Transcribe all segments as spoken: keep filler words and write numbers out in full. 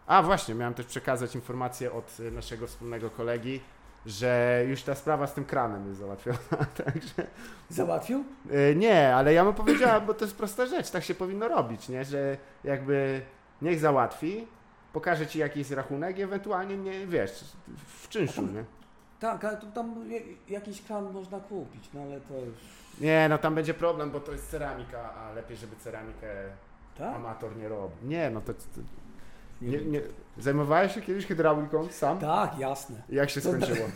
A właśnie, miałem też przekazać informację od naszego wspólnego kolegi, że już ta sprawa z tym kranem jest załatwiona, także... Załatwił? Yy, nie, ale ja mu powiedziałem, bo to jest prosta rzecz, tak się powinno robić, nie? Że jakby niech załatwi, pokaże ci jakiś rachunek i ewentualnie, nie wiesz, w czynszu, nie? Tak, ale to tam jakiś kran można kupić, no ale to już... Nie, no tam będzie problem, bo to jest ceramika, a lepiej, żeby ceramikę tak? amator nie robił. Nie, no to... to nie, nie, zajmowałeś się kiedyś hydrauliką sam? Tak, jasne. Jak się skończyło?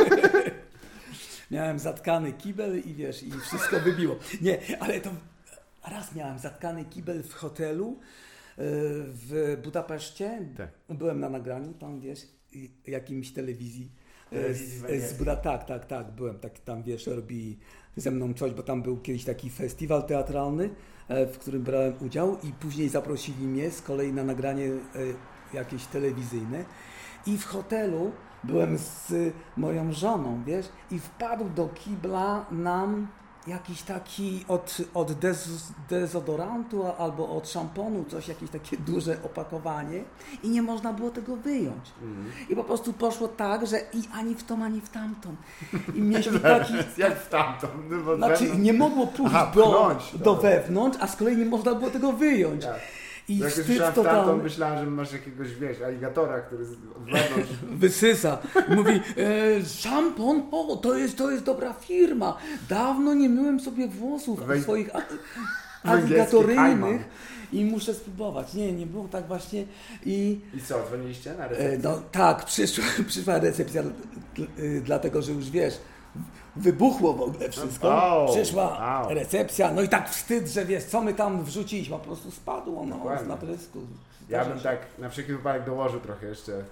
Miałem zatkany kibel i wiesz, i wszystko wybiło. Nie, ale to raz miałem zatkany kibel w hotelu w Budapeszcie. Tak. Byłem na nagraniu tam, wiesz, jakimś telewizji. Telewizji z, z Buda, tak, tak, tak, byłem tak tam, wiesz, robili ze mną coś, bo tam był kiedyś taki festiwal teatralny, w którym brałem udział i później zaprosili mnie z kolei na nagranie jakieś telewizyjne i w hotelu byłem z moją żoną, wiesz, i wpadł do kibla nam jakiś taki od, od dez, dezodorantu albo od szamponu, coś, jakieś takie duże opakowanie i nie można było tego wyjąć. Mm. I po prostu poszło tak, że i ani w tą, ani w tamtą. I mieliśmy taki... Jak w tamtą? No bo znaczy wewnątrz... nie mogło pójść Aha, do, pchnąć, do wewnątrz, a z kolei nie można było tego wyjąć. Ja. I jak wstyd słyszałem w totalny. tamtą, myślałem, że masz jakiegoś, wiesz, aligatora, który z wewnątrz... Wysysa. Mówi, e, szampon, o, to jest, to jest dobra firma. Dawno nie myłem sobie włosów Wej... swoich aligatoryjnych i muszę spróbować. Nie, nie było tak właśnie. I, I co, dzwoniliście na recepcję? E, no tak, przyszła, przyszła recepcja, dlatego że już wiesz, wybuchło w ogóle wszystko. Oh, Przyszła wow. recepcja, no i tak wstyd, że wiesz, co my tam wrzuciliśmy, po prostu spadło no, na trysku. Ja bym tak na wszelki wypadek dołożył trochę jeszcze.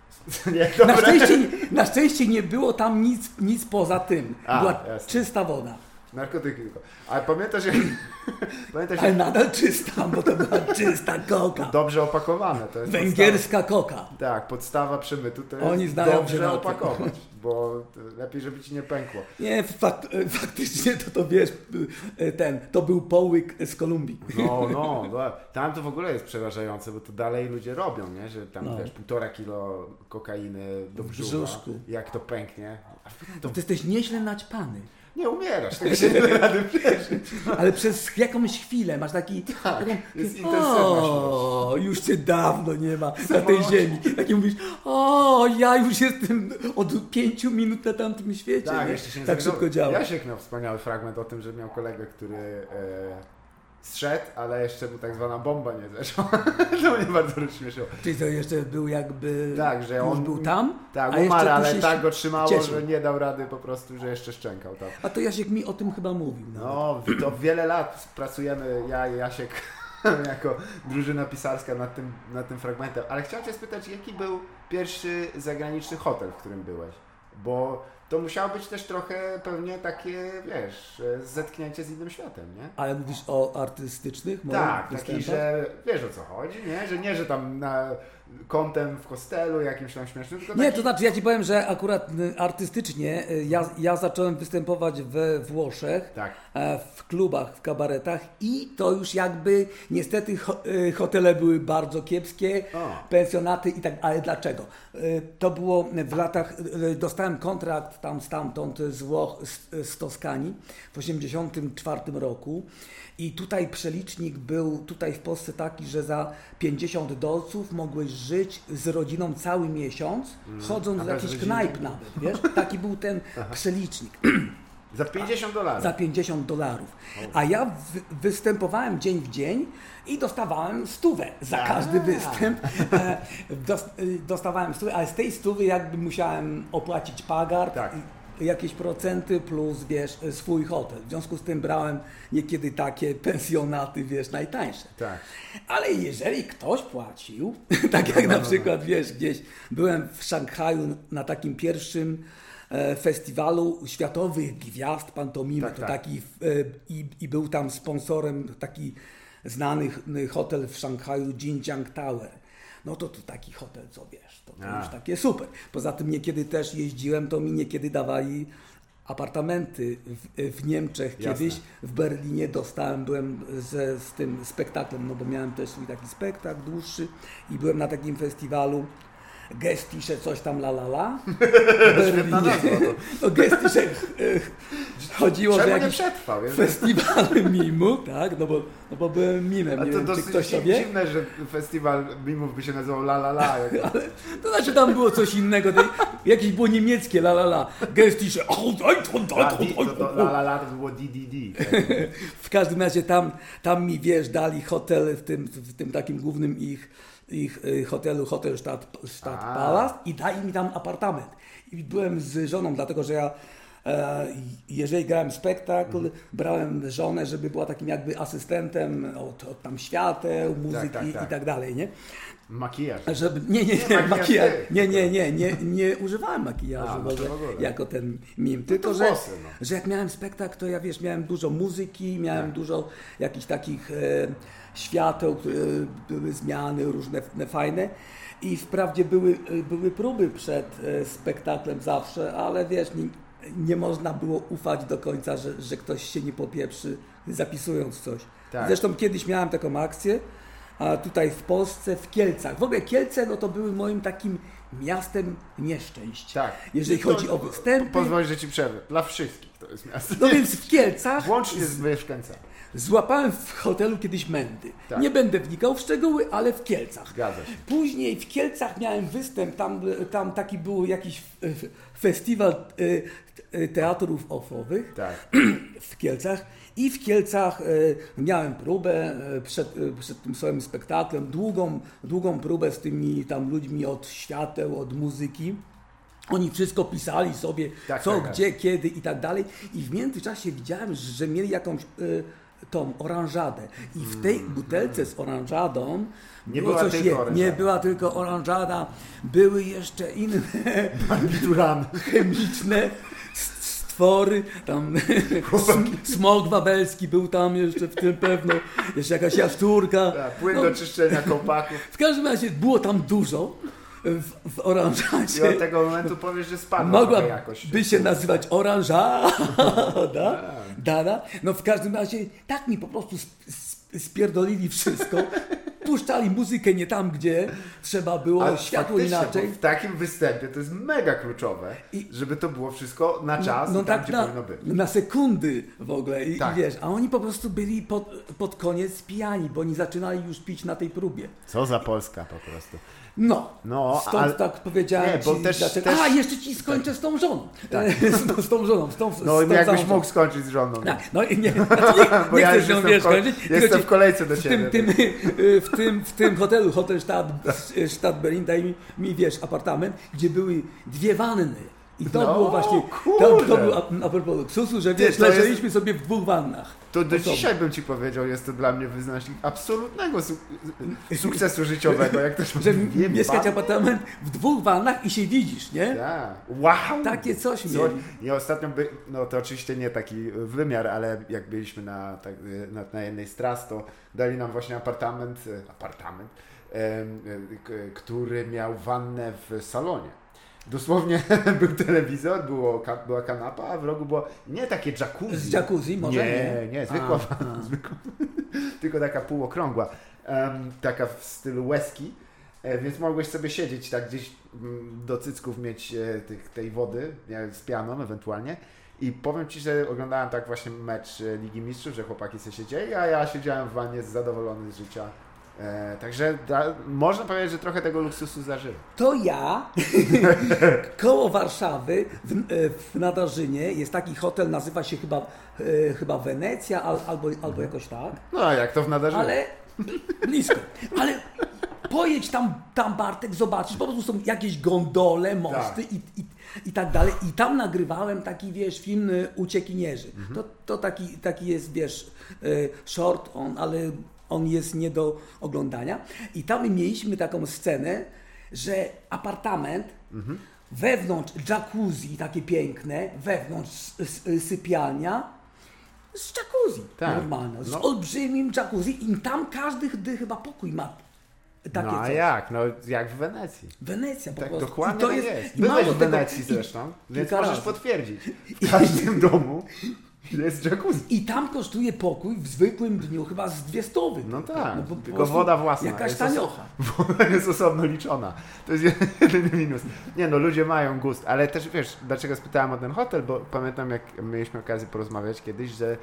Nie, na, szczęście, na szczęście nie było tam nic, nic poza tym. A, była jasne. czysta woda. Narkotyki tylko. Ale pamiętasz, jak... pamiętasz, Ale nadal czysta, bo to była czysta koka. Dobrze opakowane. To jest węgierska podstawa. koka. Tak, podstawa przemytu to jest Oni znają dobrze opakować, bo lepiej, żeby ci nie pękło. Nie, fakt, faktycznie to to wiesz, ten, to był połyk z Kolumbii. No, no, no, tam to w ogóle jest przerażające, bo to dalej ludzie robią, nie? Że tam no. wiesz, półtora kilo kokainy do brzucha, brzuszku. Jak to pęknie. To... Ty jesteś nieźle naćpany. Nie umierasz, tego się nie da rady przeżyć. Ale przez jakąś chwilę masz taki... Tak, taką, jest intensywność. O, już cię dawno nie ma na tej ziemi. Taki mówisz, o, ja już jestem od pięciu minut na tamtym świecie. Tak, nie? jeszcze się nie tak szybko działa. Jasiek miał wspaniały fragment o tym, że miał kolegę, który e, zszedł, ale jeszcze mu tak zwana bomba nie zeszła. To mnie bardzo rozśmieszyło. Czyli to jeszcze był jakby... Tak, że on on był tam? Tak, a umarł, ale się tak go trzymało, cieszył. że nie dał rady po prostu, że jeszcze szczękał tam. A to Jasiek mi o tym chyba mówił. Nawet. No, to wiele lat pracujemy, ja i Jasiek, jako drużyna pisarska nad tym, nad tym fragmentem. Ale chciałem cię spytać, jaki był pierwszy zagraniczny hotel, w którym byłeś? Bo to musiało być też trochę pewnie takie, wiesz, zetknięcie z innym światem, nie? Ale mówisz o artystycznych? Tak, taki, że wiesz o co chodzi, nie? Że nie, że tam na kątem w kostelu jakimś tam śmiesznym, tylko Nie, taki... to znaczy ja ci powiem, że akurat artystycznie ja, ja zacząłem występować we Włoszech, tak. w klubach, w kabaretach i to już jakby niestety hotele były bardzo kiepskie, o. pensjonaty i tak, ale dlaczego? To było w latach, dostałem kontrakt tam stamtąd z Włoch, z, z Toskanii w osiemdziesiątym czwartym roku i tutaj przelicznik był tutaj w Polsce taki, że za pięćdziesiąt dolców mogłeś żyć z rodziną cały miesiąc, mm. chodząc do jakichś knajp nawet, wiesz? Taki był ten przelicznik. Za pięćdziesiąt dolarów? Za pięćdziesiąt dolarów. A ja wy, występowałem dzień w dzień i dostawałem stówę za każdy występ. Dostawałem stówę, ale z tej stówy jakby musiałem opłacić pagard. Tak. Jakieś procenty plus, wiesz, swój hotel. W związku z tym brałem niekiedy takie pensjonaty, wiesz, najtańsze. Tak. Ale jeżeli ktoś płacił, tak jak na przykład, wiesz, gdzieś byłem w Szanghaju na takim pierwszym e, festiwalu światowych gwiazd pantomimy, tak, to tak. taki e, i, i był tam sponsorem taki znany hotel w Szanghaju, Jinjiang Tower. No to to taki hotel, co wiesz, to, to już takie super. Poza tym niekiedy też jeździłem, to mi niekiedy dawali apartamenty w, w Niemczech Jasne. kiedyś, w Berlinie dostałem, byłem ze, z tym spektaklem, no bo miałem też swój taki spektakl dłuższy i byłem na takim festiwalu Gestische coś tam la la la w Berlinie. No Gestische chodziło, Czemu że nie jakiś przetrwał? festiwal mimu, tak, no bo, no bo byłem mimem, A nie to wiem, czy dosyć ktoś to wie. dziwne, że festiwal mimów by się nazywał La La La. Jak... Ale, to znaczy tam było coś innego, to, jakieś było niemieckie la la la, Gestische, A, di, to, to La La La to było D D D. Tak? W każdym razie tam, tam mi, wiesz, dali hotel w tym, w tym takim głównym ich, ich hotelu, Hotel Stadt, Stadt Palast i dali mi tam apartament. I byłem z żoną, dlatego że ja e, jeżeli grałem spektakl, mm. brałem żonę, żeby była takim jakby asystentem od, od tam świateł, muzyki tak, tak, tak. i tak dalej, nie? Makijaż. Żeby, nie, nie, nie, nie, makijaż, nie, nie, nie, nie, nie używałem makijażu A, w ogóle, jako ten mim, tylko no że, włosy, no. że jak miałem spektakl, to ja wiesz, miałem dużo muzyki, miałem tak. dużo jakichś takich e, świateł, które były zmiany różne fajne i wprawdzie były, były próby przed e, spektaklem zawsze, ale wiesz, nie, nie można było ufać do końca, że, że ktoś się nie popieprzy zapisując coś. Tak. Zresztą kiedyś miałem taką akcję, a tutaj w Polsce, w Kielcach. W ogóle Kielce no to były moim takim miastem nieszczęść. Tak. Jeżeli to, chodzi o występy. Pozwól, że ci przerwę. Dla wszystkich to jest miasto. No więc w Kielcach. Włącznie z mieszkańcami. Złapałem w hotelu kiedyś mędy. Tak. Nie będę wnikał w szczegóły, ale w Kielcach. Zgadza się. Później w Kielcach miałem występ, tam, tam taki był jakiś festiwal teatrów ofowych tak. w Kielcach. I w Kielcach y, miałem próbę y, przed, y, przed tym swoim spektaklem, długą, długą próbę z tymi tam ludźmi od świateł, od muzyki. Oni wszystko pisali sobie, tak, co, tak, gdzie, tak. kiedy i tak dalej. I w międzyczasie widziałem, że mieli jakąś y, tą oranżadę. I w tej butelce z oranżadą nie było była coś tylko je, oranżada. Nie była tylko oranżada, były jeszcze inne barbituramy chemiczne stwory, tam smok wawelski był tam jeszcze w tym pewno, jeszcze jakaś jaszczurka. Tak, płyn no, do czyszczenia kołpaków. W każdym razie było tam dużo w, w oranżadzie. I od tego momentu powiesz, że spadła mogła jakość. by się nazywać oranżada. Dada. No w każdym razie tak mi po prostu spierdolili wszystko. Puszczali muzykę nie tam, gdzie trzeba było, ale światło inaczej. W takim występie to jest mega kluczowe, I, żeby to było wszystko na czas, no, no tam, tak, gdzie na, powinno być. Na sekundy w ogóle. I, tak. I wiesz, a oni po prostu byli pod, pod koniec pijani, bo oni zaczynali już pić na tej próbie. Co za Polska po prostu. No, no stąd ale, tak powiedziałem nie, bo ci, też, dlaczego, też, a jeszcze ci skończę tak. z tą żoną. Tak. z, z tą żoną. Z tą, no z tą jakbyś żoną. mógł skończyć z żoną. Tak. No nie, nie, znaczy nie, nie ja chcę z nią wiesz, skończyć. Jestem w kolejce do ciebie. W tym, tym, w tym, w tym hotelu, Hotel Stadt, Stadt Berlin, daj mi, mi, wiesz, apartament, gdzie były dwie wanny. I to no, było właśnie, to, to było a, a propos luksusu, że wiesz, leżeliśmy jest... sobie w dwóch wannach. To do osobno. Dzisiaj bym ci powiedział, jest to dla mnie wyznacznik absolutnego su sukcesu życiowego, jak też że wiem, mieszkać ban? apartament w dwóch wannach i się widzisz, nie? Tak. Wow! Takie coś Co? mieli. Ja ostatnio, by, no to oczywiście nie taki wymiar, ale jak byliśmy na, tak, na, na jednej z tras, to dali nam właśnie apartament, apartament, em, który miał wannę w salonie. Dosłownie był telewizor, było, była kanapa, a w rogu było nie takie jacuzzi. Z jacuzzi może? Nie, nie, nie zwykła, a, a. zwykła tylko taka półokrągła, um, taka w stylu łezki, e, więc mogłeś sobie siedzieć tak gdzieś m, do cycków mieć e, tych, tej wody nie, z pianą ewentualnie. I powiem ci, że oglądałem tak właśnie mecz Ligi Mistrzów, że chłopaki sobie siedzieli, a ja siedziałem w wannie zadowolony z życia. E, także da, można powiedzieć, że trochę tego luksusu zażyłem. To ja, koło Warszawy, w, w Nadarzynie jest taki hotel, nazywa się chyba, e, chyba Wenecja al, albo, albo jakoś tak. No jak to w Nadarzynie? Ale blisko. Ale pojedź tam, tam Bartek, zobaczysz, po prostu są jakieś gondole, mosty tak. i, i, i tak dalej. I tam nagrywałem taki, wiesz, film Uciekinierzy. Mhm. To, to taki, taki jest, wiesz, short on, ale on jest nie do oglądania. I tam mieliśmy taką scenę, że apartament, mhm. wewnątrz jacuzzi takie piękne, wewnątrz sypialnia, z jacuzzi tak. normalna, z no. olbrzymim jacuzzi i tam każdy chyba pokój ma Takie no a coś. jak? No jak w Wenecji. Wenecja po Tak, prostu. dokładnie I to tak jest, jest. i Byłeś mało w tego- Wenecji i- zresztą, więc kilka możesz razy. potwierdzić. W każdym domu jest jacuzzi. I tam kosztuje pokój w zwykłym dniu chyba z dwie stówy. No tak, bo po tylko prostu woda własna. Jakaś jest taniocha. oso- Woda jest osobno liczona. To jest jedyny minus. Nie no, ludzie mają gust, ale też wiesz, dlaczego spytałem o ten hotel, bo pamiętam jak mieliśmy okazję porozmawiać kiedyś, że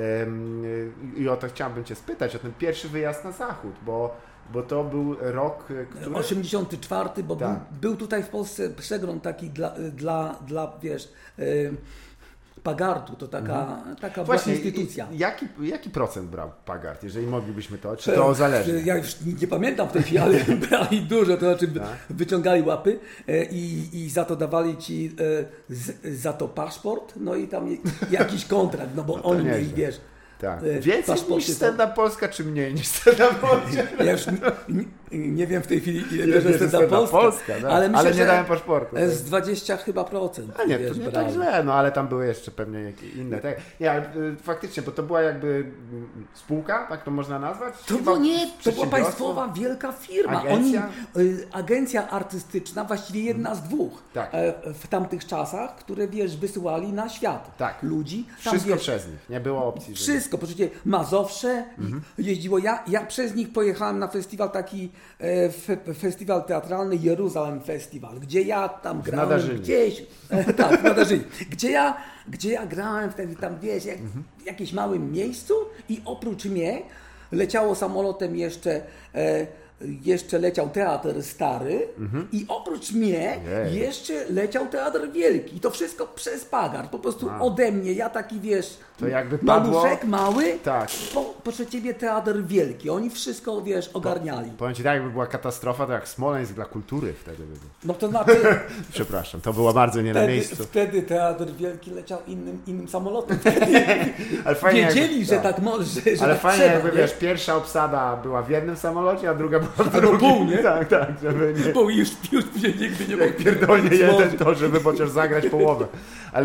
ym, i o to chciałbym Cię spytać, o ten pierwszy wyjazd na zachód, bo, bo to był rok, który... osiemdziesiąty czwarty, bo Tak. był, był tutaj w Polsce przegląd taki dla, dla, dla wiesz, y, Pagartu, to taka, taka właśnie instytucja. i- Jaki, jaki procent brał Pagart, jeżeli moglibyśmy to, czy to zależy? Ja już nie pamiętam w tej chwili, ale brali dużo, to znaczy Tak. wyciągali łapy e, i, i za to dawali ci e, z, za to paszport, no i tam jakiś kontrakt, no bo to oni mieli, nieźle. wiesz, Tak. e, Więcej paszporty niż są- stand-up Polska, czy mniej niż stand-up Polska? Ja już nie, nie wiem w tej chwili, ile Ile bierze bierze stand-up stand-up Polska, Polska, tak. ale, myślę, Ale nie że dałem paszportu, tak. z dwadzieścia chyba procent. A nie, wiesz, to nie tak brali. źle, no ale tam były jeszcze pewnie jakieś inne. Tak. Nie, ale y, faktycznie, bo to była jakby mm, spółka, tak to można nazwać? To Chyba było nie, to była przedsiębiorstwo? państwowa wielka firma. Agencja? Oni, y, agencja artystyczna, właściwie jedna z dwóch Tak. e, w tamtych czasach, które wiesz, wysyłali na świat Tak. ludzi. Tam, Wszystko wiesz, przez nich, nie było opcji. Żeby... Wszystko, poczucie Mazowsze Mhm. jeździło. Ja, ja przez nich pojechałem na festiwal taki, e, fe, festiwal teatralny Jeruzalem Festival, gdzie ja tam grałem Nadarzynie. gdzieś, e, tak, w Nadarzynie, gdzie ja, gdzie ja grałem wtedy tam, wiesz, jak, Mhm. w jakimś małym miejscu i oprócz mnie leciało samolotem jeszcze e, jeszcze leciał Teatr Stary i oprócz mnie Jej. jeszcze leciał Teatr Wielki. I to wszystko przez Pagart. Po prostu Wow. ode mnie, ja taki wiesz, To jakby padło... maluszek mały, Tak. po, proszę Ciebie Teatr Wielki. Oni wszystko, wiesz, ogarniali. Powiem Ci tak, jakby była katastrofa, to jak Smoleńsk dla kultury wtedy by był. No to znaczy, Przepraszam, to było bardzo nie na wtedy, miejscu. wtedy Teatr Wielki leciał innym, innym samolotem. Ale fajnie Wiedzieli, jakby, że tak może, że, że Ale tak fajnie trzeba, jakby, nie? wiesz, pierwsza obsada była w jednym samolocie, a druga była w Albo drugim. pół, nie? Tak, tak, żeby nie... Bo już, już się nigdy nie Jak mógł pierdolnie jeden, złożyć. to żeby chociaż zagrać połowę. Ale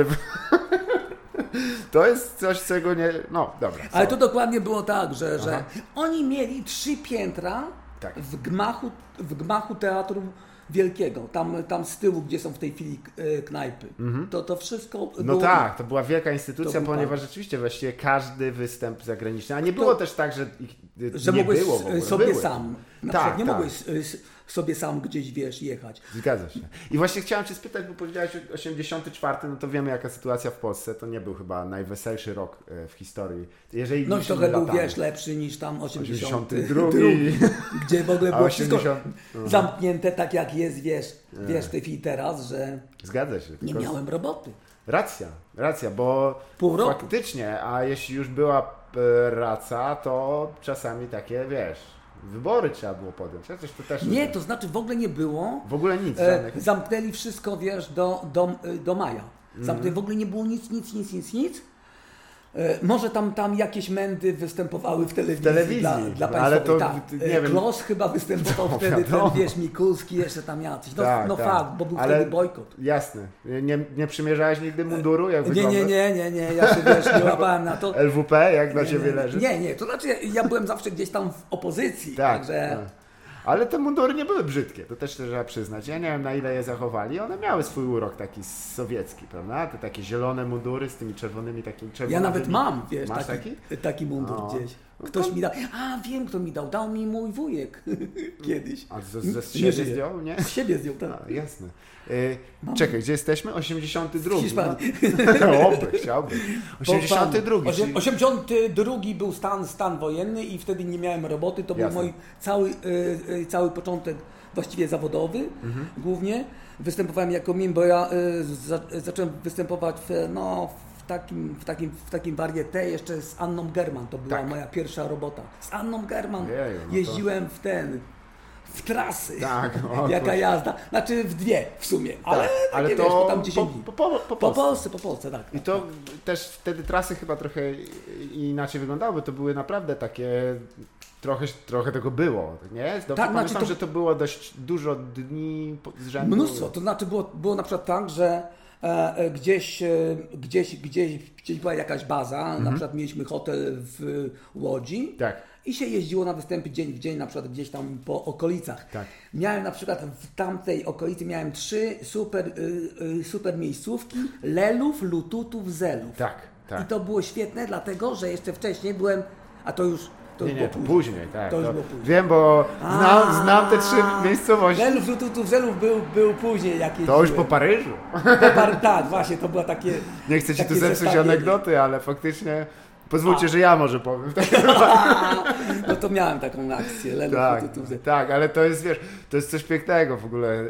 to jest coś, czego nie... No, dobra. Ale co? to dokładnie było tak, że, że Aha. oni mieli trzy piętra Tak. w gmachu, w gmachu Teatru Wielkiego. Tam, tam z tyłu, gdzie są w tej chwili e, knajpy. To, to wszystko No było... tak, to była wielka instytucja, To był ponieważ tak. rzeczywiście właściwie każdy występ zagraniczny, a nie było też tak, że ich y, Że nie mogłeś było w ogóle. sobie Były. sam, na Tak, przykład nie tak. mogłeś e, s- sobie sam gdzieś, wiesz, jechać. Zgadza się. I właśnie chciałem Cię spytać, bo powiedziałeś osiemdziesiąty czwarty, no to wiemy jaka sytuacja w Polsce, to nie był chyba najweselszy rok e, w historii. Jeżeli No i liczymy trochę był, latami. wiesz, lepszy niż tam osiemdziesiąty osiemdziesiąty drugi. gdzie w ogóle A było wszystko osiemdziesiąty zamknięte tak jak jest, wiesz, wiesz w tej chwili teraz, że Zgadza się. nie tylko- miałem roboty. Racja, racja, bo Pół roku. faktycznie, a jeśli już była e, praca, to czasami takie, wiesz, wybory trzeba było podjąć. Chociaż to też Nie, to znaczy w ogóle nie było. w ogóle nic. E, Żadnych... zamknęli wszystko, wiesz, do, do, do maja. Mhm. Zamknęli, w ogóle nie było nic, nic, nic, nic, nic. E, może tam, tam jakieś mędy występowały w telewizji, telewizji, dla, dla ale państwowej. to, tak. nie E, wiem. Klos chyba występował No, wtedy, wiadomo. ten, wiesz, Mikulski, jeszcze tam jacyś. No, Tak, no tak. fakt, bo był Ale- wtedy bojkot. Jasne. Nie, nie przymierzałeś nigdy munduru, jak Nie, wygląda? nie, nie, nie, nie, ja się, wiesz, nie łapałem na to. L W P, jak na Nie, Ciebie nie, leży? Nie, nie, to znaczy ja, ja byłem zawsze gdzieś tam w opozycji, Tak, także... tak. Ale te mundury nie były brzydkie, to też trzeba przyznać. Ja nie wiem, na ile je zachowali. One miały swój urok taki sowiecki, prawda? Te takie zielone mundury z tymi czerwonymi takimi Ja czerwonymi. nawet mam, wiesz, Masz taki, taki? taki mundur No. gdzieś. Ktoś mi dał. A, wiem kto mi dał. Dał mi mój wujek kiedyś. A ze, ze z Nie siebie żyje. zdjął, nie? Z siebie zdjął, tak. A, jasne. Y, czekaj, gdzie jesteśmy? osiemdziesiąty drugi. W Hiszpanii. No, oby, chciałbym. osiemdziesiąty drugi. Osiem- czyli- osiemdziesiąty drugi był stan, stan wojenny i wtedy nie miałem roboty. To Jasne. był mój cały, y, y, cały początek właściwie zawodowy Mhm. głównie. Występowałem jako mim, bo ja y, za, zacząłem występować w, no, w takim, w takim, w takim varieté jeszcze z Anną German. To była Tak. moja pierwsza robota. Z Anną German Jeju, no to- jeździłem w ten, w trasy. Tak, o, Jaka to- jazda. Znaczy w dwie w sumie, ale, Tak, takie, ale wiesz, to bo tam dziesięć po, dni. po, po, po, Po Polsce. Polsce, po Polsce, tak. I to też wtedy trasy chyba trochę inaczej wyglądały, to były naprawdę takie, trochę, trochę tego było, nie? Dobrze Tak, pamiętam, znaczy to- że to było dość dużo dni po- z rzędu. Mnóstwo, to znaczy było, było na przykład tak, że e, e, gdzieś, e, gdzieś, gdzieś, gdzieś była jakaś baza, Mhm. na przykład mieliśmy hotel w Łodzi Tak. i się jeździło na występy dzień w dzień, na przykład gdzieś tam po okolicach. Tak. Miałem na przykład w tamtej okolicy miałem trzy super, y, y, super miejscówki Lelów, Lututów, Zelów. Tak, tak. I to było świetne, dlatego że jeszcze wcześniej byłem, a to już to Nie, już nie, było to później. później, tak. To już To było później. wiem, bo znam, znam te trzy miejscowości. Lelów, Lututów, Zelów był, był później jakieś. To już po Paryżu. Tak, właśnie, to było takie. Nie chcę ci tu takie zepsuć zestawienie. anegdoty, ale faktycznie pozwólcie, A. że ja może powiem. No to miałem taką akcję, Lelów, Tak, Lututów, Zelów. tak, ale to jest, wiesz, to jest coś pięknego w ogóle, e,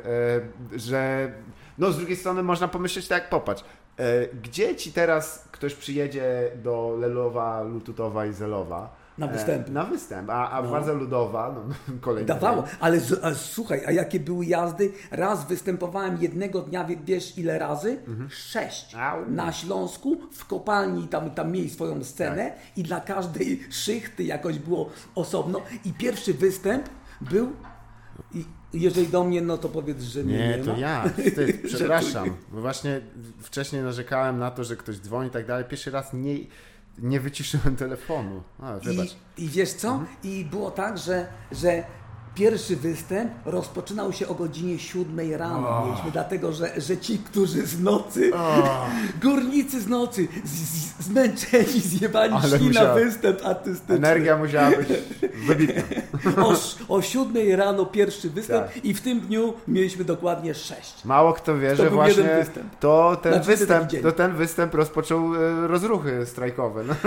że no z drugiej strony można pomyśleć tak, popatrz, e, gdzie ci teraz ktoś przyjedzie do Lelowa, Lututowa i Zelowa? Na występy. E, na występ, a, a No. Władza Ludowa, no kolejny. Dawało, ale, z- a, słuchaj, a jakie były jazdy? Raz występowałem jednego dnia, wie- wiesz ile razy? Sześć. Au. Na Śląsku, w kopalni, tam, tam mieli swoją scenę Tak. i dla każdej szychty jakoś było osobno. I pierwszy występ był, i jeżeli do mnie, no to powiedz, że mnie nie, Nie, to ma. ja, wstyd, przepraszam, bo właśnie wcześniej narzekałem na to, że ktoś dzwoni i tak dalej, pierwszy raz nie, nie wyciszyłem telefonu, a, wybacz. I, I wiesz co? I było tak, że, że pierwszy występ rozpoczynał się o godzinie siódmej rano. O. Mieliśmy, dlatego że, że ci, którzy z nocy, O. górnicy z nocy, z, z, zmęczeni, zjebani, Ale szli musiała- na występ artystyczny. Energia musiała być wybitna. O, sz- o siódmej rano pierwszy występ Tak. i w tym dniu mieliśmy dokładnie sześć. Mało kto wie, To że był właśnie jeden występ. to ten, Znaczy, taki występ, dzień. to ten występ rozpoczął e, rozruchy strajkowe. No,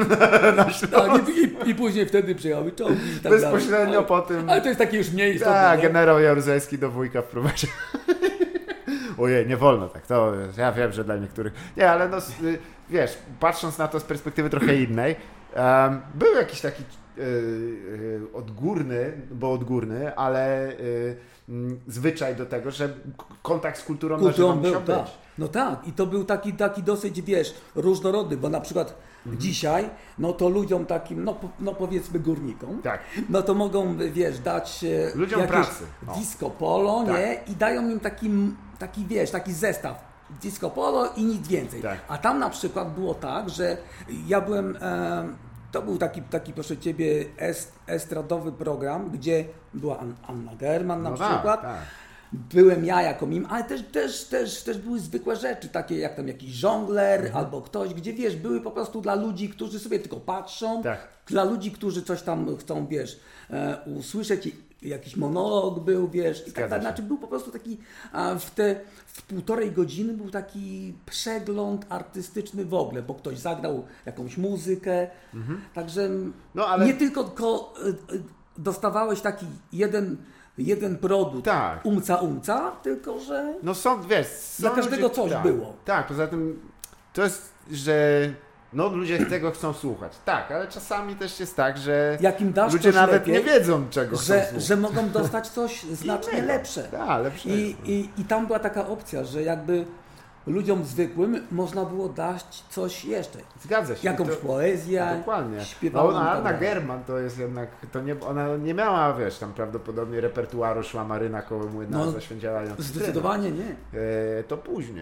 Tak, i, i, I później wtedy przyjechały czołgi i tak bezpośrednio dalej. Ale- po tym. Ale to jest takie już mniej istotne. Tak, nie? generał Jaruzelski do wujka wprowadził. Ojej, nie wolno tak, to ja wiem, że dla niektórych. Nie, ale no y, wiesz, patrząc na to z perspektywy trochę innej, um, był jakiś taki y, y, odgórny, bo odgórny, ale y, mm, zwyczaj do tego, że k- kontakt z kulturą, na żywo Kulturą był, musiał tak. być. No tak, i to był taki, taki dosyć, wiesz, różnorodny, bo na przykład Mhm. dzisiaj, no to ludziom takim, no, po- no powiedzmy górnikom, Tak. no to mogą, wiesz, dać e, Ludziom jakieś pracy. O. disco polo, Tak. nie? I dają im taki, taki, wiesz, taki zestaw. Disco polo i nic więcej. Tak. A tam na przykład było tak, że ja byłem, e, to był taki, taki proszę Ciebie, est, estradowy program, gdzie była An- Anna German na No tak, przykład. tak. Byłem ja jako mim, ale też, też, też, też były zwykłe rzeczy, takie jak tam jakiś żongler Mhm. albo ktoś, gdzie wiesz, były po prostu dla ludzi, którzy sobie tylko patrzą, Tak. dla ludzi, którzy coś tam chcą, wiesz, e, usłyszeć, i jakiś monolog był, wiesz, i tak Zgadza dalej. się. Znaczy był po prostu taki, a w te w półtorej godziny był taki przegląd artystyczny w ogóle, bo ktoś zagrał jakąś muzykę, także No, ale- nie tylko ko, e, e, dostawałeś taki jeden jeden produkt, Tak. umca, umca, tylko że No są, wiesz, są Dla każdego ludzie, coś tak, było. Tak, poza tym to jest, że no ludzie tego chcą słuchać. Tak, ale czasami też jest tak, że jak im dasz ludzie coś nawet lepiej, nie wiedzą, czego chcą że, słuchać. że mogą dostać coś znacznie Innego. lepsze. Tak, lepszego. I, i, I tam była taka opcja, że jakby ludziom zwykłym można było dać coś jeszcze. Zgadza się. Jakąś to, poezję, Dokładnie. śpiewaną. No, i a tak Anna dalej. German to jest jednak, to nie, ona nie miała, wiesz, tam prawdopodobnie repertuaru Szła Maryna koło młyna, No, zaświęciała ją Zdecydowanie nie. e, To później.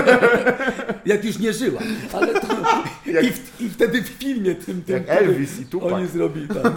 Jak już nie żyła. Ale to, Jak- i, w, I wtedy w filmie tym, tym Jak który Elvis i Tupac. oni zrobili tam.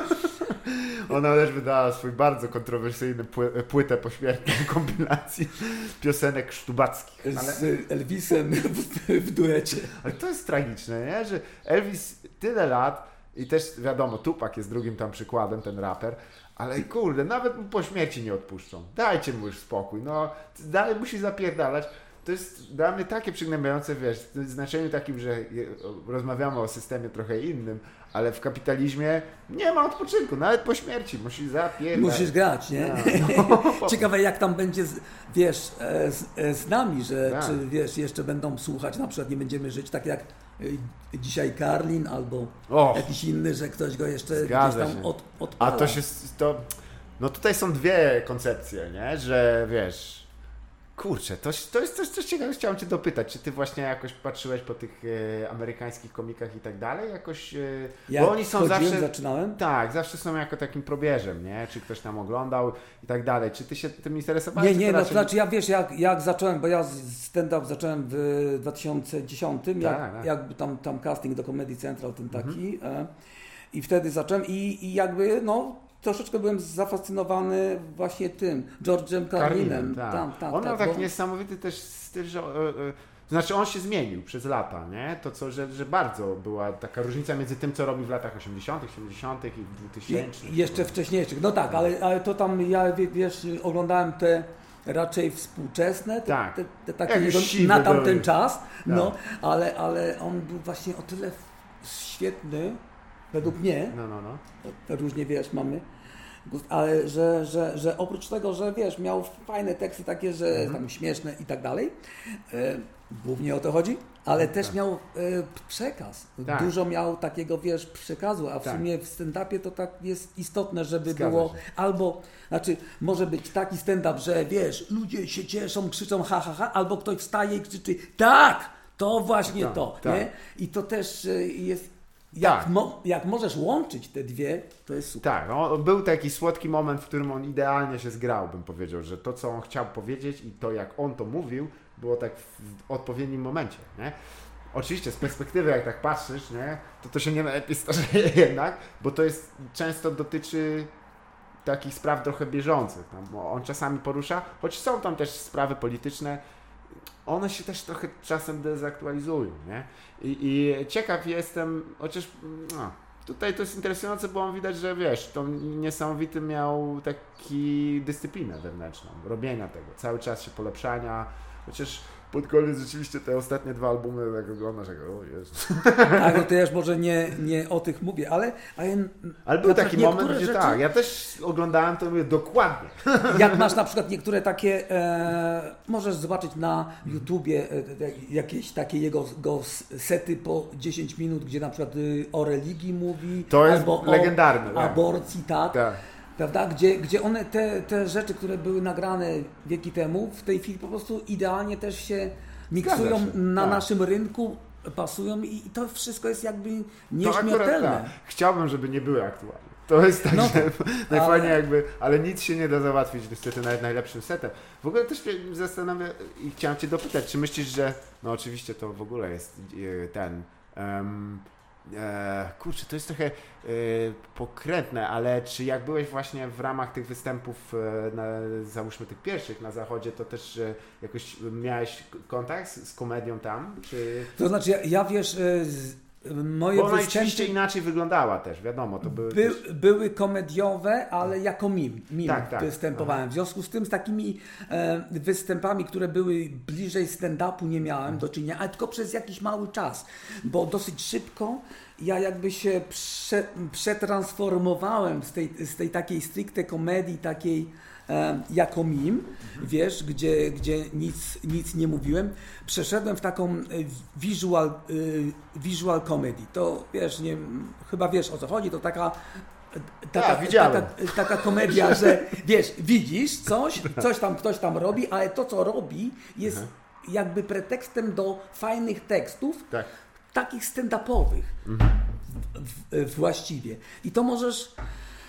Ona też wydała swój bardzo kontrowersyjny pły, płytę pośmiertną kompilacji piosenek sztubackich. Ale, Z Elvisem w, w duecie. ale to jest tragiczne, nie? Że Elvis tyle lat i też wiadomo, Tupac jest drugim tam przykładem, ten raper, ale kurde, nawet mu po śmierci nie odpuszczą. Dajcie mu już spokój, no dalej musi zapierdalać. To jest dla mnie takie przygnębiające, wiesz, w znaczeniu takim, że je- rozmawiamy o systemie trochę innym, ale w kapitalizmie nie ma odpoczynku, nawet po śmierci musi zapierdalać. Musisz grać, nie? No. Ciekawe jak tam będzie, z, wiesz, e, z, e, z nami, że Tak. czy wiesz, jeszcze będą słuchać, na przykład nie będziemy żyć tak jak e, dzisiaj Karlin albo Och. jakiś inny, że ktoś go jeszcze Zgadza gdzieś tam się. od, A odpala. to się, to, no tutaj są dwie koncepcje, nie? Że wiesz, kurczę, to, to jest coś, coś ciekawego, chciałem Cię dopytać, czy Ty właśnie jakoś patrzyłeś po tych e, amerykańskich komikach i tak dalej, jakoś, e, Jak bo oni są wchodziłem, zawsze, zaczynałem? tak, zawsze są jako takim probierzem, nie? Czy ktoś tam oglądał i tak dalej, czy Ty się tym interesowałeś? Nie, czy nie, to no to raczej- znaczy ja wiesz, jak, jak zacząłem, bo ja stand-up zacząłem w dwa tysiące dziesiątym, jak, Tak, tak. jakby tam, tam casting do Comedy Central ten taki. E, I wtedy zacząłem i, i jakby no troszeczkę byłem zafascynowany właśnie tym George'em Carlinem. Tak. Tam, tam, on miał tak bo... niesamowity też styl, że... To znaczy on się zmienił przez lata, nie? To co, że, że bardzo była taka różnica między tym, co robił w latach osiemdziesiątych, siedemdziesiątych i dwutysięcznych. I jeszcze wcześniejszych. No tak, ale, ale to tam ja wiesz, oglądałem te raczej współczesne, te, tak. te, te takie na tamten były. czas, no, tak. ale, ale on był właśnie o tyle świetny, według mnie, no, no, no. różnie wiesz, mamy gust, ale że, że, że oprócz tego, że wiesz, miał fajne teksty takie, że mhm. tam śmieszne i tak dalej, e, głównie o to chodzi, ale też tak. miał e, przekaz. Tak. Dużo miał takiego, wiesz, przekazu, a w tak. sumie w stand-upie to tak jest istotne, żeby Zgadza było się. albo, znaczy może być taki stand-up, że wiesz, ludzie się cieszą, krzyczą ha, ha, ha, albo ktoś wstaje i krzyczy tak, to właśnie tak, to, tak. nie? I to też jest Jak, tak. mo, jak możesz łączyć te dwie, to jest super. Tak, no, był taki słodki moment, w którym on idealnie się zgrał, bym powiedział, że to, co on chciał powiedzieć i to, jak on to mówił, było tak w odpowiednim momencie, nie? Oczywiście z perspektywy, jak tak patrzysz, nie, to to się nie najlepiej starzeje jednak, bo to jest, często dotyczy takich spraw trochę bieżących, no, bo on czasami porusza, choć są tam też sprawy polityczne, one się też trochę czasem dezaktualizują, nie? I, i ciekaw jestem, chociaż no, tutaj to jest interesujące, bo on widać, że wiesz, to niesamowity miał taki dyscyplinę wewnętrzną, robienia tego, cały czas się polepszania, chociaż pod koniec rzeczywiście te ostatnie dwa albumy tak oglądasz, jak o Jezu. Tak, no to ja już może nie, nie o tych mówię, ale... Ale, ale był taki moment, gdzie rzeczy, tak, ja też oglądałem to mówię dokładnie. Jak masz na przykład niektóre takie, e, możesz zobaczyć na YouTubie e, jakieś takie jego go sety po dziesięć minut, gdzie na przykład y, o religii mówi, to jest albo legendarne, o aborcji, tak. tak. Prawda? Gdzie, gdzie one, te, te rzeczy, które były nagrane wieki temu, w tej chwili po prostu idealnie też się miksują się, na tak. naszym rynku, pasują i to wszystko jest jakby To nieśmiertelne. akurat, tak. Chciałbym, żeby nie były aktualne. To jest tak, no, że najfajniej ale... jakby, ale nic się nie da załatwić niestety nawet najlepszym setem. W ogóle też mnie zastanawia i chciałem Cię dopytać, czy myślisz, że, no oczywiście to w ogóle jest ten, um, e, kurczę, to jest trochę e, pokrętne, ale czy jak byłeś właśnie w ramach tych występów, e, na, załóżmy tych pierwszych na zachodzie, to też e, jakoś miałeś kontakt z, z komedią tam? Czy... To znaczy ja, ja wiesz... E, z... Moje Bo ona występy oczywiście inaczej wyglądała też, wiadomo. To były, by, też... były komediowe, ale jako mim, mim tak, tak. występowałem. Aha. W związku z tym z takimi e, występami, które były bliżej stand-upu nie miałem do czynienia, ale tylko przez jakiś mały czas, bo dosyć szybko ja jakby się prze, przetransformowałem z tej, z tej takiej stricte komedii, takiej e, jako mim, wiesz, gdzie, gdzie nic, nic nie mówiłem. Przeszedłem w taką visual, visual comedy. To wiesz, nie, chyba wiesz o co chodzi, to taka Taka, ja, taka, taka komedia, że wiesz, widzisz coś, coś tam ktoś tam robi, ale to co robi jest mhm. jakby pretekstem do fajnych tekstów, tak. takich stand-upowych mhm. w, w, właściwie. I to możesz,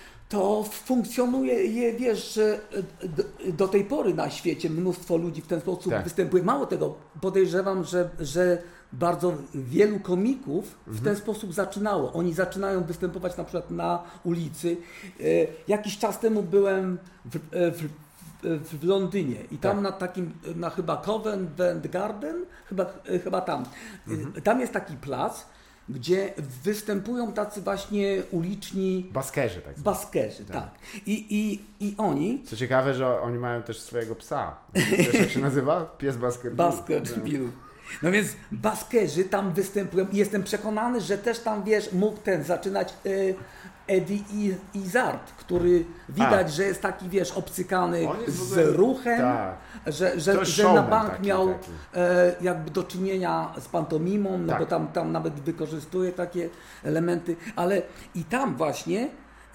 to funkcjonuje, je, wiesz, że do, do tej pory na świecie mnóstwo ludzi w ten sposób tak. występuje. Mało tego, podejrzewam, że, że bardzo wielu komików w mhm. ten sposób zaczynało. Oni zaczynają występować na przykład na ulicy. E, jakiś czas temu byłem w, w, w, w Londynie i tam tak. na takim, na chyba Covent Garden, chyba, chyba tam. Mhm. Tam jest taki plac, gdzie występują tacy właśnie uliczni... Baskerzy, tak. Baskerzy, tak. tak. I, i, I oni... Co ciekawe, że oni mają też swojego psa. Wiesz, jak się nazywa? Pies Baskerville. Baskerville. No więc baskerzy tam występują i jestem przekonany, że też tam, wiesz, mógł ten zaczynać y, Eddie Izzard, który widać, A. że jest taki, wiesz, obcykany jest z ogóle... ruchem, tak. że, że, że na bank taki, miał taki. E, jakby do czynienia z pantomimą, no tak. bo tam, tam nawet wykorzystuje takie elementy, ale i tam właśnie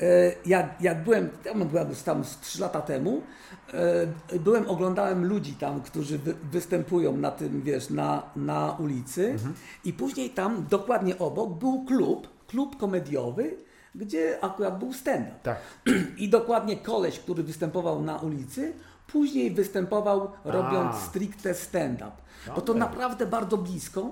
Jak, jak byłem, tam byłem tam z trzy lata temu, byłem, oglądałem ludzi tam, którzy wy, występują na tym, wiesz, na, na ulicy mhm. i później tam dokładnie obok był klub, klub komediowy, gdzie akurat był stand-up. Tak. I dokładnie koleś, który występował na ulicy, później występował robiąc A. stricte stand-up. Bo to Okej. naprawdę bardzo blisko,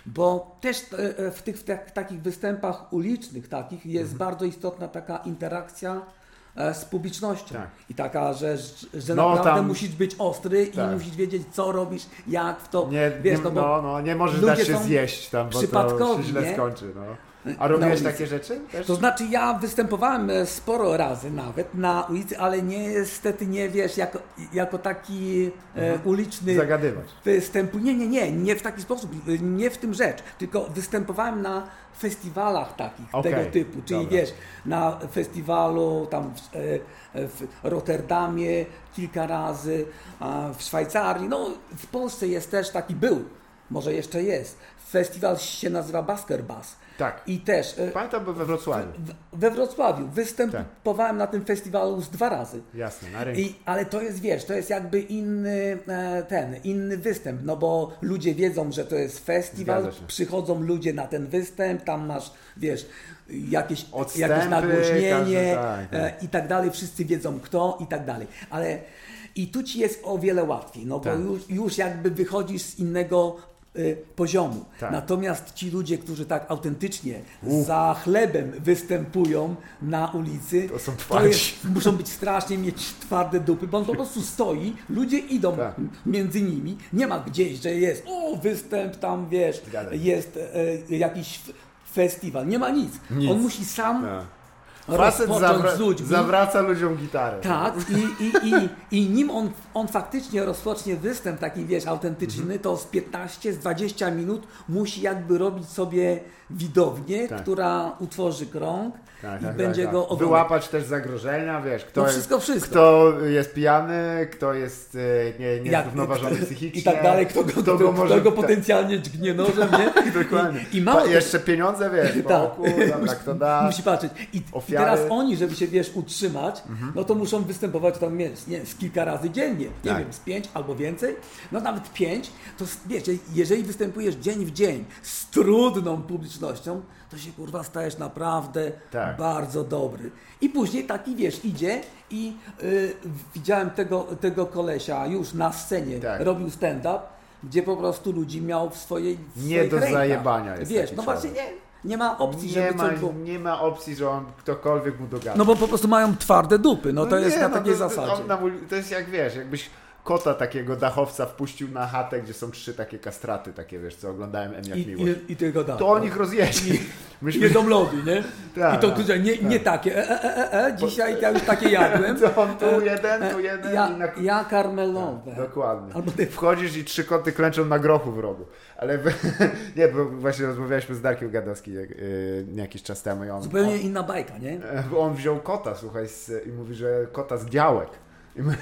bo też e, w tych w tak, takich występach ulicznych takich jest Mhm. bardzo istotna taka interakcja e, z publicznością. Tak. I taka, że, że No, naprawdę tam- musisz być ostry tak. i musisz wiedzieć, co robisz, jak w to, Nie, wiesz, nie, no bo no, no, nie możesz ludzie dać się są zjeść tam, bo to przypadkowi, się źle nie? skończy. No. A robiłeś ulicy. takie rzeczy też? To znaczy ja występowałem e, sporo razy nawet na ulicy, ale niestety nie wiesz, jako, jako taki e, uliczny Zagadywać. występ. Nie, nie, nie, nie w taki sposób, e, nie w tym rzecz, tylko występowałem na festiwalach takich Okej, tego typu, czyli dobra. wiesz, na festiwalu tam w, e, w Rotterdamie kilka razy, a w Szwajcarii, no w Polsce jest też taki, był, może jeszcze jest, festiwal się nazywa Baskerbas. Tak. I też e, Pamiętam, był we Wrocławiu. w- we Wrocławiu występowałem na tym festiwalu z dwa razy. Jasne, na rynku. I, ale to jest, wiesz, to jest jakby inny e, ten, inny występ, no bo ludzie wiedzą, że to jest festiwal, Zgadza się. przychodzą ludzie na ten występ, tam masz, wiesz, jakieś, Odstępy, jakieś nagłośnienie każdy, tak, tak. e, i tak dalej, wszyscy wiedzą kto i tak dalej, ale i tu ci jest o wiele łatwiej, no bo Tak. już, już jakby wychodzisz z innego y, poziomu. Tak. Natomiast ci ludzie, którzy tak autentycznie Uf. za chlebem występują na ulicy, To są to twardzi. jest, muszą być strasznie mieć twarde dupy, bo on po prostu stoi, ludzie idą Tak. między nimi, nie ma gdzieś, że jest o występ tam, wiesz, Zgadza się. jest e, jakiś f- festiwal, nie ma nic. Nic. On musi sam Tak. Facet rozpocząć zawra- z ludźmi. zawraca ludziom gitarę. Tak, i, i, i, i nim on, on faktycznie rozpocznie występ taki, wiesz, autentyczny, Mhm. to z piętnaście, z dwadzieścia minut musi jakby robić sobie widownię, Tak. która utworzy krąg Tak, i tak, będzie tak, go tak. oglądać. Wyłapać też zagrożenia, wiesz, kto, No jest, wszystko, wszystko. kto jest pijany, kto jest e, nie, Jak- niezrównoważony psychicznie. I tak dalej, kto go, kto, kto kto, może- go potencjalnie dźgnie nożem, nie? Dokładnie. I, i mało Pa, tego- jeszcze pieniądze, wiesz, Tak. boku, dobra, kto da. Musi patrzeć. I Ofiary. teraz oni, żeby się, wiesz, utrzymać, no to muszą występować tam, wiesz, nie, z kilka razy dziennie. Nie Tak. wiem, z pięć albo więcej. No nawet pięć, to wiecie, jeżeli występujesz dzień w dzień z trudną publicznością, to się, kurwa, stajesz naprawdę Tak. bardzo dobry. I później taki, wiesz, idzie i y, widziałem tego, tego kolesia już na scenie, Tak. robił stand-up, gdzie po prostu ludzi miał w swojej w Nie swoich do rękach. zajebania jest Wiesz, taki no właśnie człowiek. nie, nie ma opcji, Nie żeby ma, coś było. nie ma opcji, że on ktokolwiek mu dogada. No bo po prostu mają twarde dupy, no to nie, jest na no takiej to, zasadzie. On, na, uli- to jest jak, wiesz, jakbyś kota takiego dachowca wpuścił na chatę, gdzie są trzy takie kastraty, takie, wiesz, co oglądałem M jak I, miłość. i, I tylko da. To on ich rozjeździ. Myśmy... Jedzą lody, nie? Tak, I to tak, kurczę, nie, nie takie, e, e, e, e, dzisiaj ja już takie jadłem. To on tu E, jeden, tu e, jeden ja, i na... ja karmelowe. Dokładnie. Albo ty. Wchodzisz i trzy koty klęczą na grochu w rogu. Ale nie, bo właśnie rozmawialiśmy z Darkiem Gadowskim jak, yy, jakiś czas temu i on, Zupełnie on, inna bajka, nie? Bo on wziął kota, słuchaj, z, i mówi, że kota z działek. I my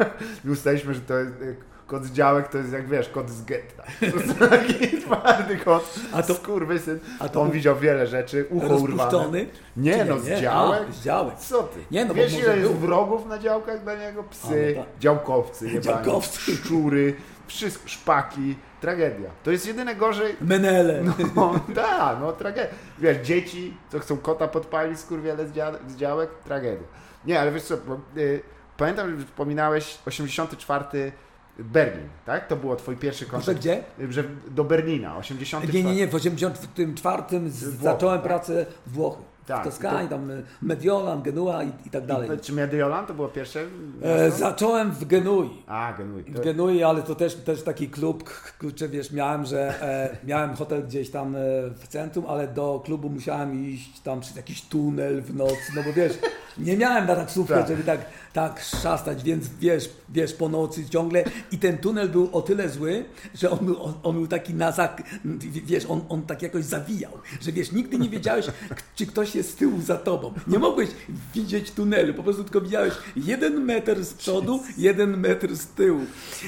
i ustaliliśmy, że to jest y, kot z działek, to jest jak wiesz, kot z getta. To jest taki twardy kot, A to- skurwysyn. a to on u- widział wiele rzeczy, ucho urwane. Rozpuszczony? Nie, Czy no nie? z działek. A, z działek. Co ty? Nie, no bo Wiesz może ile jest był. wrogów na działkach dla niego? Psy, A, no tak. działkowcy, jebani, Działkowcy. szczury, wszystko, szpaki. Tragedia. To jest jedyne gorzej. Menele. No tak, no tragedia. Wiesz, dzieci, co chcą kota podpalić, skurwiele z, dzia z działek, tragedia. Nie, ale wiesz co, bo, y, pamiętam, że wspominałeś osiemdziesiąty czwarty Berlin, tak? To było twój pierwszy Że koncert. gdzie? Że do Berlina, osiemdziesiąty czwarty. Nie, nie, nie, w osiemdziesiątym czwartym z- Włochy, zacząłem tak? pracę w Włochy. Tak, W Toskanii, to- tam y, Mediolan, Genua i, i tak dalej. Czy Mediolan to było pierwsze? E, miasto? zacząłem w Genui. A, Genui. W Genui, ale to też, też taki klub, kurczę, wiesz, miałem, że e, miałem hotel gdzieś tam e, w centrum, ale do klubu musiałem iść tam przez jakiś tunel w nocy, no bo wiesz, nie miałem na taksówkę, Tak. żeby tak, tak szastać, więc wiesz, wiesz, po nocy ciągle i ten tunel był o tyle zły, że on był, on, on był taki na zak, wiesz, on, on tak jakoś zawijał, że wiesz, nigdy nie wiedziałeś, k- czy ktoś jest z tyłu za tobą. Nie mogłeś widzieć tunelu, po prostu tylko widziałeś jeden metr z przodu, jeden metr z tyłu.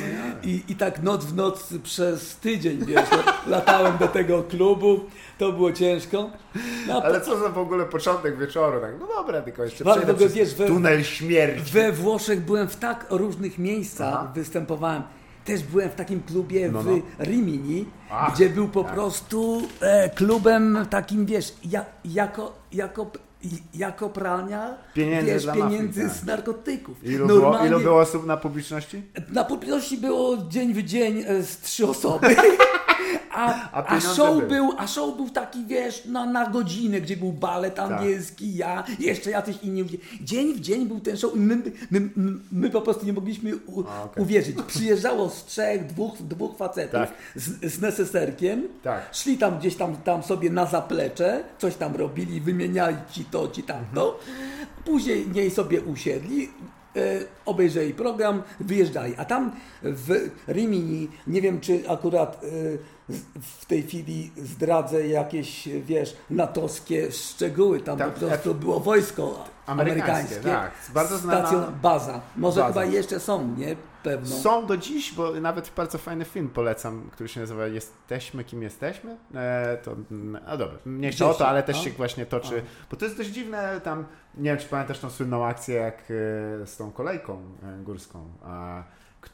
I, I tak noc w noc przez tydzień, wiesz, latałem do tego klubu, to było ciężko. No, a Ale co za w ogóle początek wieczoru, tak? No dobra, tylko jeszcze Bardzo przejdę go, przez wiesz, we- tunel śmierci. We Włoszech byłem w tak różnych miejscach, Aha. występowałem. Też byłem w takim klubie No, w no. Rimini, Ach, gdzie był po tak. prostu e, klubem takim, wiesz, ja, jako, jako, I jako pralnia pieniędzy, wiesz, dla pieniędzy mafii, z narkotyków. Ilu, Normalnie, było, ilu było osób na publiczności? Na publiczności było dzień w dzień z trzy osoby. A, a, a, show był, a show był taki, wiesz, na, na godzinę, gdzie był balet angielski, tak. ja, jeszcze jacyś inni ludzie. Dzień w dzień był ten show i my, my, my, my po prostu nie mogliśmy u, a, okay. uwierzyć. Przyjeżdżało z trzech, dwóch, dwóch facetów tak. z, z neseserkiem, tak. szli tam gdzieś tam, tam sobie na zaplecze, coś tam robili, wymieniali ci to, ci tamto. Mhm. Później nie sobie usiedli, e, obejrzeli program, wyjeżdżali. A tam w Rimini, nie wiem czy akurat e, w tej chwili zdradzę jakieś, wiesz, natowskie szczegóły. Tam, tam po prostu F... było wojsko amerykańskie. amerykańskie tak. Bardzo znana stacjon, baza. Może baza. Chyba jeszcze są, nie? Pewno. Są do dziś, bo nawet bardzo fajny film polecam, który się nazywa Jesteśmy, kim jesteśmy. E, to, no dobra, nie chcę o to, ale też a? się właśnie toczy, a. bo to jest dość dziwne tam, nie wiem czy pamiętasz tą słynną akcję jak e, z tą kolejką e, górską, a,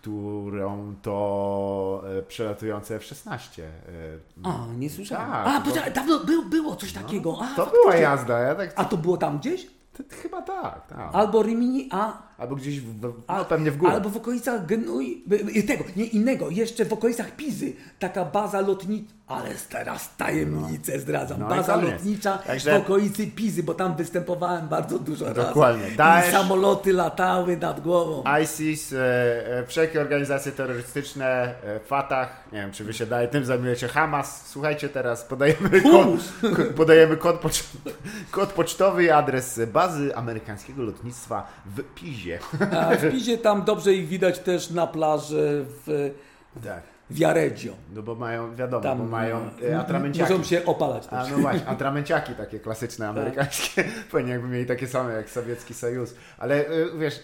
którą to e, przelatujące F szesnaście. E, a, nie słyszałem. Tak, a, bo... dawno było, było coś takiego. A, to faktycznie. Była jazda. Ja tak... A to było tam gdzieś? To, chyba tak, tak. Albo Rimini, a... Albo gdzieś, w, no a, pewnie w górę. Albo w okolicach Genui, tego, nie innego, jeszcze w okolicach Pizy, taka baza lotnicza, ale teraz tajemnicę no. zdradzam, no baza lotnicza Także... w okolicy Pizy, bo tam występowałem bardzo dużo Dokładnie. razy. Daesh, i samoloty latały nad głową. ISIS, e, wszelkie organizacje terrorystyczne, e, Fatah, nie wiem czy wy się dalej tym zajmujecie, Hamas, słuchajcie teraz, podajemy kod, podajemy kod, pocz kod pocztowy i adres bazy amerykańskiego lotnictwa w Pizie. A w Pizie tam dobrze ich widać też na plaży w tak. Viareggio. No bo mają, wiadomo, tam, bo mają e, atramenciaki. Muszą się opalać też. A no właśnie, atramenciaki takie klasyczne, amerykańskie. Pewnie jakby mieli takie same jak sowiecki Sojus. Ale wiesz,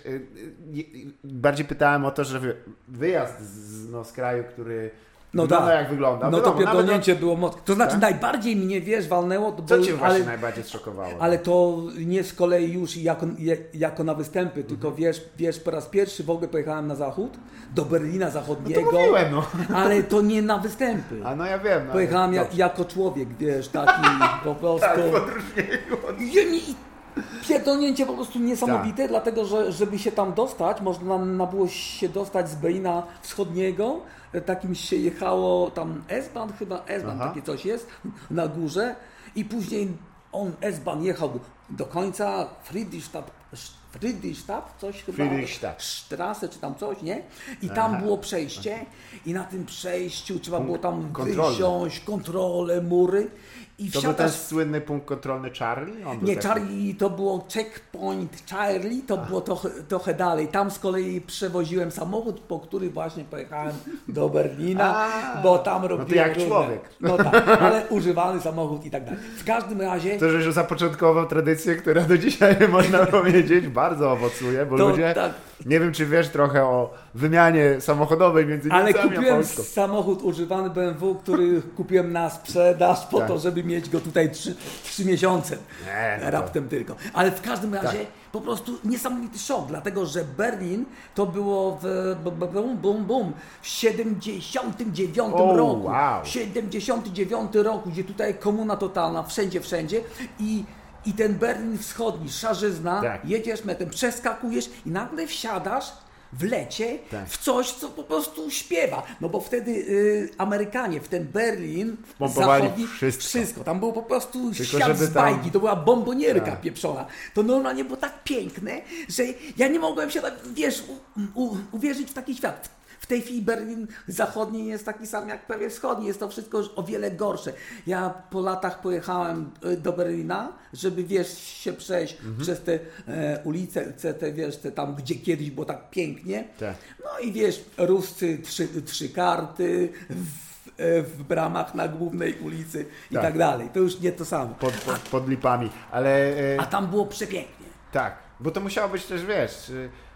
bardziej pytałem o to, że wyjazd z, no, z kraju, który no wygląda tak. jak wygląda. No to pierdolnięcie nawet... było mocne. To znaczy tak? najbardziej mnie, wiesz, walnęło... To Co był, Cię właśnie ale, najbardziej zszokowało? Ale to nie z kolei już jako, jako na występy, mhm. tylko wiesz, wiesz, po raz pierwszy w ogóle pojechałem na zachód, do Berlina Zachodniego. No to mówiłem, no. Ale to nie na występy. A no ja wiem. No, pojechałem ja, jako człowiek, wiesz, taki po prostu... tak, podróżnie. Pierdolnięcie po prostu niesamowite, tak. dlatego że żeby się tam dostać, można nam było się dostać z Berlina Wschodniego, takim się jechało tam S-Bahn, chyba S-Bahn, takie coś jest, na górze i później on S-Bahn jechał do końca Friedrichstadt, Friedrichstadt, coś chyba, Friedrichstadt. Strasse czy tam coś, nie? I tam Aha. było przejście i na tym przejściu trzeba było tam kontrolne. wysiąść, kontrole, mury. I to wsiadasz... był ten słynny punkt kontrolny Charlie? On nie, taki... Charlie to było checkpoint Charlie, to Ach. było trochę, trochę dalej. Tam z kolei przewoziłem samochód, po który właśnie pojechałem do Berlina, A, bo tam robiłem... No to jak różne... człowiek. No tak, ale używany samochód i tak dalej. W każdym razie... To, że zapoczątkował tradycję, która do dzisiaj można powiedzieć bardzo owocuje, bo to, ludzie... Tak. Nie wiem, czy wiesz trochę o wymianie samochodowej między Ale Niemcami kupiłem a Polską. samochód używany B M W, który kupiłem na sprzedaż po tak. to, żeby mieć go tutaj trzy miesiące. Nie, no raptem to... tylko. Ale w każdym razie tak. po prostu niesamowity szok, dlatego że Berlin to było w bum, bum, bum, w siedemdziesiątym dziewiątym oh, roku. Wow. siedemdziesiąty dziewiąty roku, gdzie tutaj komuna totalna, wszędzie, wszędzie i I ten Berlin wschodni, szarzyzna, tak. jedziesz metem, przeskakujesz i nagle wsiadasz w lecie tak. w coś, co po prostu śpiewa. No bo wtedy y, Amerykanie w ten Berlin zachodni wszystko. wszystko. Tam było po prostu Tylko świat z bajki. Tam... To była bombonierka tak. pieprzona. To normalnie było tak piękne, że ja nie mogłem się, wiesz, u, u, uwierzyć w taki świat. W tej chwili Berlin Zachodni jest taki sam jak prawie wschodni. Jest to wszystko o wiele gorsze. Ja po latach pojechałem do Berlina, żeby wiesz, się przejść mhm. przez te e, ulice, te, wiesz, te tam, gdzie kiedyś było tak pięknie. Tak. No i wiesz, Ruscy trzy, trzy karty w, w bramach na głównej ulicy i tak. tak dalej. To już nie to samo. Pod, pod, pod lipami, ale... E... A tam było przepięknie. Tak, bo to musiało być też, wiesz...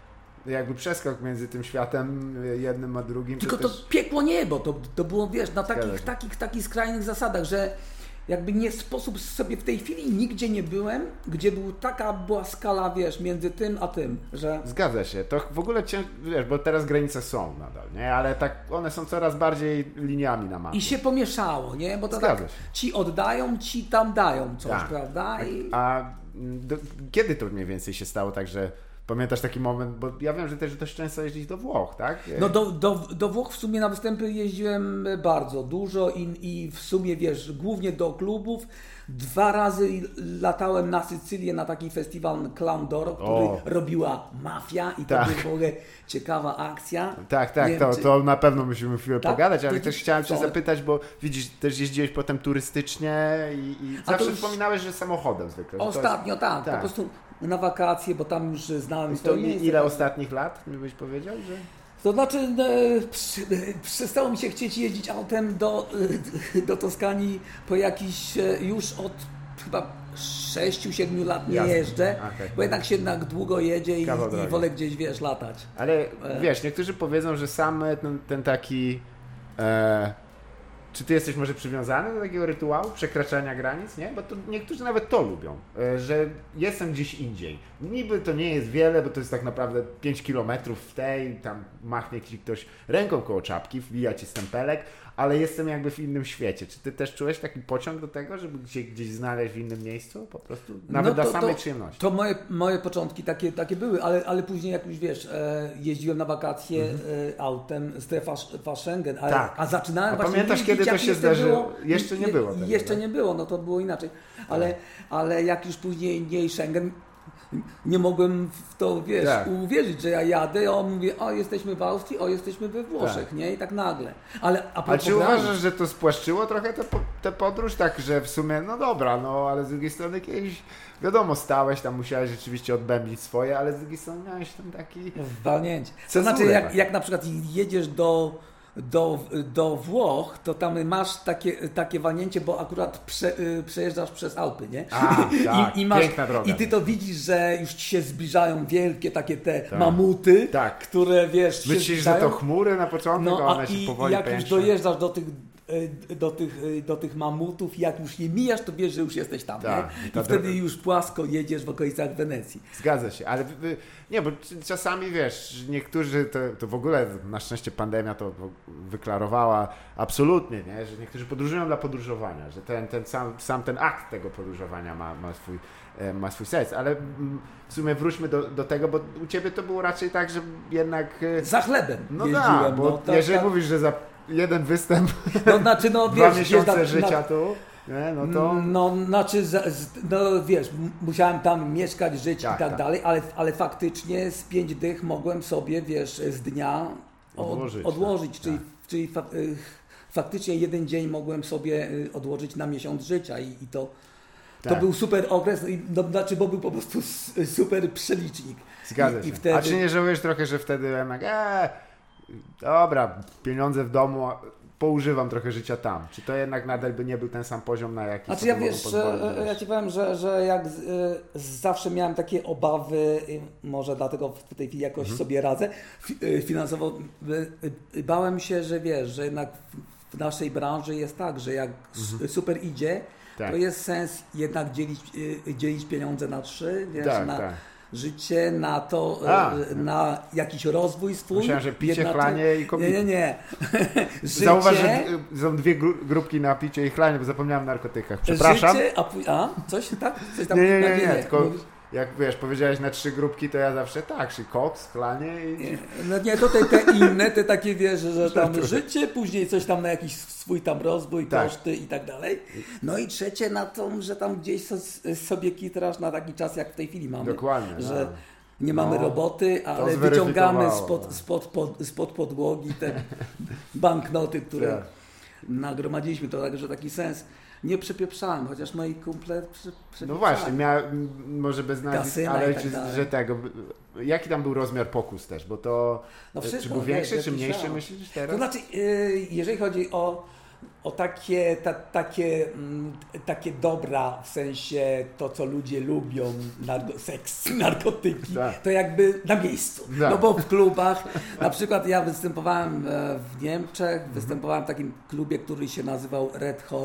jakby przeskok między tym światem jednym a drugim. Tylko to, to też... piekło niebo, to, to było, wiesz, na takich, takich, takich skrajnych zasadach, że jakby nie sposób sobie w tej chwili nigdzie nie byłem, gdzie był taka była skala, wiesz, między tym a tym, że... Zgadza się. To w ogóle cię, wiesz, bo teraz granice są nadal, nie? Ale tak one są coraz bardziej liniami na mapie. I się pomieszało, nie? Bo to Zgadza tak, się. ci oddają, ci tam dają coś, tak. prawda? I... A do, kiedy to mniej więcej się stało tak, że pamiętasz taki moment, bo ja wiem, że też dość często jeździć do Włoch, tak? No do, do, do Włoch w sumie na występy jeździłem bardzo dużo i, i w sumie, wiesz, głównie do klubów. Dwa razy latałem na Sycylię na taki festiwal Clown Doro, który o. robiła Mafia i to tak. była w ogóle ciekawa akcja. Tak, tak, wiem, to, czy... to na pewno musimy chwilę tak? pogadać, ale to, też chciałem Cię to... zapytać, bo widzisz, też jeździłeś potem turystycznie i, i zawsze już... wspominałeś, że samochodem zwykle. Ostatnio jest... tak, tak, po prostu na wakacje, bo tam już znałem to miejsce. Ile ostatnich lat, mi byś powiedział, że... To znaczy, no, przy, przestało mi się chcieć jeździć autem do, do Toskanii po jakiś już od chyba sześciu siedmiu lat nie Jasne. jeżdżę, okay. bo jednak się jednak długo jedzie i, i wolę gdzieś, wiesz, latać. Ale e... wiesz, niektórzy powiedzą, że sam ten, ten taki... E... Czy ty jesteś może przywiązany do takiego rytuału przekraczania granic, nie? Bo to niektórzy nawet to lubią, że jestem gdzieś indziej. Niby to nie jest wiele, bo to jest tak naprawdę pięć kilometrów w tej, tam machnie ci ktoś ręką koło czapki, wbija ci stempelek, ale jestem jakby w innym świecie. Czy ty też czułeś taki pociąg do tego, żeby się gdzieś znaleźć w innym miejscu? Po prostu nawet no to, dla samej to, przyjemności. To moje, moje początki takie, takie były, ale, ale później jak już wiesz, e, jeździłem na wakacje mhm. e, autem strefa Schengen, a, tak. a zaczynałem a właśnie pamiętasz, jeździć, kiedy to się zdarzyło? Było, jeszcze nie było tego. Jeszcze tak? nie było, no to było inaczej. Ale, ale jak już później nie Schengen, nie mogłem w to, wiesz, tak. uwierzyć, że ja jadę, o mówię, o jesteśmy w Austrii, o jesteśmy we Włoszech, tak. nie? I tak nagle. Ale a, a czy uważasz, że to spłaszczyło trochę tę podróż? Tak, że w sumie, no dobra, no ale z drugiej strony kiedyś, wiadomo, stałeś tam, musiałeś rzeczywiście odbębnić swoje, ale z drugiej strony miałeś tam taki... Walnięcie. To znaczy, jak, jak na przykład jedziesz do... Do, do Włoch, to tam masz takie, takie walnięcie, bo akurat prze, przejeżdżasz przez Alpy, nie? A, tak, I, i masz, piękna droga. I ty to widzisz, że już ci się zbliżają wielkie takie te tak. mamuty, tak. które wiesz... Myślisz, że to chmury na początku, no, a one się i, powoli jak pęczą. już dojeżdżasz do tych do tych, do tych mamutów, jak już je mijasz, to wiesz, że już jesteś tam, tak, nie? I wtedy droga... już płasko jedziesz w okolicach Wenecji. Zgadza się, ale nie, bo czasami wiesz, niektórzy to, to w ogóle, na szczęście pandemia to wyklarowała absolutnie, nie? Że niektórzy podróżują dla podróżowania, że ten, ten sam, sam ten akt tego podróżowania ma, ma, swój, ma swój sens, ale w sumie wróćmy do, do tego, bo u Ciebie to było raczej tak, że jednak... Za chlebem no jeździłem. Da, bo no, tak, jeżeli tak. mówisz, że za jeden występ, no, znaczy, no, dwa wiesz, miesiące wiesz, życia na, tu, nie? No to... No, znaczy, no wiesz, musiałem tam mieszkać, żyć tak, i tak, tak dalej, ale, ale faktycznie z pięć dych mogłem sobie, wiesz, z dnia odłożyć, odłożyć tak, czyli, tak. czyli fa faktycznie jeden dzień mogłem sobie odłożyć na miesiąc życia i, i to, tak. to był super okres, no, znaczy, bo był po prostu super przelicznik. Zgadza I, się. I wtedy... A czy nie żałujesz trochę, że wtedy jednak, eee, dobra, pieniądze w domu, poużywam trochę życia tam. Czy to jednak nadal by nie był ten sam poziom, na jaki Znaczy ja wiesz, ja Ci powiem, że, że jak z, z, zawsze miałem takie obawy, może dlatego w tej chwili jakoś mhm. sobie radzę, finansowo bałem się, że wiesz, że jednak w naszej branży jest tak, że jak mhm. super idzie, tak. to jest sens jednak dzielić, dzielić pieniądze na trzy, wiesz, tak, na, tak. życie, na to, A, na jakiś rozwój swój. Myślałem, że picie, chlanie i kobiety. Nie, nie, nie. Życie... Zauważ, że są dwie grupki na picie i chlanie, bo zapomniałem o narkotykach. Przepraszam. Życie, a, a coś tak? Coś tam nie, nie, nie, nie, nie, tylko jak wiesz, powiedziałeś na trzy grupki, to ja zawsze tak, czyli koks, chlanie i... Nie, no nie, to te, te inne, te takie wiesz, że tam życie, później coś tam na jakiś swój tam rozwój, tak. koszty i tak dalej. No i trzecie na to, że tam gdzieś sobie kitrasz na taki czas, jak w tej chwili mamy. Dokładnie. Że no. nie mamy no, roboty, ale wyciągamy spod, spod, pod, spod podłogi te banknoty, które tak. nagromadziliśmy. To także taki sens. Nie przepieprzałem, chociaż moi kumple przy, No właśnie, miałem, może bez nazwisk, ale tak czy, że tego, jaki tam był rozmiar pokus też, bo to, no wszystko, czy był większy, wie, czy mniejszy myślisz teraz? To znaczy, jeżeli chodzi o, o takie, ta, takie, takie dobra, w sensie to, co ludzie lubią, narko, seks, narkotyki, tak. to jakby na miejscu. Tak. No bo w klubach, na przykład ja występowałem w Niemczech, mhm. występowałem w takim klubie, który się nazywał Red Horse.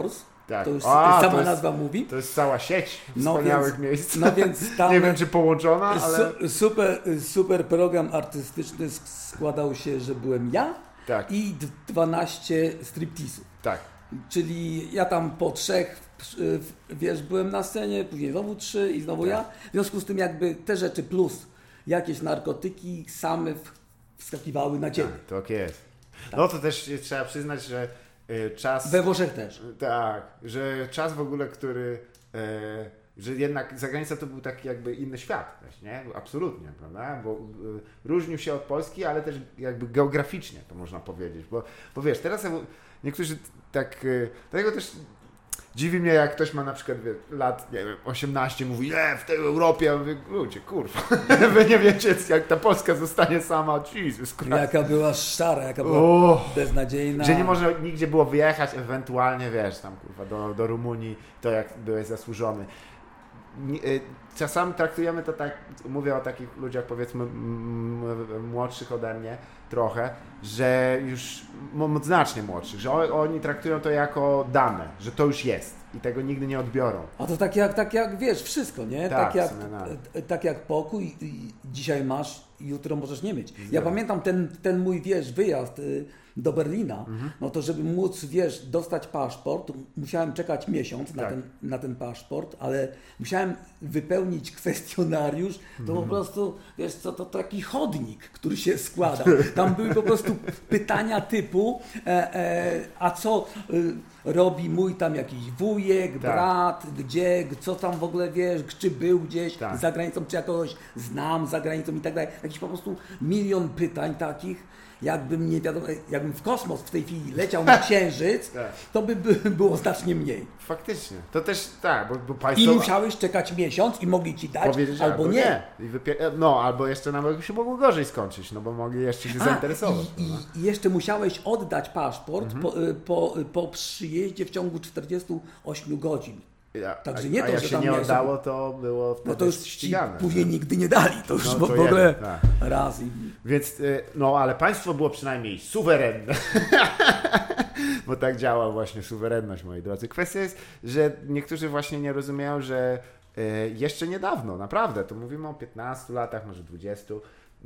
Tak. To już A, sama to jest, nazwa mówi. To jest cała sieć No wspaniałych więc, miejsc. No więc tam nie wiem, czy połączona, ale... Su, super, super program artystyczny składał się, że byłem ja tak. i dwanaście stripteasów. Tak. Czyli ja tam po trzech, wiesz, byłem na scenie, później znowu trzy i znowu tak. ja. W związku z tym jakby te rzeczy plus jakieś narkotyki same wskakiwały na ciebie. Tak, tak jest. Tak. No to też trzeba przyznać, że czas... We Włoszech też. Tak, że czas w ogóle, który... że jednak zagranica to był taki jakby inny świat też, nie? Absolutnie, prawda? Bo różnił się od Polski, ale też jakby geograficznie to można powiedzieć, bo, bo wiesz, teraz niektórzy tak, dlatego też dziwi mnie, jak ktoś ma na przykład wie, lat, nie wiem, osiemnaście, mówi, nie, w tej Europie, ja mówię, ludzie, kurwa, wy nie wiecie, jak ta Polska zostanie sama, Jesus Christ. Jaka była szara, jaka była oh, beznadziejna. Że nie można nigdzie było wyjechać, ewentualnie, wiesz, tam, kurwa, do, do Rumunii, to jak byłeś zasłużony. Czasami traktujemy to tak, mówię o takich ludziach, powiedzmy, młodszych ode mnie trochę, że już znacznie młodszych, że oni traktują to jako dane, że to już jest i tego nigdy nie odbiorą. A to tak jak, tak jak wiesz, wszystko, nie? Tak, tak, jak, no. tak jak pokój, dzisiaj masz, jutro możesz nie mieć. Ja Zgadza. pamiętam ten, ten mój, wiesz, wyjazd do Berlina, mhm. no to żeby móc, wiesz, dostać paszport, musiałem czekać miesiąc na, tak. ten, na ten paszport, ale musiałem wypełnić kwestionariusz, to mhm. po prostu, wiesz co, to, to taki chodnik, który się składa. Tam były po prostu pytania typu, e, e, a co e, robi mój tam jakiś wujek, tak. brat, gdzie, co tam w ogóle, wiesz, czy był gdzieś tak. za granicą, czy ja kogoś znam za granicą i tak dalej. Jakiś po prostu milion pytań takich. Jakbym nie wiadomo, jakbym w kosmos w tej chwili leciał na Księżyc, tak. to by, by było znacznie mniej. Faktycznie. To też tak, bo, bo państwo... I musiałeś czekać miesiąc i mogli ci dać, powiedzieć, albo, albo nie. nie. I wypie... No, albo jeszcze nawet się mogło gorzej skończyć, no bo mogli jeszcze się A, zainteresować. I, no. I jeszcze musiałeś oddać paszport mhm. po, po, po przyjeździe w ciągu czterdziestu ośmiu godzin. Ja, Także nie a to, jak że się tam nie oddało, to było wtedy no to już ścigane. Później tak. nigdy nie dali, to już no, w, to w ogóle jeden, tak. raz. I... Więc, no ale państwo było przynajmniej suwerenne. Bo tak działa właśnie suwerenność, moi drodzy. Kwestia jest, że niektórzy właśnie nie rozumieją, że jeszcze niedawno, naprawdę, to mówimy o piętnastu latach, może dwudziestu,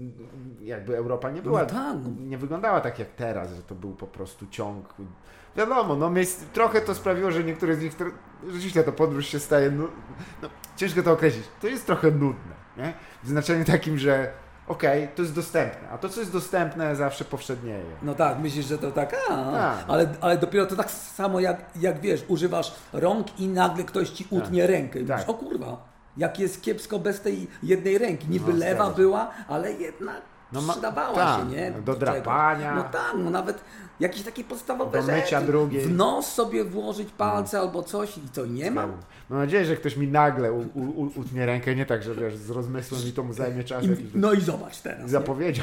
jakby Europa nie była, no tak. nie wyglądała tak jak teraz, że to był po prostu ciąg. Wiadomo, no trochę to sprawiło, że niektóre z nich, rzeczywiście ta podróż się staje, no, no, ciężko to określić, to jest trochę nudne, nie? W znaczeniu takim, że okej, okay, to jest dostępne, a to, co jest dostępne, zawsze powszednieje. No tak, myślisz, że to tak, a, tak. ale, ale dopiero to tak samo jak, jak wiesz, używasz rąk i nagle ktoś ci utnie tak. rękę. Mówisz, tak. O kurwa, jak jest kiepsko bez tej jednej ręki, niby no, lewa była, ale jednak no, ma, przydawała tak, się, nie? Do, do drapania. No tak, no nawet jakieś takie podstawowe do mycia rzeczy. drugiej. W nos sobie włożyć palce no. albo coś i co, nie ma? Mam nadzieję, że ktoś mi nagle u, u, utnie rękę, nie tak, że wiesz, z rozmysłem i to mu zajmie czas. I, jakiś, no i zobacz teraz. Zapowiedział,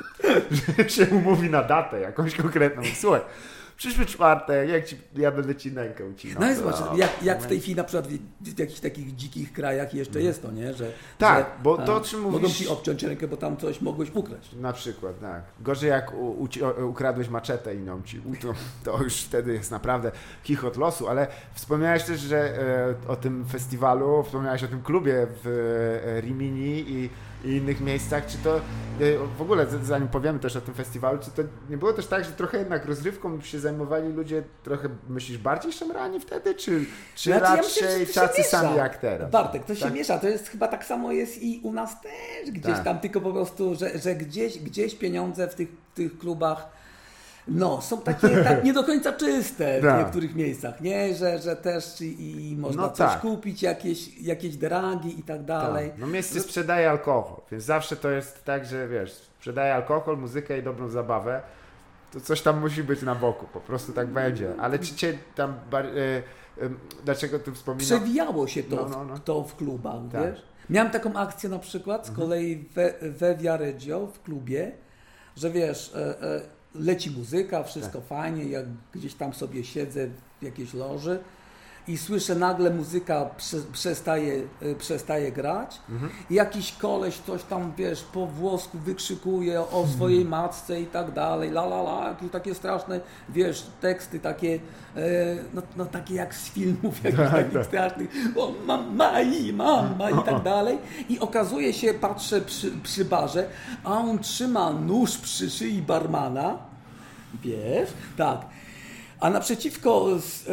że się umówi na datę jakąś konkretną. Słuchaj, przyszły czwartek, jak ci, ja będę ci rękę ucinał. No i zobacz, no, jak, jak w tej chwili na przykład w, w jakichś takich dzikich krajach jeszcze jest to, nie? Że, tak, że, bo to o czym mówisz... Mogą ci obciąć rękę, bo tam coś mogłeś ukraść. Na przykład, tak. Gorzej jak u, u, ukradłeś maczetę i ją ci utną, to już wtedy jest naprawdę chichot losu, ale wspomniałeś też, że e, o tym festiwalu, wspomniałeś o tym klubie w e, Rimini i i innych miejscach, czy to w ogóle, zanim powiemy też o tym festiwalu, czy to nie było też tak, że trochę jednak rozrywką się zajmowali ludzie trochę, myślisz, bardziej szemrani wtedy, czy, czy znaczy, raczej ja myślę, tacy sami jak teraz? Bartek, to tak? się miesza, to jest chyba tak samo jest i u nas też gdzieś tak. tam, tylko po prostu, że, że gdzieś, gdzieś pieniądze w tych, tych klubach no, są takie tak nie do końca czyste w tak. niektórych miejscach, nie? Że, że też i, i można no coś tak. kupić, jakieś, jakieś dragi i tak dalej. Tak. No miejsce sprzedaje alkohol, więc zawsze to jest tak, że wiesz, sprzedaje alkohol, muzykę i dobrą zabawę, to coś tam musi być na boku, po prostu tak będzie. Ale czy cię tam, bar- y- y- dlaczego ty wspominasz? Przewijało się to, no, no, no. W, to w klubach, tak. wiesz? Miałem taką akcję na przykład z mhm. kolei we, we Viareggio w klubie, że wiesz... Y- y- leci muzyka, wszystko tak. fajnie, jak gdzieś tam sobie siedzę w jakiejś loży i słyszę nagle muzyka prze, przestaje, y, przestaje grać mhm. i jakiś koleś coś tam, wiesz, po włosku wykrzykuje o swojej matce i tak dalej, la la la, jakieś takie straszne, wiesz, teksty takie, y, no, no takie jak z filmów, jakichś takich strasznych, o mama i mama i tak dalej i okazuje się, patrzę przy, przy barze, a on trzyma nóż przy szyi barmana, wiesz, tak, a naprzeciwko z,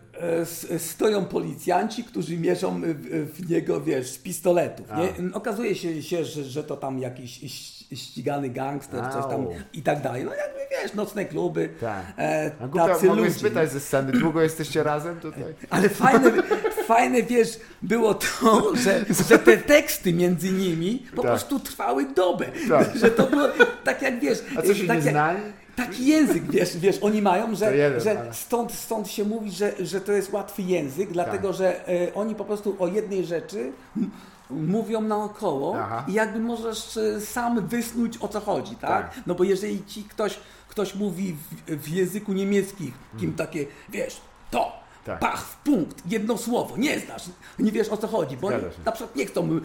z, stoją policjanci, którzy mierzą w, w niego, wiesz, z pistoletów. Nie? Okazuje się, się że, że to tam jakiś ścigany gangster, Au. coś tam i tak dalej. No jakby, wiesz, nocne kluby, tak. e, A tacy ludzie. Mogę spytać ze sceny, długo jesteście razem tutaj? Ale fajne, fajne, wiesz, było to, że, że te teksty między nimi po tak. prostu trwały dobę. Tak. Że to było tak jak, wiesz... A co się tak nie jak, znali? Taki język, wiesz, wiesz, oni mają, że, jeden, że ale... stąd, stąd się mówi, że, że to jest łatwy język, dlatego tak. że e, oni po prostu o jednej rzeczy m- mówią naokoło Aha. i jakby możesz e, sam wysnuć, o co chodzi, tak? tak? No bo jeżeli ci ktoś, ktoś mówi w, w języku niemieckim, kim hmm. takie, wiesz, to, tak. pach, w punkt, jedno słowo, nie znasz, nie wiesz, o co chodzi, bo oni na przykład nie chcą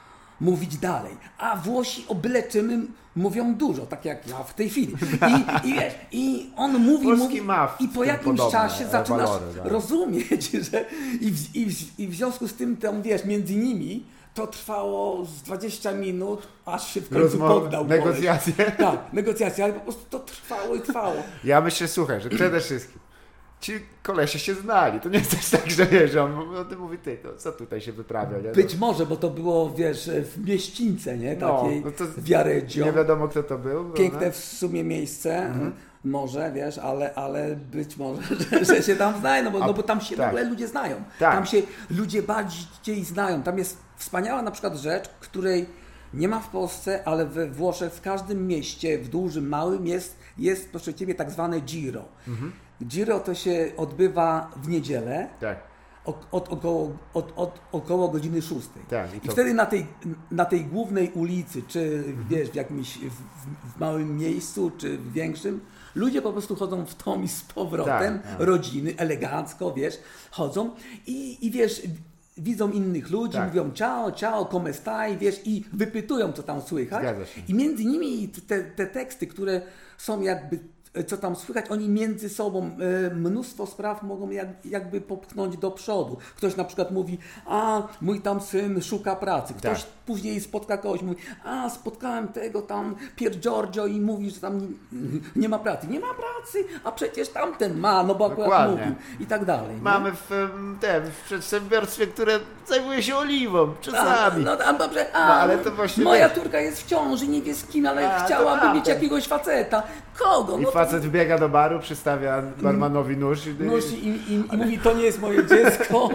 mówić dalej, a Włosi o byle czym mówią dużo, tak jak ja w tej chwili. I, i wiesz, i on mówi, mówi i po jakimś czasie zaczynasz walory, tak. rozumieć, że i w, i, w, i w związku z tym, tam, wiesz, między nimi to trwało z dwadzieścia minut, aż się w końcu Rozmowy, poddał. negocjacje. Tak, negocjacje, ale po prostu to trwało i trwało. Ja myślę, słuchaj, że przede wszystkim ci kolesie się znali. To nie jest też tak, że wiesz, że on, on mówi, ty, to co tutaj się wyprawia? Nie? Być może, bo to było, wiesz, w mieścińce, nie? Takiej no, no Viareggio. Nie wiadomo, kto to był. Piękne no? w sumie miejsce. Mhm. Może, wiesz, ale, ale być może, że, że się tam znają, no bo, A, no bo tam się tak. w ogóle ludzie znają. Tak. Tam się ludzie bardziej znają. Tam jest wspaniała na przykład rzecz, której nie ma w Polsce, ale we Włoszech w każdym mieście, w dużym, małym jest, jest proszę Ciebie, tak zwane Giro. Mhm. Giro to się odbywa w niedzielę. Tak. Od, od, około, od, od około godziny szóstej. Tak, i, to... I wtedy na tej, na tej głównej ulicy, czy mhm. wiesz, w jakimś w, w małym miejscu, czy w większym, ludzie po prostu chodzą w tom i z powrotem, tak, tak. rodziny, elegancko, wiesz, chodzą i, i wiesz, widzą innych ludzi, tak. mówią ciao, ciao, come stai, wiesz, i wypytują, co tam słychać. I między nimi te, te teksty, które są jakby co tam słychać, oni między sobą e, mnóstwo spraw mogą jak, jakby popchnąć do przodu. Ktoś na przykład mówi, a mój tam syn szuka pracy. Ktoś tak. później spotka kogoś, mówi, a spotkałem tego tam Pier Giorgio i mówi, że tam nie, nie ma pracy. Nie ma pracy, a przecież tamten ma, no bo akurat Dokładnie. mówił i tak dalej. Mamy w, te, w przedsiębiorstwie, które zajmuje się oliwą, czasami. A, no, a, dobrze, a, no, ale to właśnie moja wiesz. córka jest w ciąży, nie wie z kim, ale a, chciałaby mieć jakiegoś faceta. Kogo? I no facet to... wbiega do baru, przystawia barmanowi nóż i, nóż i, i, i, i mówi, to nie jest moje dziecko.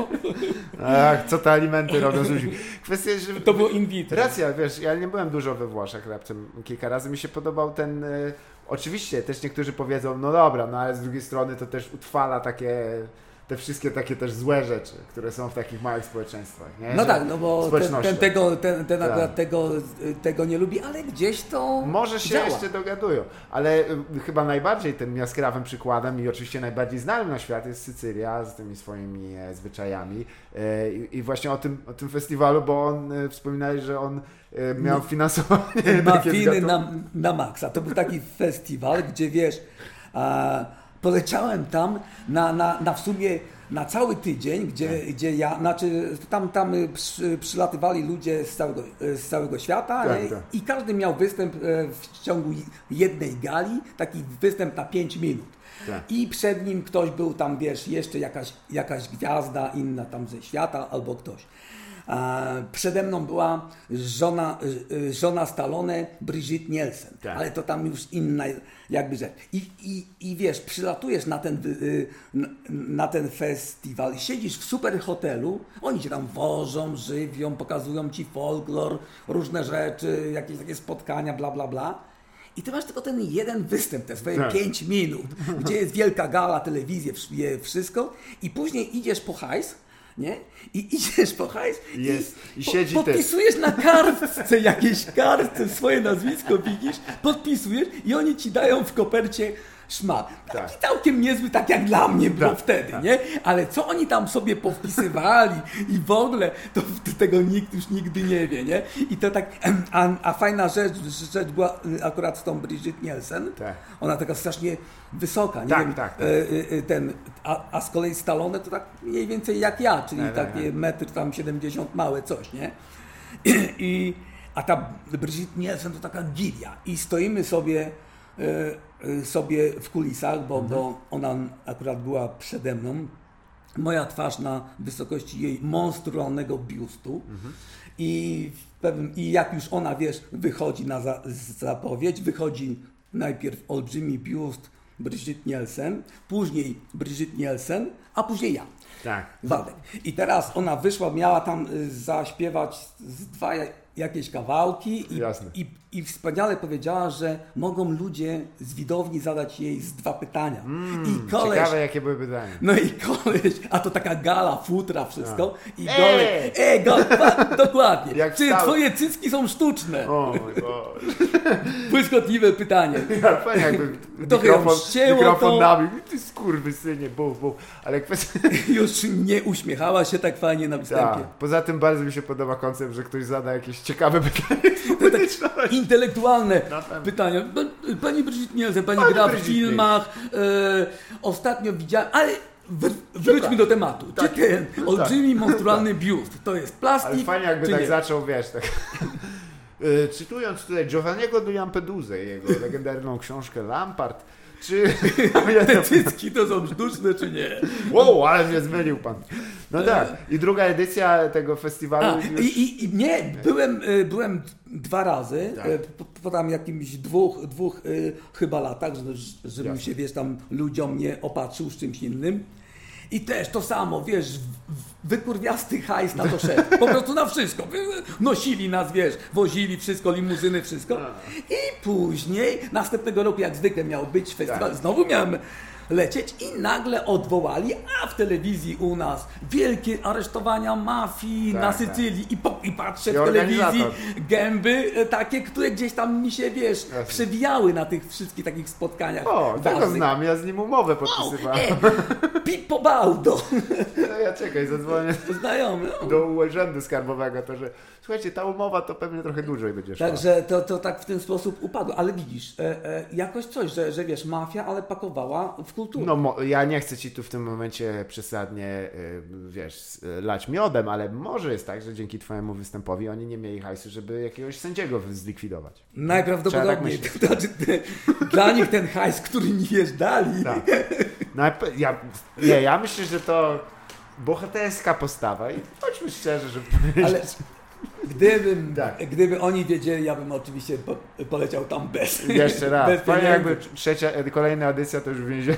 Ach, co te alimenty robią z ludźmi. Kwestia, że... To było in vitro. Racja, wiesz, ja nie byłem dużo we Włoszech, raptem kilka razy mi się podobał ten... Y, oczywiście też niektórzy powiedzą, no dobra, no ale z drugiej strony to też utrwala takie... te wszystkie takie też złe rzeczy, które są w takich małych społeczeństwach. Nie? No że tak, no bo ten, ten, tego, ten, ten tak. akurat tego, tego nie lubi, ale gdzieś to Może się działa. jeszcze dogadują, ale y, chyba najbardziej tym jaskrawym przykładem i oczywiście najbardziej znanym na świat jest Sycylia z tymi swoimi e, zwyczajami e, i, i właśnie o tym, o tym festiwalu, bo on e, wspominali, że on e, miał no, finansowanie mafiny na, na maksa. To był taki festiwal, gdzie wiesz, a, poleciałem tam na, na, na w sumie na cały tydzień, gdzie, tak. gdzie ja, znaczy tam, tam przy, przylatywali ludzie z całego, z całego świata tak, tak. i każdy miał występ w ciągu jednej gali, taki występ na pięć minut. Tak. I przed nim ktoś był tam, wiesz, jeszcze jakaś, jakaś gwiazda inna tam ze świata albo ktoś. Przede mną była żona, żona Stallone, Brigitte Nielsen, tak. ale to tam już inna jakby rzecz. I, i, i wiesz, przylatujesz na ten, na ten festiwal, siedzisz w super hotelu, oni cię tam wożą, żywią, pokazują ci folklor, różne rzeczy, jakieś takie spotkania, bla, bla, bla. I ty masz tylko ten jeden występ, te swoje tak. pięć minut, gdzie jest wielka gala, telewizja, wszystko i później idziesz po hajs, nie? I idziesz po hajs jest, i, i siedzi po, podpisujesz na kartce, jakiejś kartce swoje nazwisko widzisz, podpisujesz i oni ci dają w kopercie szmat. Taki Tak. całkiem niezły, tak jak dla mnie było Tak, wtedy, tak. nie? Ale co oni tam sobie powpisywali i w ogóle, to tego nikt już nigdy nie wie, nie? I to tak, a, a fajna rzecz, rzecz była akurat z tą Brigitte Nielsen. Tak. Ona taka strasznie wysoka, nie Tak, wiem, tak, tak. e, e, ten, a, a z kolei Stallone to tak mniej więcej jak ja, czyli Tak, tak, takie tak. metr tam siedemdziesiąt małe coś, nie? I, i, a ta Brigitte Nielsen to taka gilia i stoimy sobie, e, e, sobie w kulisach, bo, Mhm. bo ona akurat była przede mną. Moja twarz na wysokości jej monstrualnego biustu. Mhm. I, w pewnym, I jak już ona, wiesz, wychodzi na za, zapowiedź, wychodzi najpierw olbrzymi biust Brigitte Nielsen, później Brigitte Nielsen, a później ja. Tak. Waldek. I teraz ona wyszła, miała tam y, zaśpiewać z dwa ja- jakieś kawałki i, Jasne. i, i wspaniale powiedziała, że mogą ludzie z widowni zadać jej z dwa pytania. I koleś, Ciekawe, jakie były pytania. no i koleś, a to taka gala, futra, wszystko. I Ej! koleś, e, go, pa, dokładnie. Jak Czy wstał- twoje cycki są sztuczne? O mój Boże. Błyskotliwe pytanie. Ja, fajnie jakby Trochę ją mikrofon, ścięło mikrofon to. nabił. Ty skurwysynie, buf, buf. Ale kwestia... Już nie uśmiechała się tak fajnie na występie. Tak. Poza tym bardzo mi się podoba koncept, że ktoś zada jakieś ciekawe pytanie. To tak intelektualne Na pewno. pytania. P- Pani Brigitte Nielsen, pani Pani gra w Brigitte. filmach. E, ostatnio widziałem, ale w, wróćmy do tematu. Tak. Czy ten olbrzymi, monstrualny biust to jest plastik, Ale fajnie jakby czy tak nie? zaczął, wiesz, tak... Y, Cytując tutaj Giovanniego di Lampedusę, jego legendarną książkę Lampart, czy... Te cycki to są sztuczne, czy nie? Wow, ale mnie zmylił pan. No tak. I druga edycja tego festiwalu A, już... i, i, i nie, byłem, y, byłem dwa razy, Tak. y, po, po tam jakimś dwóch, dwóch y, chyba latach, że- żebym Jasne. się, wiesz, tam ludziom nie opatrzył z czymś innym. I też to samo, wiesz, w- w- wykurwiasty hajs na to szedł. Po prostu na wszystko. Wy- Nosili nas, wiesz, wozili wszystko, limuzyny, wszystko. I później, następnego roku, jak zwykle miał być festiwal, Tak. znowu miałem lecieć i nagle odwołali, a w telewizji u nas wielkie aresztowania mafii Tak, na tak. Sycylii i, po, i patrzę I w telewizji organizator. gęby e, takie, które gdzieś tam mi się, wiesz, Jasne. przewijały na tych wszystkich takich spotkaniach. O, tego ważnych. znam, ja z nim umowę O, podpisywałem. e, Pippo Baudo. No ja czekaj, zadzwonię Znajomy. No. do urzędu skarbowego, to że słuchajcie, ta umowa to pewnie trochę dłużej będzie szła. Także to, to tak w ten sposób upadło. Ale widzisz, e, e, jakoś coś, że, że wiesz, mafia, ale pakowała w kulturę. No mo- ja nie chcę ci tu w tym momencie przesadnie, y, wiesz, y, lać miodem, ale może jest tak, że dzięki twojemu występowi oni nie mieli hajsu, żeby jakiegoś sędziego zlikwidować. Najprawdopodobniej. Trzeba tak To znaczy, te, dla nich ten hajs, który mi jeż dali. Tak. No, ja, nie, ja myślę, że to bohaterska postawa i bądźmy szczerzy, że Ale gdybym, Tak. gdyby oni wiedzieli, ja bym oczywiście po, poleciał tam bez. jeszcze raz, bez fajnie pieniędzy. jakby trzecia, kolejna edycja to już w więzieniu.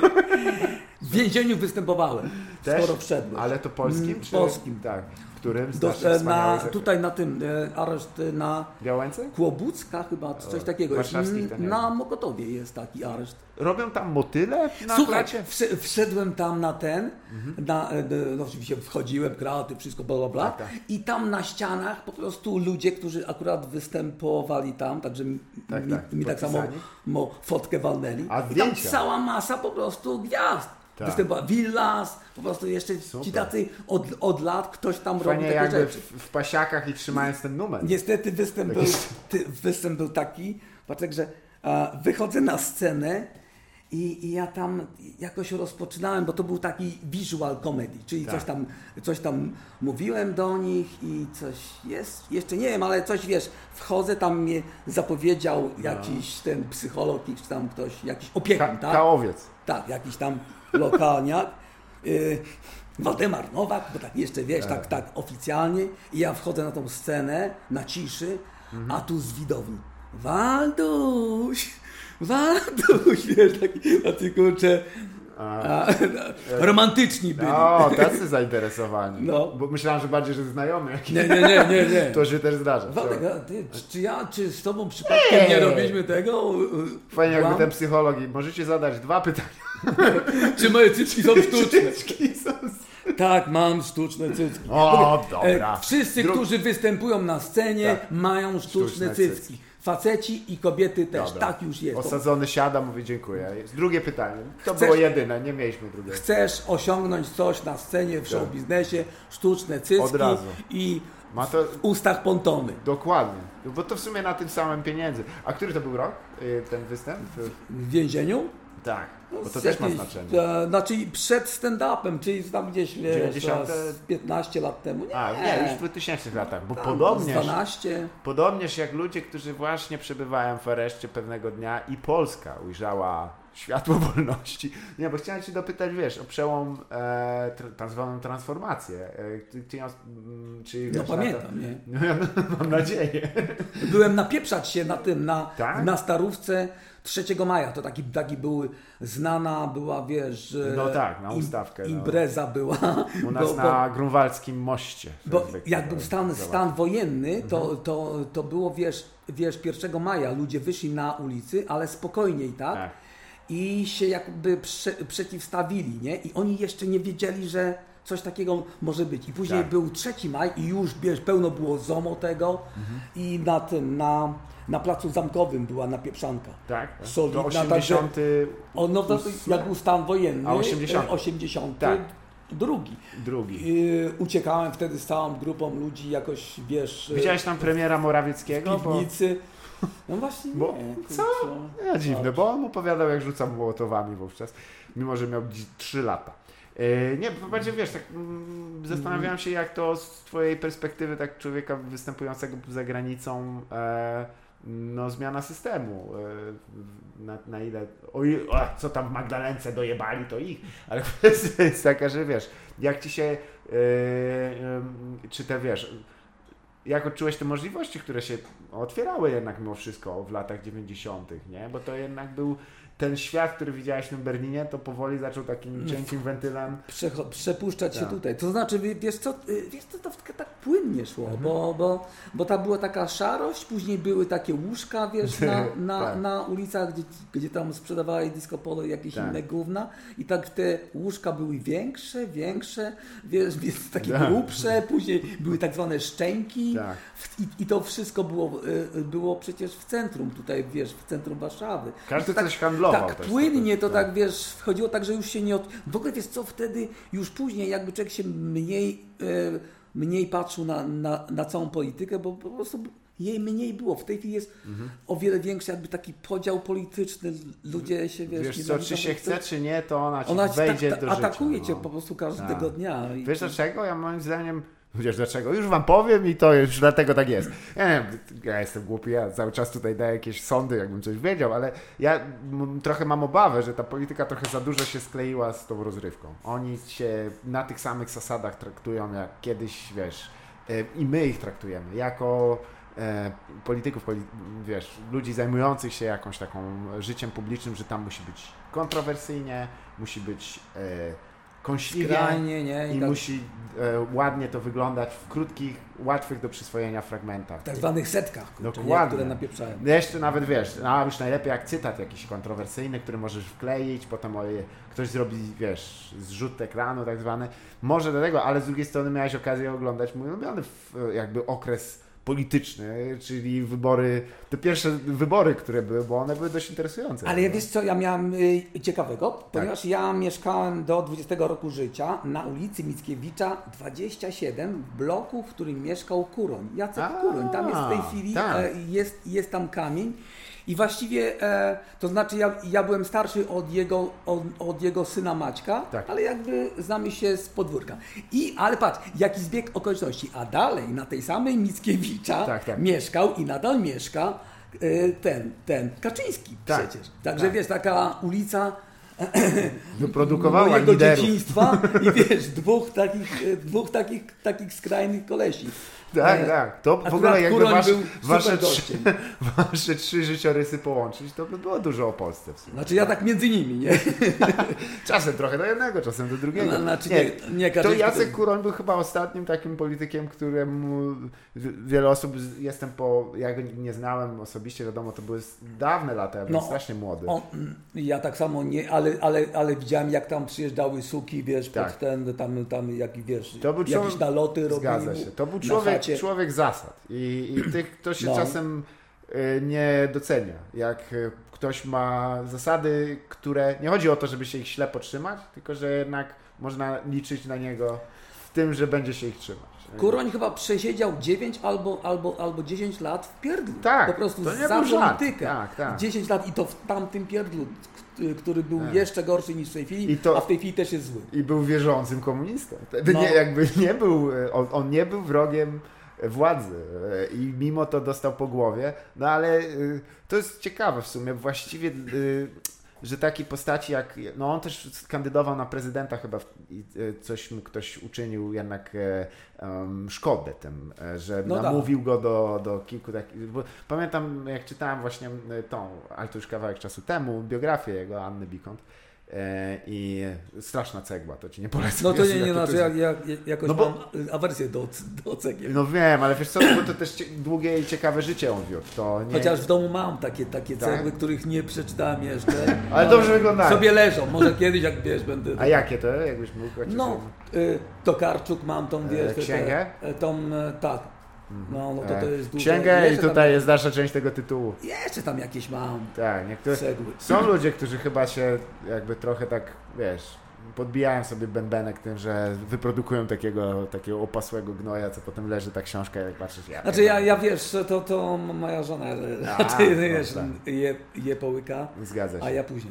W więzieniu występowałem, Też? skoro wszedłem. Ale to polskim? Mm, Czy... polskim. Tak. W którym? Do, Znasz e, wspaniałe na, ze- tutaj na tym, e, areszt e, na Białęce? Kłobucka chyba, czy coś O, takiego jest. warszawskich to Mm, nie Na wiem. Mokotowie jest taki areszt. Robią tam motyle na Słuchaj, klacie? wsz- wszedłem tam na ten, Mhm. na, e, d- no oczywiście wchodziłem, kraty, wszystko bla bla bla Tak, tak. i tam na ścianach po prostu ludzie, którzy akurat występowali tam, także mi Tak, mi, tak, mi tak samo podpisani. mo, fotkę walnęli. A I tam zdjęcia? cała masa po prostu gwiazd. Tak. Występowała Villas, po prostu jeszcze ci Super. tacy od, od lat ktoś tam robi Fajnie takie jakby rzeczy. w, w pasiakach i trzymając ten numer. Niestety występ był, Jakiś- ty, występ był taki, patrzę, że a, wychodzę na scenę i, i ja tam jakoś rozpoczynałem, bo to był taki visual comedy, czyli Tak. coś tam, coś tam mówiłem do nich i coś jest, jeszcze nie wiem, ale coś wiesz, wchodzę, tam mnie zapowiedział jakiś ten psycholog, czy tam ktoś, jakiś opiekun, Ka- tak? kałowiec. Tak, jakiś tam lokalniak. Yy, Waldemar Nowak, bo tak jeszcze wiesz, tak, tak oficjalnie. I ja wchodzę na tą scenę, na ciszy, a tu z widowni. Walduś! Walduś! Wiesz, taki, tacy kurczę, a, romantyczni byli. O, tacy zainteresowani. No. Bo myślałem, że bardziej, że znajomy jakiś. Nie, nie, nie, nie, nie. To się też zdarza. Waldek, a ty, czy- czy ja, czy z tobą przypadkiem nie Nie. robiliśmy tego? Fajnie jakby Łam? ten psycholog. i Możecie zadać dwa pytania. Czy moje cycki są sztuczne? Cycki są... Tak, mam sztuczne cycki. O, W ogóle, dobra. E, wszyscy, Dru- którzy występują na scenie, Tak. mają sztuczne, Sztuczne cycki. cycki. faceci i kobiety też, Dobra. tak już jest. Osadzony siada, mówi dziękuję. Drugie pytanie. To Chcesz- było jedyne, nie mieliśmy drugiego. Chcesz osiągnąć coś na scenie, w show biznesie, sztuczne cycki Od razu. i Ma to... w ustach pontony. Dokładnie, bo to w sumie na tym samym pieniędzy. A który to był rok, y, ten występ? W więzieniu? Tak, bo to Z też ma jakiejś- znaczenie. e, Znaczy przed stand-upem, czyli tam gdzieś wiesz, dziewięćdziesiąte z piętnaście lat temu. Nie, A, nie, już w dwutysięcznych latach, bo tam podobnież, dwanaście. podobnież jak ludzie, którzy właśnie przebywają w areszcie pewnego dnia i Polska ujrzała światło wolności. Nie, bo chciałem Cię dopytać, wiesz, o przełom, e, tr- tak zwaną transformację. E, ty, ty ją, mm, czy, No wiesz, na pamiętam, to- nie? No, ja mam nadzieję. Byłem napieprzać się na tym, na, Tak? na Starówce trzeciego maja. To taki, taki był, znana była, wiesz... że No tak, na im- ustawkę, no. Impreza była. U nas bo, na Grunwaldzkim moście. Bo zwykle jak był stan, załatwić. stan wojenny, to, Mhm. to, to było, wiesz, wiesz, pierwszego maja ludzie wyszli na ulicy, ale spokojniej, tak? Tak. I się jakby prze, przeciwstawili, nie? I oni jeszcze nie wiedzieli, że coś takiego może być. I później Tak. był trzeci maj i już, wiesz, pełno było ZOMO tego Mhm. i na tym, na, na placu Zamkowym była napieprzanka. Tak? Solidna, To osiemdziesiąty O, no to, ósmy? jak był stan wojenny, A, osiemdziesiąty. e, osiemdziesiąty Tak. drugi. drugi. Yy, uciekałem wtedy z całą grupą ludzi, jakoś, wiesz... Widziałeś tam premiera w Morawieckiego? Bo... piwnicy. No właśnie Bo- nie. co? kurczę. Ja, dziwne, bo on opowiadał, jak rzucał mołotowami wówczas, mimo że miał trzy lata. Yy, nie, bo bardziej wiesz, tak mm, zastanawiałem się, jak to z twojej perspektywy, tak człowieka występującego za granicą, e, no zmiana systemu, e, na, na ile, o, ile- o, co tam w Magdalence dojebali, to ich, ale kwestia jest taka, że wiesz, jak ci się, e, e, czy te wiesz, jak odczułeś te możliwości, które się otwierały jednak mimo wszystko w latach dziewięćdziesiątych, nie? Bo to jednak był ten świat, który widziałeś w tym Berlinie, to powoli zaczął takim cienkim wentylem. Przecho- przepuszczać się Tak. tutaj. To znaczy, wie- wiesz co, y, wiesz co, to tak, tak płynnie szło, bo, bo, bo ta była taka szarość, później były takie łóżka, wiesz, na, na, Tak. na ulicach, gdzie, gdzie tam sprzedawali disco polo i jakieś Tak. inne gówna i tak te łóżka były większe, większe, wiesz, więc takie Tak. grubsze, później były tak zwane szczęki Tak. i, i to wszystko było, y, było przecież w centrum tutaj, wiesz, w centrum Warszawy. Każdy I to coś handlował Tak też, płynnie to tak. tak, wiesz, wchodziło tak, że już się nie... Od... W ogóle wiesz co, wtedy już później jakby człowiek się mniej, e, mniej patrzył na, na, na całą politykę, bo po prostu jej mniej było. W tej chwili jest Mhm. o wiele większy jakby taki podział polityczny. Ludzie się, wiesz... Wiesz nie co, wiem, czy się to- chce, czy nie, to ona ci Ona ci wejdzie tak, do tak życia. atakuje cię no. po prostu każdego Tak. dnia. I Wiesz dlaczego? Ja moim zdaniem, wiesz dlaczego? Już wam powiem i to już dlatego tak jest. Ja, nie wiem, ja jestem głupi, ja cały czas tutaj daję jakieś sądy, jakbym coś wiedział, ale ja m, trochę mam obawę, że ta polityka trochę za dużo się skleiła z tą rozrywką. Oni się na tych samych zasadach traktują jak kiedyś, wiesz, e, i my ich traktujemy jako e, polityków, poli, wiesz, ludzi zajmujących się jakąś taką życiem publicznym, że tam musi być kontrowersyjnie, musi być e, kąśliwie. skrajnie, nie? I tak, musi e, ładnie to wyglądać w krótkich, łatwych do przyswojenia fragmentach. w tak zwanych setkach, kurczę, nie? Dokładnie. Które napieprzają. Jeszcze nawet wiesz, a już najlepiej jak cytat jakiś kontrowersyjny, który możesz wkleić, potem o, ktoś zrobi, wiesz, zrzut ekranu tak zwany. Może do tego, ale z drugiej strony miałeś okazję oglądać mój ulubiony w- jakby okres polityczny, czyli wybory, te pierwsze wybory, które były, bo one były dość interesujące. Ale ja wiesz co, ja miałem y, ciekawego, ponieważ ja mieszkałem do dwudziestego roku życia na ulicy Mickiewicza dwadzieścia siedem w bloku, w którym mieszkał Kuroń. Jacek A, Kuroń. Tam jest w tej chwili, tak. e, jest, jest tam kamień. I właściwie, e, to znaczy ja, ja byłem starszy od jego, od, od jego syna Maćka, Tak. ale jakby znamy się z podwórka. I, ale patrz, jaki zbieg okoliczności. A dalej na tej samej Mickiewicza Tak, tak. mieszkał i nadal mieszka e, ten, ten Kaczyński Tak, przecież. Także tak. wiesz, taka ulica Wyprodukowała mojego liderów. dzieciństwa i wiesz, dwóch takich, e, dwóch takich, takich skrajnych kolesi. Tak, E, tak. To w akurat ogóle jakby Kuroń wasze, był wasze, super trzy, gościem. wasze trzy życiorysy połączyć, to by było dużo o Polsce w sumie. Znaczy ja tak między nimi, nie? Czasem trochę do jednego, czasem do drugiego. No, znaczy nie, nie To Kaczyński Jacek Kuroń był chyba ostatnim takim politykiem, któremu wiele osób, z- jestem po, ja go nie znałem osobiście, wiadomo, to były dawne lata, ja byłem No, strasznie młody. On, ja tak samo nie, ale, ale, ale widziałem jak tam przyjeżdżały suki, wiesz, Tak. pod ten, tam, tam jak, wiesz, To był jakieś człowiek- naloty robili Zgadza mu się. To był na człowiek, chacie. człowiek zasad. I, i tych, to się No. czasem nie docenia. Jak ktoś ma zasady, które... Nie chodzi o to, żeby się ich ślepo trzymać, tylko że jednak można liczyć na niego w tym, że będzie się ich trzymać. Kuroń chyba przesiedział dziewięć albo, albo, albo dziesięć lat w pierdlu. Tak, po prostu to nie za był żart. politykę. Tak, tak. dziesięć lat i to w tamtym pierdlu, który był tak. jeszcze gorszy niż w tej chwili, I to, a w tej chwili też jest zły. I był wierzącym komunistą. Wtedy No. nie, jakby nie był, on, on nie był wrogiem władzy i mimo to dostał po głowie, no ale to jest ciekawe w sumie, właściwie, że takiej postaci jak, no on też kandydował na prezydenta chyba i coś mu ktoś uczynił jednak um, szkodę tym, że no namówił tak. go do, do kilku takich, bo pamiętam jak czytałem właśnie tą, ale to już kawałek czasu temu, biografię jego, Anny Bikont, i straszna cegła, to ci nie polecam. No to nie, nie, to znaczy ja, ja jakoś no bo, mam awersję do, do cegieł. No wiem, ale wiesz co, bo to też długie i ciekawe życie on wiódł. To nie... Chociaż w domu mam takie, takie tak? cegły, których nie przeczytałem jeszcze. Ale no, dobrze wyglądają. Sobie leżą, może kiedyś jak wiesz będę... A jakie to, jakbyś mógł? No, y, Tokarczuk mam tą, wiesz... Księgę? Te, tą, tak. No, no to, to jest dużo. Księgę i tutaj tam, jest dalsza część tego tytułu. Jeszcze tam jakieś mam tak, niektóre, cegły. Są ludzie, którzy chyba się jakby trochę tak, wiesz, podbijają sobie bębenek tym, że wyprodukują takiego, takiego opasłego gnoja, co potem leży ta książka, jak patrzysz. Ja, znaczy ja, ja wiesz, to, to moja żona a, ty, wiesz, tak. je, je połyka, Zgadza się. a ja później.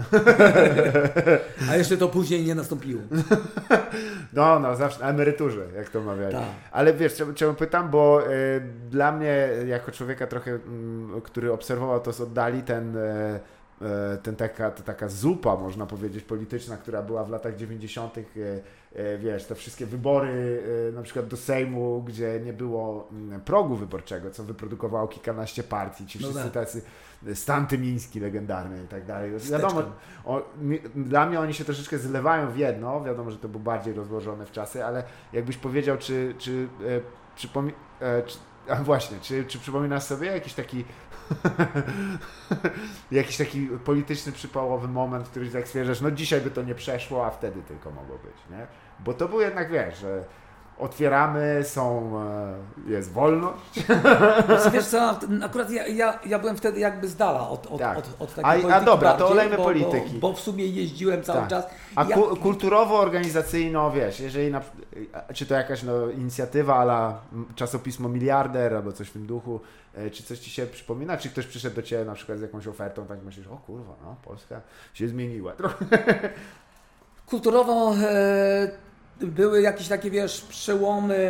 A jeszcze to później nie nastąpiło. No, no, zawsze na emeryturze, jak to mawiali. Tak. Ale wiesz, czemu, czemu pytam, bo y, dla mnie, jako człowieka trochę, y, który obserwował to z oddali, ten, y, ten taka, to taka zupa, można powiedzieć, polityczna, która była w latach dziewięćdziesiątych, y, y, wiesz, te wszystkie wybory, y, na przykład do Sejmu, gdzie nie było y, progu wyborczego, co wyprodukowało kilkanaście partii, ci wszyscy no tak. tacy, Stan Tymiński legendarny i tak dalej. Wiadomo, o, mi, dla mnie oni się troszeczkę zlewają w jedno, wiadomo, że to był bardziej rozłożone w czasy, ale jakbyś powiedział, czy, czy, e, przypomi- e, czy a właśnie, czy, czy przypominasz sobie jakiś taki jakiś taki polityczny, przypałowy moment, w którym tak stwierdzasz, no dzisiaj by to nie przeszło, a wtedy tylko mogło być, nie? Bo to był jednak, wiesz, że otwieramy, są, jest wolność. Znaczy, wiesz co, akurat ja, ja, ja byłem wtedy jakby z dala od, od, tak. od, od takiej a, polityki a dobra, bardziej, to olejmy bo, polityki. Bo, bo w sumie jeździłem cały tak. czas. A ja... ku, kulturowo, organizacyjno, wiesz, jeżeli na, czy to jakaś no, inicjatywa a la czasopismo Miliarder albo coś w tym duchu, czy coś ci się przypomina, czy ktoś przyszedł do ciebie na przykład z jakąś ofertą, tak myślisz, o kurwa, no Polska się zmieniła trochę. Kulturowo e... były jakieś takie, wiesz, przełomy,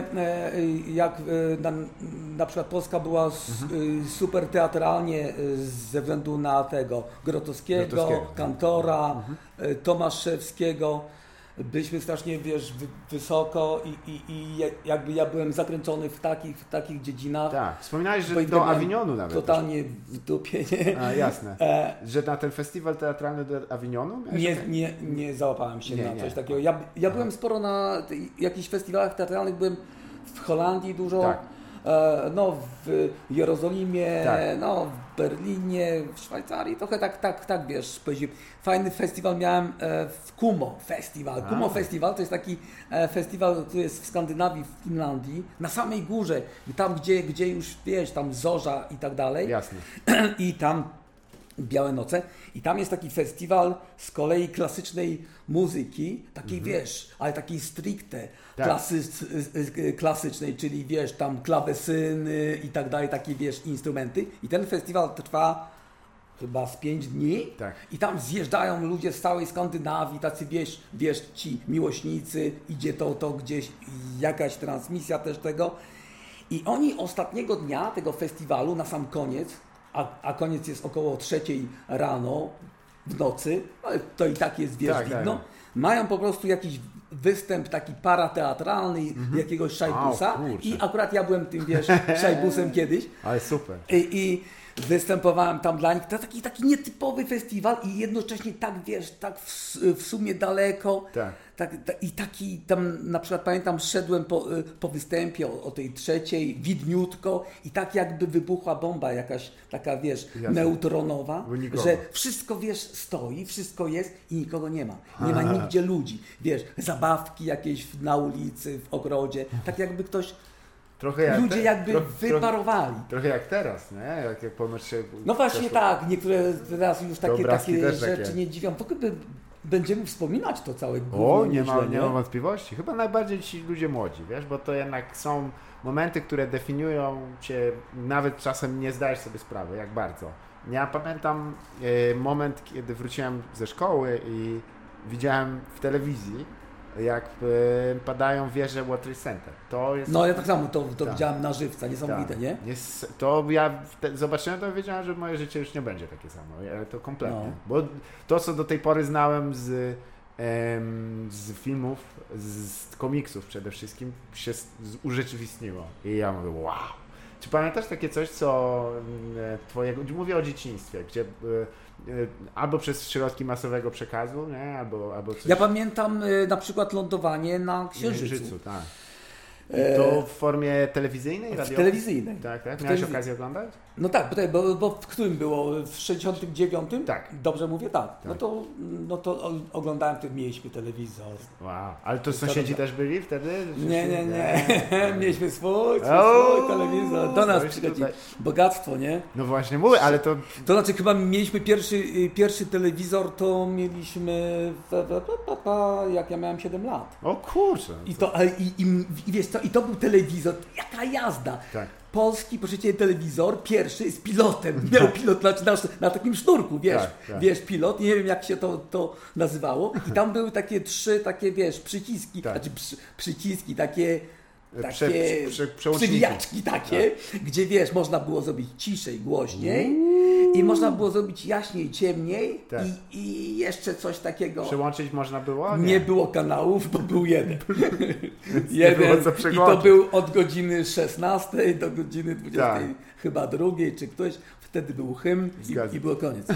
jak na, na przykład Polska była mhm. super teatralnie ze względu na tego Grotowskiego, Grotowskiego. Kantora, mhm. Tomaszewskiego. Byliśmy strasznie, wiesz, wysoko i, i, i jakby ja byłem zakręcony w takich, w takich dziedzinach. Tak, wspominałeś, że do Avignonu nawet. Totalnie w dupie, nie? A, jasne. E... Że na ten festiwal teatralny do Avignonu? Nie, nie, nie załapałem się nie, na coś nie. takiego. Ja, ja byłem sporo na jakichś festiwalach teatralnych, byłem w Holandii dużo. Tak. No, w Jerozolimie, tak. no, w Berlinie, w Szwajcarii, trochę tak, tak, tak, wiesz, fajny festiwal miałem w Kumo Festiwal. A. Kumo Festiwal to jest taki festiwal, który jest w Skandynawii, w Finlandii, na samej górze, tam gdzie, gdzie już, wiesz, tam zorza i tak dalej. Jasne. I tam Białe Noce i tam jest taki festiwal z kolei klasycznej muzyki, takiej mhm. wiesz, ale takiej stricte tak. klasy, klasycznej, czyli wiesz, tam klawesyny i tak dalej, takie wiesz, instrumenty i ten festiwal trwa chyba z pięć dni tak. i tam zjeżdżają ludzie z całej Skandynawii, tacy wiesz, wiesz ci miłośnicy, idzie to, to gdzieś jakaś transmisja też tego i oni ostatniego dnia tego festiwalu na sam koniec A, a koniec jest około trzeciej rano, w nocy, ale to i tak jest, wiesz, tak, widno. Tak. Mają po prostu jakiś występ taki parateatralny mm-hmm. jakiegoś szajbusa oh, i akurat ja byłem tym, wiesz, szajbusem kiedyś. Ale super. I, i występowałem tam dla nich. To taki, taki nietypowy festiwal i jednocześnie tak, wiesz, tak w, w sumie daleko. Tak. Tak, tak, i taki tam, na przykład pamiętam, szedłem po, po występie o, o tej trzeciej, widniutko i tak jakby wybuchła bomba jakaś taka, wiesz, Jasne. neutronowa, że wszystko, wiesz, stoi, wszystko jest i nikogo nie ma. Nie ma nigdzie ludzi, wiesz, zabawki jakieś na ulicy, w ogrodzie, tak jakby ktoś Trochę jak ludzie te, jakby tro, wyparowali. Trochę, trochę jak teraz, nie? Jak, jak ponoć się... No właśnie przeszło. tak, niektóre teraz już takie, takie rzeczy takie. nie dziwią. W ogóle będziemy wspominać to całe O, nie ma, nie ma wątpliwości. Chyba najbardziej ci ludzie młodzi, wiesz, bo to jednak są momenty, które definiują cię, nawet czasem nie zdajesz sobie sprawy, jak bardzo. Ja pamiętam e, moment, kiedy wróciłem ze szkoły i widziałem w telewizji, jak e, padają wieże World Trade Center. To jest... No ja tak samo to, to tak. widziałem na żywca, niesamowite, tak. nie? Jest, to ja te, zobaczyłem to i wiedziałem, że moje życie już nie będzie takie samo, ale to kompletnie. No. Bo to, co do tej pory znałem z, em, z filmów, z komiksów przede wszystkim, się z, z urzeczywistniło. I ja mówię, wow. Czy pamiętasz takie coś, co e, twojego, mówię o dzieciństwie, gdzie e, albo przez środki masowego przekazu, nie? Albo, albo coś... Ja pamiętam e, na przykład lądowanie na Księżycu. Księżycu, tak. I to w formie telewizyjnej? W radio? telewizyjnej. Tak, tak. W Miałeś telewiz... okazję oglądać? No tak, bo, bo w którym było? W sześćdziesiątym dziewiątym? Tak. Dobrze mówię? Tak. tak. No to, no to oglądałem, wtedy mieliśmy telewizor. Wow. Ale to sąsiedzi to, też byli wtedy? Nie, nie, nie. mieliśmy swój, swój, swój telewizor. Do nas przychodzi. Tutaj... Bogactwo, nie? No właśnie mówię, ale to... To znaczy chyba mieliśmy pierwszy, pierwszy telewizor, to mieliśmy w, w, w, jak ja miałem siedem lat. O kurczę. I to, i, i, i wiesz co, i to był telewizor, jaka jazda. Tak. Polski, proszę cię, telewizor, pierwszy z pilotem. Miał pilot na, na, na takim sznurku, wiesz, tak, tak. wiesz, pilot, nie wiem jak się to, to nazywało. I tam były takie trzy, takie, wiesz, przyciski, tak. znaczy przy, przyciski, takie, takie prze, prze, przewijaczki takie, tak. gdzie, wiesz, można było zrobić ciszej, głośniej Uuu. i można było zrobić jaśniej, ciemniej tak. i, i jeszcze coś takiego. Przełączyć można było? Nie, nie było kanałów, bo był jeden. jeden i to był od godziny szesnastej do godziny dwudziestej, tak. chyba drugiej, czy ktoś. Wtedy był hymn i, i było koniec.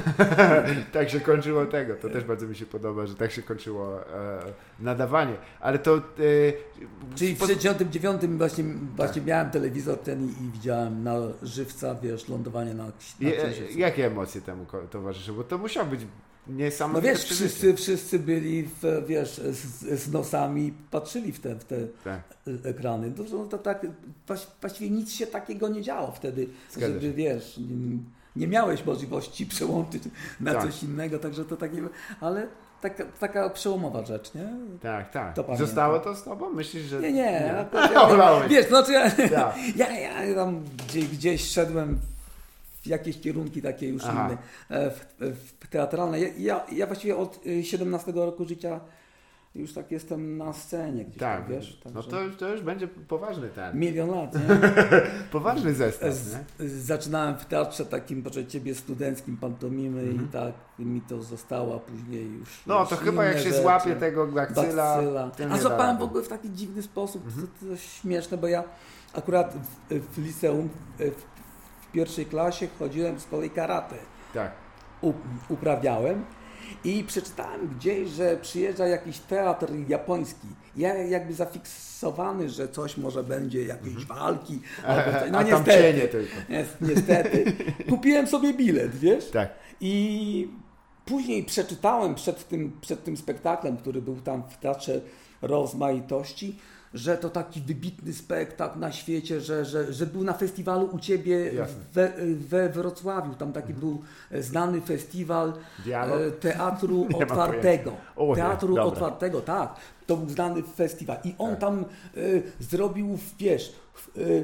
Tak się kończyło tego. To też bardzo mi się podoba, że tak się kończyło e, nadawanie. Ale to... E, Czyli w sześćdziesiątym dziewiątym właśnie, właśnie tak. miałem telewizor ten i, i widziałem na żywca, wiesz, lądowanie na, na Księżycu. Jakie emocje temu towarzyszą? Bo to musiał być niesamowite. No wiesz, wszyscy, wszyscy byli, w, wiesz, z, z nosami, patrzyli w te, w te tak. ekrany. To, to tak, właściwie nic się takiego nie działo wtedy, Zgadza żeby, się. wiesz, nie, nie miałeś możliwości przełączyć na tak. coś innego, także to takie, ale taka, taka przełomowa rzecz, nie? Tak, tak. To Zostało to z tobą? Myślisz, że... Nie, nie. nie. Ja, ja, wiesz, znaczy ja, ja. ja, ja tam gdzieś, gdzieś szedłem w jakieś kierunki takie już Aha. inne, w, w teatralne. Ja, ja, ja właściwie od siedemnastego roku życia już tak jestem na scenie gdzieś tak, tam, wiesz. No to, to już będzie poważny ten. Milion lat, nie? Poważny zestaw, nie? Zaczynałem w teatrze takim, proszę ciebie, studenckim, pantomimy mhm. i tak mi to zostało, a później już No już to chyba jak się rzeczy. złapie tego bakcyla. bakcyla. A złapałem w ogóle w taki dziwny sposób, mhm. to, to śmieszne, bo ja akurat w, w liceum, w, w pierwszej klasie chodziłem z kolei karate. Tak. U, uprawiałem. I przeczytałem gdzieś, że przyjeżdża jakiś teatr japoński. Ja jakby zafiksowany, że coś może będzie, jakieś mm-hmm. walki. Albo coś. No a niestety, tam tylko. niestety. Kupiłem sobie bilet, wiesz? Tak. I później przeczytałem przed tym, przed tym spektaklem, który był tam w Teatrze Rozmaitości, że to taki wybitny spektakl na świecie, że, że, że był na festiwalu u Ciebie we, we Wrocławiu. Tam taki mhm. był znany festiwal Dialog? Teatru Otwartego. O, Teatru nie, Otwartego, tak. To był znany festiwal. I on tak. tam y, zrobił, wiesz, y,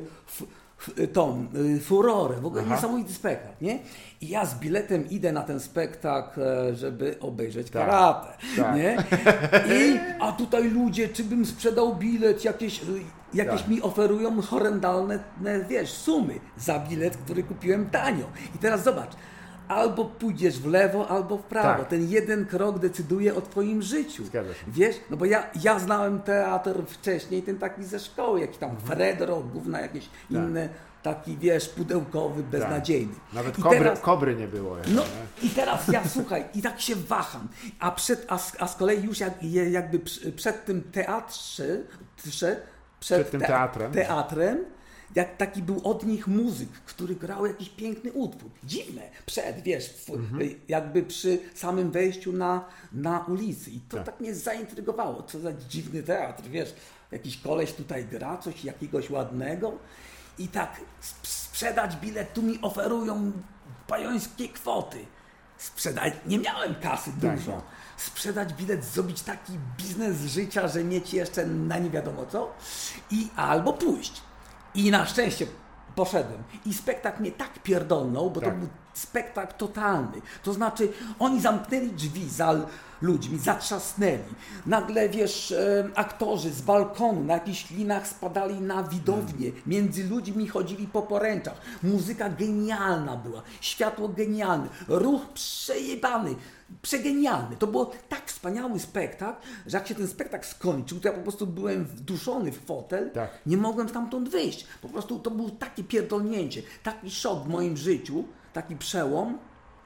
tą y, furorę, w ogóle Aha. niesamowity spektakl, nie? I ja z biletem idę na ten spektakl, żeby obejrzeć tak. karate, tak. nie? I, a tutaj ludzie, czy bym sprzedał bilet, jakieś, jakieś tak. mi oferują horrendalne, wiesz, sumy za bilet, który kupiłem tanio. I teraz zobacz, albo pójdziesz w lewo, albo w prawo. Tak. Ten jeden krok decyduje o twoim życiu. Wiesz? No bo ja, ja znałem teatr wcześniej, ten taki ze szkoły, jakiś tam mhm. Fredro, gówna, jakieś tak. inne, taki wiesz, pudełkowy, beznadziejny. Tak. Nawet kobry, teraz, kobry nie było. Jeszcze, no nie? I teraz ja, słuchaj, i tak się waham. A, przed, a, a z kolei już jak, jakby przed tym teatrze, przed, przed tym te, teatrem, teatrem jak taki był od nich muzyk, który grał jakiś piękny utwór. Dziwne, przed, wiesz, w, mhm. jakby przy samym wejściu na, na ulicy. I to tak. tak mnie zaintrygowało. Co za dziwny teatr, wiesz, jakiś koleś tutaj gra, coś jakiegoś ładnego i tak sprzedać bilet, tu mi oferują bajońskie kwoty. Sprzedać, nie miałem kasy tak. dużo. Sprzedać bilet, zrobić taki biznes życia, że mieć jeszcze na nie wiadomo co i albo pójść. I na szczęście poszedłem. I spektakl mnie tak pierdolnął, bo tak. to był spektakl totalny. To znaczy, oni zamknęli drzwi za ludźmi, zatrzasnęli. Nagle, wiesz, e, aktorzy z balkonu na jakichś linach spadali na widownię. Hmm. Między ludźmi chodzili po poręczach. Muzyka genialna była. Światło genialne. Ruch przejebany. Przegenialny. To był tak wspaniały spektakl, że jak się ten spektakl skończył, to ja po prostu byłem wduszony w fotel. Tak. Nie mogłem stamtąd wyjść. Po prostu to było takie pierdolnięcie, taki szok w moim życiu, taki przełom,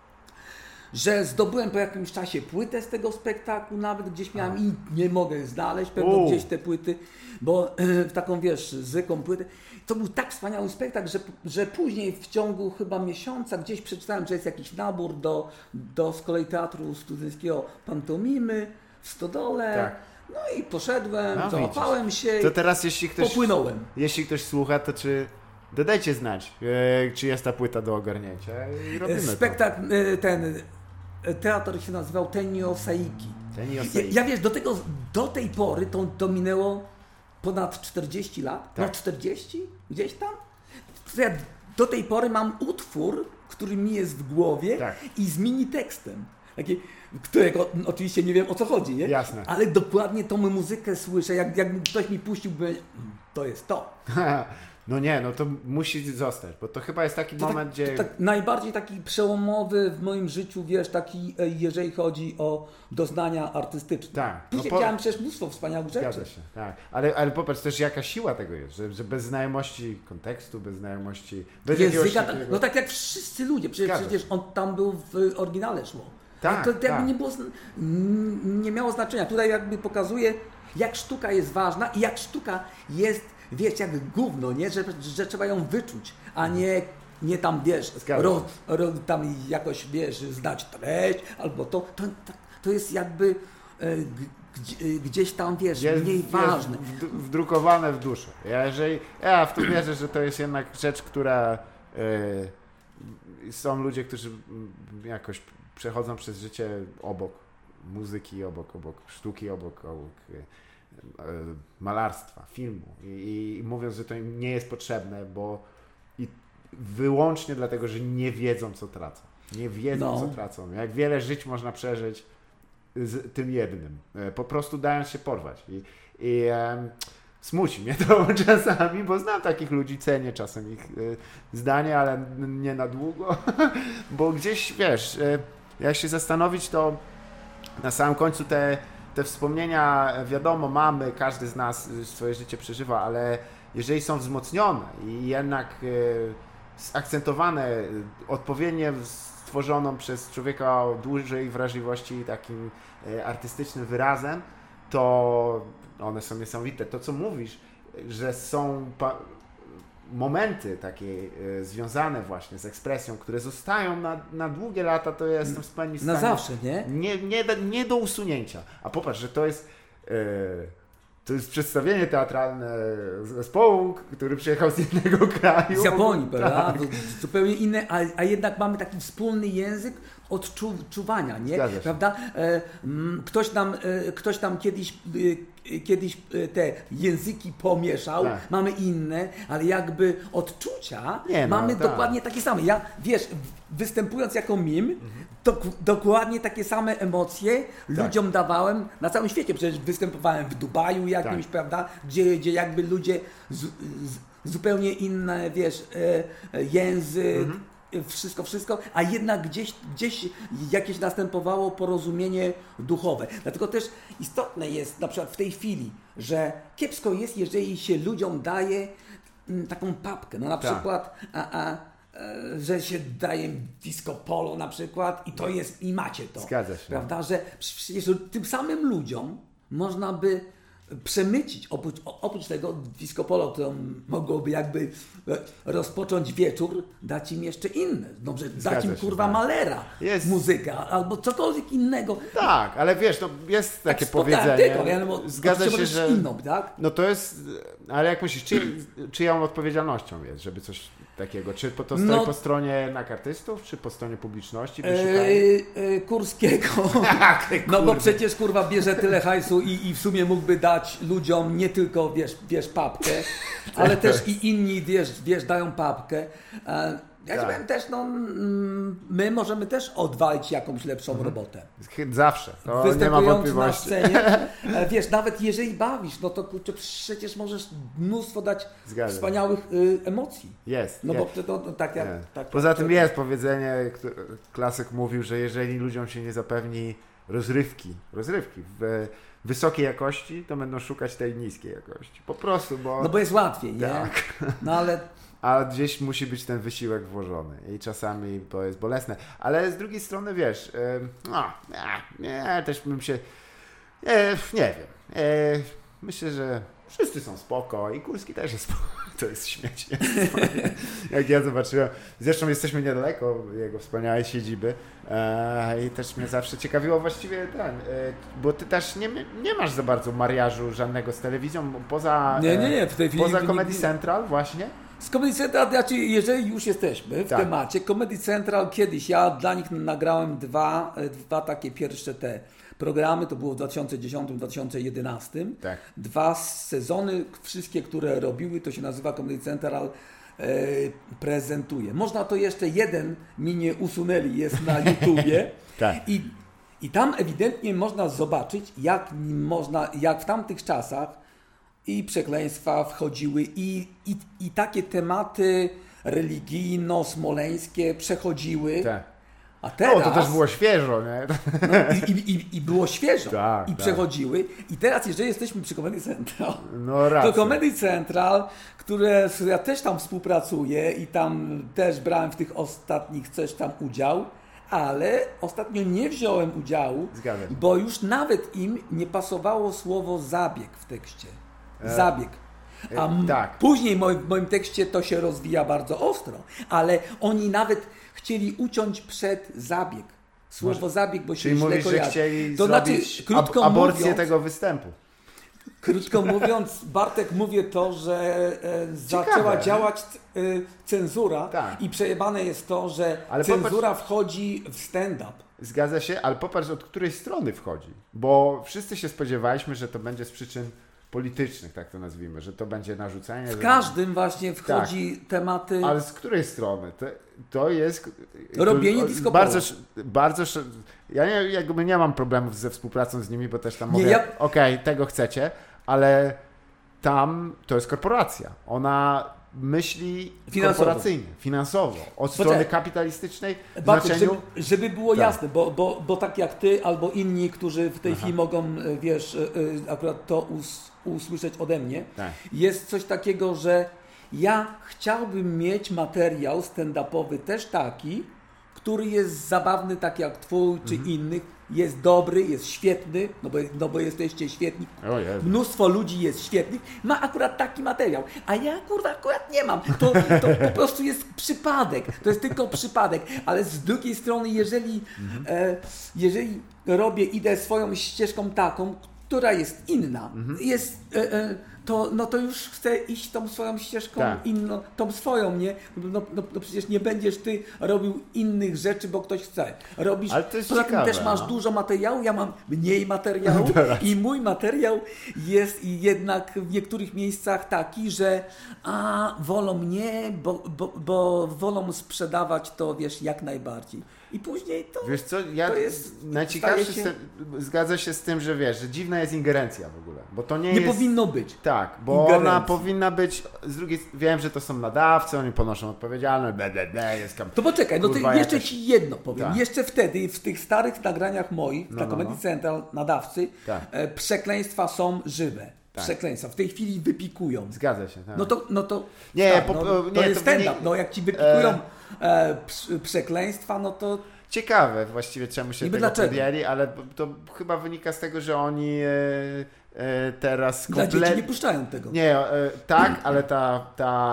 że zdobyłem po jakimś czasie płytę z tego spektaklu, nawet gdzieś miałem i nie mogę znaleźć pewno U. gdzieś te płyty, bo e, taką, wiesz, zwykłą płytę. To był tak wspaniały spektakl, że, że później w ciągu chyba miesiąca gdzieś przeczytałem, że jest jakiś nabór do, do z kolei Teatru Studenckiego Pantomimy w Stodole. Tak. No i poszedłem, no, załapałem się to teraz, jeśli ktoś, popłynąłem. Jeśli ktoś słucha, to czy dodajcie znać, e, czy jest ta płyta do ogarnięcia i robimy spektakl, to. ten teatr się nazywał Tenyo Saiki. Tenyo Saiki. Ja, ja wiesz, do, tego, do tej pory to, to minęło ponad czterdzieści lat, tak. no czterdzieści gdzieś tam. Ja do tej pory mam utwór, który mi jest w głowie tak. i z mini tekstem. Taki, którego oczywiście nie wiem o co chodzi, nie? Jasne. Ale dokładnie tą muzykę słyszę, jak, jak ktoś mi puścił, by, to jest to. No nie, no to musi zostać, bo to chyba jest taki to moment, tak, gdzie... Tak, najbardziej taki przełomowy w moim życiu, wiesz, taki, jeżeli chodzi o doznania artystyczne. Tak. Później no po... widziałem przecież mnóstwo wspaniałych rzeczy. Zgadza się, tak. Ale, ale popatrz też, jaka siła tego jest, że, że bez znajomości kontekstu, bez znajomości... Bez języka, takiego... No tak jak wszyscy ludzie, przecież, przecież on tam był w oryginale szło. Tak, to, to tak. jakby nie, było, nie miało znaczenia. Tutaj jakby pokazuje, jak sztuka jest ważna i jak sztuka jest, wiesz, jak gówno, nie? Że, że trzeba ją wyczuć, a nie, nie tam, wiesz, ro, ro, tam jakoś, wiesz, znać treść, albo to, to, to jest jakby e, g, gdzieś tam, wiesz, jest, mniej jest ważne. Wdrukowane w duszę. Ja, jeżeli, ja w to wierzę, że to jest jednak rzecz, która e, są ludzie, którzy jakoś przechodzą przez życie obok muzyki, obok, obok sztuki, obok, obok e, malarstwa, filmu I, i mówiąc, że to im nie jest potrzebne, bo i wyłącznie dlatego, że nie wiedzą, co tracą. Nie wiedzą, no. co tracą. Jak wiele żyć można przeżyć z tym jednym. E, po prostu dając się porwać. I, i e, smuci mnie to czasami, bo znam takich ludzi, cenię czasem ich e, zdanie, ale nie na długo, bo gdzieś, wiesz, e, jak się zastanowić, to na samym końcu te, te wspomnienia, wiadomo, mamy, każdy z nas swoje życie przeżywa, ale jeżeli są wzmocnione i jednak e, zakcentowane odpowiednio stworzoną przez człowieka o dużej wrażliwości takim e, artystycznym wyrazem, to one są niesamowite. To, co mówisz, że są pa- momenty takie e, związane właśnie z ekspresją, które zostają na, na długie lata, to ja jestem w stanie... Na zawsze, nie? Nie, nie, nie do usunięcia. A popatrz, że to jest... E, To jest przedstawienie teatralne zespołu, który przyjechał z innego kraju. Z Japonii, prawda? Tak. Zupełnie inne, a, a jednak mamy taki wspólny język odczuwania, nie? Prawda? E, m, ktoś, tam, e, ktoś tam kiedyś, e, kiedyś te języki pomieszał, tak. Mamy inne, ale jakby odczucia nie, no, mamy tak. dokładnie takie same. Ja, wiesz, występując jako mim, mhm. to dokładnie takie same emocje tak. ludziom dawałem na całym świecie. Przecież występowałem w Dubaju jakimś, tak. prawda? Gdzie, gdzie jakby ludzie z, z, zupełnie inne, wiesz, e, język, mhm. wszystko, wszystko, a jednak gdzieś, gdzieś jakieś następowało porozumienie duchowe. Dlatego też istotne jest na przykład w tej chwili, że kiepsko jest, jeżeli się ludziom daje m, taką papkę. No na tak. przykład a, a, że się daje disco polo na przykład i to jest, i macie to. Zgadza się. Prawda, że przecież tym samym ludziom można by przemycić. Oprócz, oprócz tego disco polo, to mogłoby jakby rozpocząć wieczór, dać im jeszcze inne. Dobrze, dać im kurwa tak. Malera, jest... muzyka, albo cokolwiek innego. Tak, ale wiesz, no jest takie tak, powiedzenie. Tylko, ja, no, zgadza się, że... Inną, tak? No to jest, ale jak myślisz, czy, czyją odpowiedzialnością jest, żeby coś takiego? Czy to stoi no, po stronie nakartystów, czy po stronie publiczności? Yy, yy, Kurskiego. No bo przecież kurwa bierze tyle hajsu i, i w sumie mógłby dać ludziom nie tylko, wiesz, wiesz papkę, ale też i inni, wiesz, wiesz dają papkę. Ja tak. ci powiem też, no my możemy też odwalić jakąś lepszą mhm. robotę. Zawsze, to nie ma wątpliwości. Na scenie, wiesz, nawet jeżeli bawisz, no to kurczę, przecież możesz mnóstwo dać Zgadzam. wspaniałych y, emocji. Jest. No jest. bo to, to tak jak... Tak, Poza tak, tym to, jest powiedzenie, które klasyk mówił, że jeżeli ludziom się nie zapewni rozrywki, rozrywki w wysokiej jakości, to będą szukać tej niskiej jakości. Po prostu, bo... No bo jest łatwiej, nie? Tak. No ale... A gdzieś musi być ten wysiłek włożony i czasami to jest bolesne. Ale z drugiej strony, wiesz, yy, no, nie, nie, też bym się, nie, nie wiem, yy, myślę, że wszyscy są spoko i Kurski też jest spoko. To jest śmiesznie. Jak ja zobaczyłem, zresztą jesteśmy niedaleko jego wspaniałej siedziby e, i też mnie zawsze ciekawiło właściwie ten, e, bo ty też nie, nie masz za bardzo mariażu żadnego z telewizją, poza, nie, nie, nie. W tej chwili poza Comedy Central właśnie. Z Comedy Central, znaczy jeżeli już jesteśmy w tak. temacie, Comedy Central kiedyś, ja dla nich nagrałem dwa, dwa takie pierwsze te programy, to było w dwa tysiące dziesiątym dwa tysiące jedenastym. Tak. Dwa sezony, wszystkie, które robiły, to się nazywa Comedy Central e, prezentuje. Można to jeszcze, jeden mi nie usunęli, jest na YouTubie. tak. I, I tam ewidentnie można zobaczyć, jak można, jak w tamtych czasach i przekleństwa wchodziły i, i, i takie tematy religijno-smoleńskie przechodziły. Tak. A teraz, no, to też było świeżo, nie? No, i, i, I było świeżo. Tak, I tak. przechodziły. I teraz, jeżeli jesteśmy przy Comedy Central, no, racja. to Comedy Central, które ja też tam współpracuję i tam też brałem w tych ostatnich coś tam udział, ale ostatnio nie wziąłem udziału, bo już nawet im nie pasowało słowo zabieg w tekście. Zabieg. A m- tak. później w moim, w moim tekście to się rozwija bardzo ostro, ale oni nawet chcieli uciąć przed zabieg. Słowo Może, zabieg, bo się czyli źle mówisz, kojarzy. że chcieli to zrobić znaczy, krótko ab- aborcję mówiąc, tego występu. Krótko mówiąc, Bartek, mówię to, że e, zaczęła działać e, cenzura tak. i przejebane jest to, że ale cenzura popatrz, wchodzi w stand-up. Zgadza się, ale popatrz, od której strony wchodzi. Bo wszyscy się spodziewaliśmy, że to będzie z przyczyn politycznych, tak to nazwijmy, że to będzie narzucenie. W że... każdym właśnie wchodzi tak. tematy... Ale z której strony? To, to jest... Robienie disco polo. Bardzo, bardzo... Ja nie, jakby nie mam problemów ze współpracą z nimi, bo też tam nie, mówię, ja... okej, okay, tego chcecie, ale tam to jest korporacja. Ona myśli finansowo. korporacyjnie, finansowo, od strony Poczekaj. kapitalistycznej w Bartek, znaczeniu... żeby, żeby było tak. jasne, bo, bo, bo tak jak ty albo inni, którzy w tej Aha. chwili mogą, wiesz, akurat to us, usłyszeć ode mnie, tak. jest coś takiego, że ja chciałbym mieć materiał stand-upowy też taki, który jest zabawny, tak jak twój czy mhm. innych, jest dobry, jest świetny, no bo, no bo jesteście świetni, mnóstwo ludzi jest świetnych, ma akurat taki materiał, a ja kurwa akurat nie mam, to, to po prostu jest przypadek, to jest tylko przypadek, ale z drugiej strony, jeżeli, mhm. e, jeżeli robię, idę swoją ścieżką taką, która jest inna, mhm. jest... E, e, To, no to już chcę iść tą swoją ścieżką, tak. inną, tą swoją, nie? No, no, no przecież nie będziesz ty robił innych rzeczy, bo ktoś chce. Robisz, ale to jest poza ciekawe, tym też masz no. dużo materiału, ja mam mniej materiału i mój materiał jest jednak w niektórych miejscach taki, że a, wolą mnie, bo, bo, bo wolą sprzedawać to, wiesz, jak najbardziej. I później to, wiesz co, ja to jest... Najciekawsze się... zgadza się z tym, że wiesz, że dziwna jest ingerencja w ogóle, bo to nie, nie jest... powinno być. Tak, bo ingerencji. Ona powinna być, z drugiej wiem, że to są nadawcy, oni ponoszą odpowiedzialność, ble, ble, ble, jest tam... To poczekaj, no to jeszcze jakaś... ci jedno powiem. Tak. Jeszcze wtedy, w tych starych nagraniach moich, no, na Comedy no, no. Central, nadawcy, tak. e, przekleństwa są żywe. Tak. Przekleństwa. W tej chwili wypikują. Zgadza się. Tak. No to, no to, nie, tak, po, no, nie, to jest to stand-up. nie... No jak ci wypikują e... E, przekleństwa, no to ciekawe właściwie czemu się Niby tego dlaczego? podjęli, ale to chyba wynika z tego, że oni e, e, teraz Dla kompletnie... dzieci nie puszczają tego. Nie, e, tak, ale ta,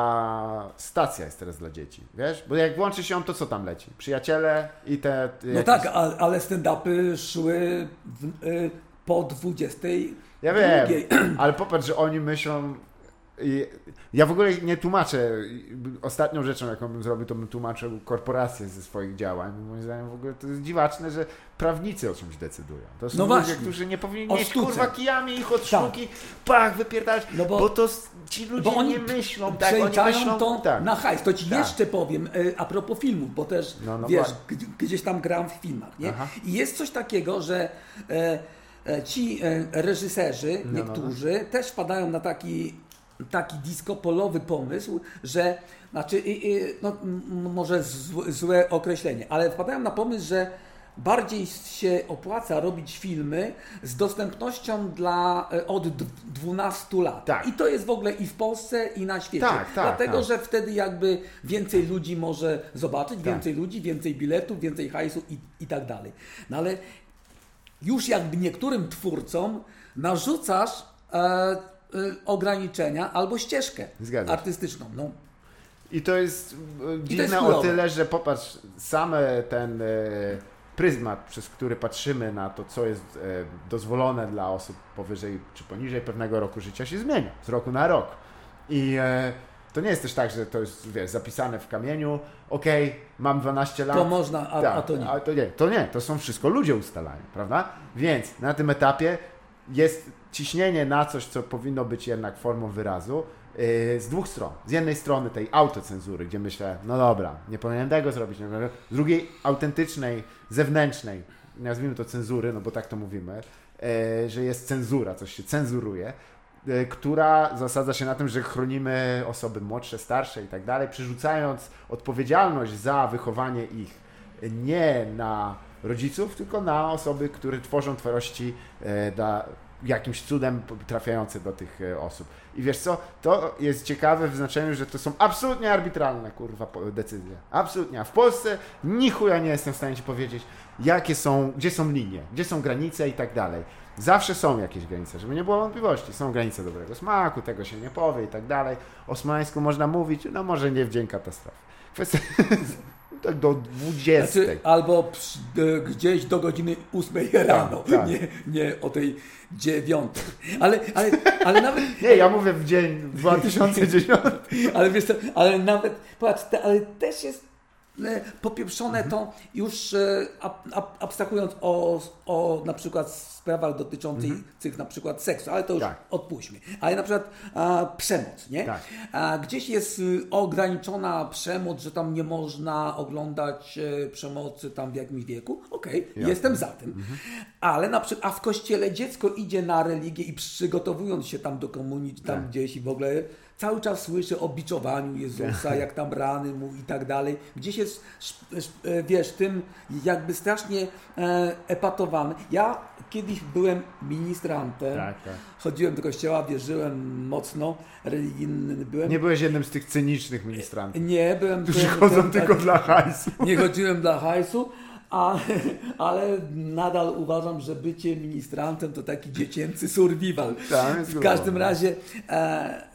ta stacja jest teraz dla dzieci, wiesz? Bo jak włączysz ją, to co tam leci? Przyjaciele i te... No jakieś... tak, a, ale stand-upy szły w, y, po dwudziestej Ja wiem, drugiej. ale popatrz, że oni myślą... I ja w ogóle nie tłumaczę. Ostatnią rzeczą, jaką bym zrobił, to bym tłumaczył korporacje ze swoich działań. Moim zdaniem w ogóle to jest dziwaczne, że prawnicy o czymś decydują. To są No ludzie, właśnie. którzy nie powinni O mieć sztuce. kurwa kijami ich od Tak. sztuki, pach, wypierdalać, No bo- bo, to s- ci ludzie Bo oni nie myślą, tak, oni przeliczają myślą, to tak. na hajs. To ci Tak. jeszcze powiem, y, a propos filmów, bo też, No, no wiesz, właśnie. g- gdzieś tam gram w filmach, nie? Aha. I jest coś takiego, że e, e, ci e, reżyserzy, No, no, no. niektórzy, też wpadają na taki, taki disco-polowy pomysł, że, znaczy, i, i, no, m- może złe, złe określenie, ale wpadają na pomysł, że bardziej się opłaca robić filmy z dostępnością dla e, od d- dwunastu lat. Tak. I to jest w ogóle i w Polsce, i na świecie. Tak, tak, Dlatego, tak. że wtedy jakby więcej ludzi może zobaczyć, Tak. więcej ludzi, więcej biletów, więcej hajsu i, i tak dalej. No ale już jakby niektórym twórcom narzucasz e, e, ograniczenia albo ścieżkę Zgadza się. artystyczną. No, I to jest e, dziwne o chujowe. tyle, że popatrz, same ten e, pryzmat, przez który patrzymy na to, co jest e, dozwolone dla osób powyżej czy poniżej pewnego roku życia, się zmienia z roku na rok. I e, to nie jest też tak, że to jest, wiesz, zapisane w kamieniu, okej, mam dwanaście lat. to można, a, tak, a to nie. A to nie, to nie, to są wszystko ludzie ustalają, prawda? Więc na tym etapie jest ciśnienie na coś, co powinno być jednak formą wyrazu, yy, z dwóch stron. Z jednej strony tej autocenzury, gdzie myślę, no dobra, nie powinienem tego zrobić, nie powinienem. Z drugiej autentycznej, zewnętrznej, nazwijmy to cenzury, no bo tak to mówimy, yy, że jest cenzura, coś się cenzuruje, yy, która zasadza się na tym, że chronimy osoby młodsze, starsze i tak dalej, przerzucając odpowiedzialność za wychowanie ich nie na rodziców, tylko na osoby, które tworzą tworości e, dla, jakimś cudem trafiające do tych e, osób. I wiesz co, to jest ciekawe w znaczeniu, że to są absolutnie arbitralne, kurwa, po- decyzje. Absolutnie. A w Polsce ni chuja nie jestem w stanie ci powiedzieć, jakie są, gdzie są linie, gdzie są granice i tak dalej. Zawsze są jakieś granice, żeby nie było wątpliwości. Są granice dobrego smaku, tego się nie powie i tak dalej. O smańsku można mówić, no może nie w dzień katastrofy. Kwestia tak do dwudziestej. Znaczy, albo przy, e, gdzieś do godziny ósmej rano, tak. nie, nie o tej dziewiątej. Ale, ale, ale nawet... Nie, ja mówię w dzień dwa tysiące dziesiąty. Ale wiesz co, ale nawet, patrz, te, ale też jest e, popieprzone to już e, ab, ab, abstrahując o, o na przykład sprawach dotyczących na przykład seksu, ale to już Tak. odpuśćmy. Ale na przykład a, przemoc, nie? Tak. A, gdzieś jest y, ograniczona przemoc, że tam nie można oglądać e, przemocy tam w jakimś wieku. Okej, Jasne. jestem za tym. Ale na przykład, a w kościele dziecko idzie na religię i przygotowując się tam do komunii, czy tam Tak. gdzieś i w ogóle cały czas słyszy o biczowaniu Jezusa, jak tam rany mu i tak dalej. Gdzieś jest, sz- sz- e, wiesz, tym jakby strasznie e, epatowany. Ja kiedyś byłem ministrantem, Tak, tak. chodziłem do kościoła, wierzyłem mocno, religijny byłem. Nie byłeś jednym z tych cynicznych ministrantów, Nie, byłem... którzy byłem- chodzą byłem tylko tak- dla hajsu. Nie chodziłem dla hajsu, a, ale nadal uważam, że bycie ministrantem to taki dziecięcy survival. Tak, jest W każdym grubo. razie e, e,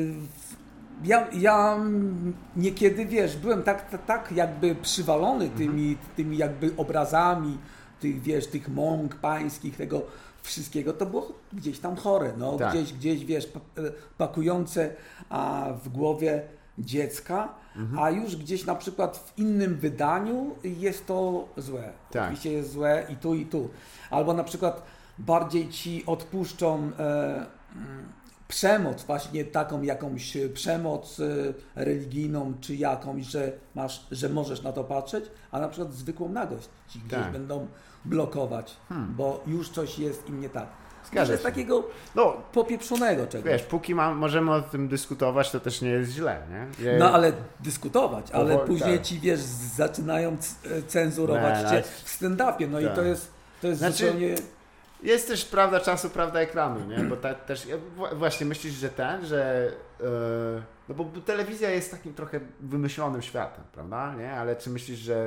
ja, ja niekiedy, wiesz, byłem tak, tak, tak jakby przywalony tymi, tymi jakby obrazami tych, wiesz, tych mąk pańskich, tego wszystkiego, to było gdzieś tam chore, no, Tak. gdzieś, gdzieś, wiesz, pa- pakujące a, w głowie dziecka, a już gdzieś na przykład w innym wydaniu jest to złe. Tak. Oczywiście jest złe i tu, i tu. Albo na przykład bardziej ci odpuszczą e, mm, przemoc, właśnie taką jakąś przemoc e, religijną, czy jakąś, że masz, że możesz na to patrzeć, a na przykład zwykłą nagość ci gdzieś Tak. będą blokować, Hmm. bo już coś jest im nie tak. Zgadza Może z się. takiego No, popieprzonego czegoś. wiesz, póki ma, możemy o tym dyskutować, to też nie jest źle, nie? Je- No ale dyskutować, ale Powoli, później tak. ci, wiesz, zaczynają c- cenzurować Nie, cię ale- w stand-upie, no Tak. i to jest, to jest Znaczy- zupełnie... Jest też prawda czasu, prawda ekranu, nie? Bo ta, też, ja wła- właśnie myślisz, że ten, że yy, no bo telewizja jest takim trochę wymyślonym światem, prawda? Nie? Ale czy myślisz, że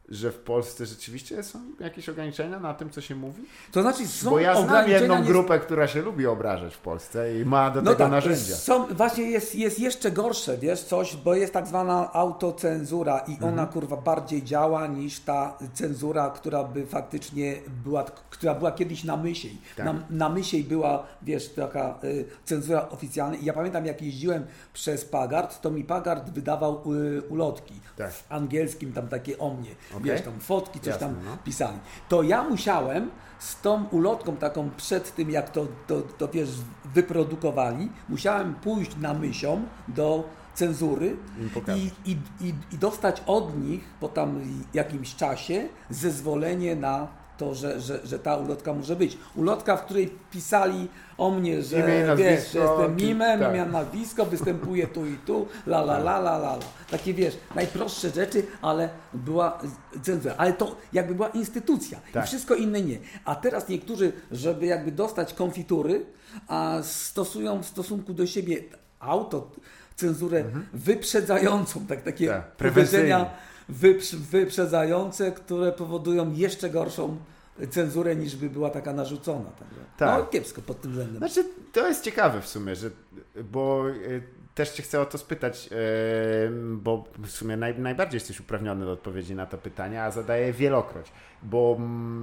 że w Polsce rzeczywiście są jakieś ograniczenia na tym, co się mówi? To znaczy są Bo ja znam jedną nie... grupę, która się lubi obrażać w Polsce i ma do no tego tak, narzędzia. Są, właśnie jest, jest jeszcze gorsze, wiesz, coś, bo jest tak zwana autocenzura i ona mhm. kurwa bardziej działa niż ta cenzura, która by faktycznie była, która była kiedyś na Mysiej. Tak. Na, na Mysiej była, wiesz, taka y, cenzura oficjalna i ja pamiętam, jak jeździłem przez Pagard, to mi Pagard wydawał y, ulotki tak. w angielskim, tam takie o mnie. Okay. Wiesz, tam fotki, coś Jasne, tam no. pisali. To ja musiałem z tą ulotką taką przed tym, jak to, to, to wiesz, wyprodukowali, musiałem pójść na Mysią do cenzury i, i, i, i dostać od nich po tam jakimś czasie zezwolenie na to, że, że, że ta ulotka może być. Ulotka, w której pisali o mnie, że imię, wiesz, że jestem mimem, tak. imię, nazwisko, występuję tu i tu, la la la la la la. Takie wiesz, najprostsze rzeczy, ale była cenzura. Ale to jakby była instytucja tak. i wszystko inne nie. A teraz niektórzy, żeby jakby dostać konfitury, a stosują w stosunku do siebie auto cenzurę mhm. wyprzedzającą, tak, takie tak, powiedzenia wyprz- wyprzedzające, które powodują jeszcze gorszą cenzurę niż by była taka narzucona. Także. Tak. No kiepsko pod tym względem. Znaczy, to jest ciekawe w sumie, że, bo y, też Cię chcę o to spytać, y, bo w sumie naj, najbardziej jesteś uprawniony do odpowiedzi na to pytanie, a zadaję wielokroć, bo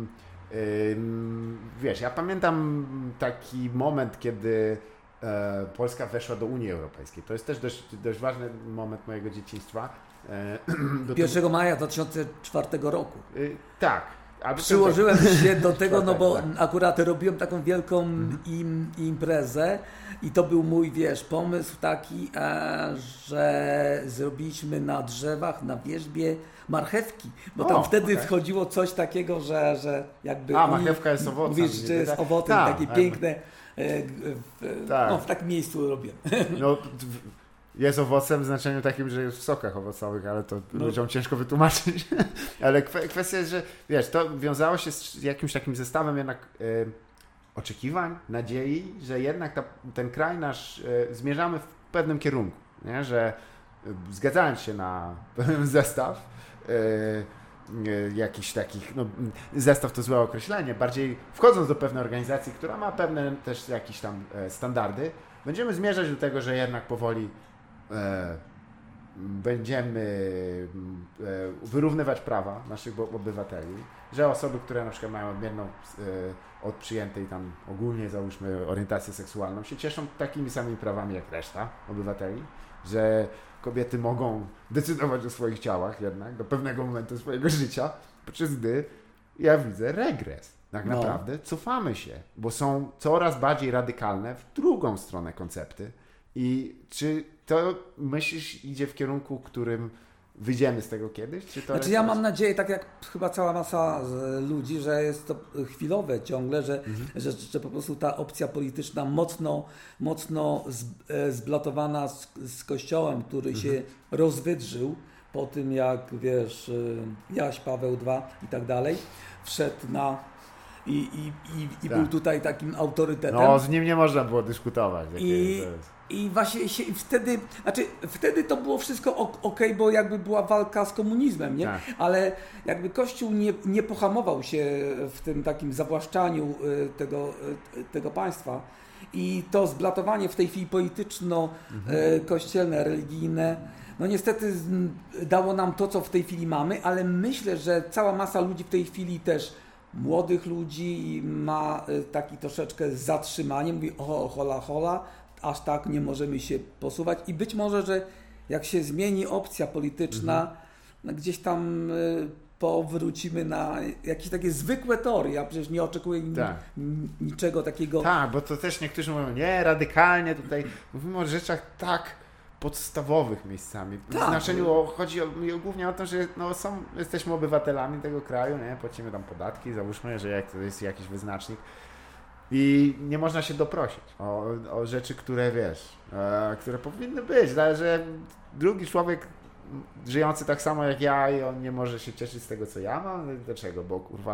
y, wiesz, ja pamiętam taki moment, kiedy Polska weszła do Unii Europejskiej. To jest też dość, dość ważny moment mojego dzieciństwa. pierwszego maja dwa tysiące czwartego roku. Yy, tak. Przyłożyłem się do tego, no bo akurat robiłem taką wielką im, imprezę i to był mój, wiesz, pomysł taki, e, że zrobiliśmy na drzewach, na wierzbie marchewki, bo tam o, wtedy okay. wchodziło coś takiego, że, że jakby... A, marchewka jest owocem. Mówisz, że jest owocem, tak, takie piękne... W, tak. No, w takim miejscu robię. No, jest owocem w znaczeniu takim, że jest w sokach owocowych, ale to no. ludziom ciężko wytłumaczyć. Ale kwestia jest, że wiesz, to wiązało się z jakimś takim zestawem jednak e, oczekiwań, nadziei, że jednak ta, ten kraj nasz e, zmierzamy w pewnym kierunku, nie? Że e, zgadzając się na pewien zestaw, e, jakiś takich, no zestaw to złe określenie, bardziej wchodząc do pewnej organizacji, która ma pewne też jakieś tam standardy, będziemy zmierzać do tego, że jednak powoli e, będziemy e, wyrównywać prawa naszych obywateli, że osoby, które na przykład mają odmienną e, od przyjętej tam ogólnie załóżmy orientację seksualną, się cieszą takimi samymi prawami jak reszta obywateli, że kobiety mogą decydować o swoich ciałach jednak do pewnego momentu swojego życia, podczas gdy ja widzę regres. Tak no. naprawdę cofamy się, bo są coraz bardziej radykalne w drugą stronę koncepty. I czy to myślisz idzie w kierunku, którym wyjdziemy z tego kiedyś? Czy to znaczy ja mam nadzieję, tak jak chyba cała masa ludzi, że jest to chwilowe ciągle, że, mhm. że, że po prostu ta opcja polityczna mocno, mocno zblatowana z, z Kościołem, który mhm. się rozwydrzył po tym jak, wiesz, Jaś Paweł drugi i tak dalej, wszedł na i, i, i, i tak. był tutaj takim autorytetem. No z nim nie można było dyskutować. I, I właśnie się wtedy, znaczy wtedy to było wszystko ok, bo jakby była walka z komunizmem, nie? Tak. Ale jakby Kościół nie, nie pohamował się w tym takim zawłaszczaniu tego, tego państwa i to zblatowanie w tej chwili polityczno-kościelne, religijne, no niestety dało nam to, co w tej chwili mamy, ale myślę, że cała masa ludzi w tej chwili też młodych ludzi ma taki troszeczkę zatrzymanie, mówi o hola hola, aż tak nie możemy się posuwać i być może, że jak się zmieni opcja polityczna, mhm. no gdzieś tam y, powrócimy na jakieś takie zwykłe tory, ja przecież nie oczekuję tak. ni, niczego takiego. Tak, bo to też niektórzy mówią, nie, radykalnie tutaj, mówimy o rzeczach tak podstawowych miejscami. W tak. znaczeniu o, chodzi o, głównie o to, że no, są, jesteśmy obywatelami tego kraju, nie? Płacimy tam podatki, załóżmy, że jak to jest jakiś wyznacznik i nie można się doprosić o, o rzeczy, które wiesz, e, które powinny być, ale że drugi człowiek żyjący tak samo jak ja i on nie może się cieszyć z tego, co ja mam? Dlaczego? Bo kurwa,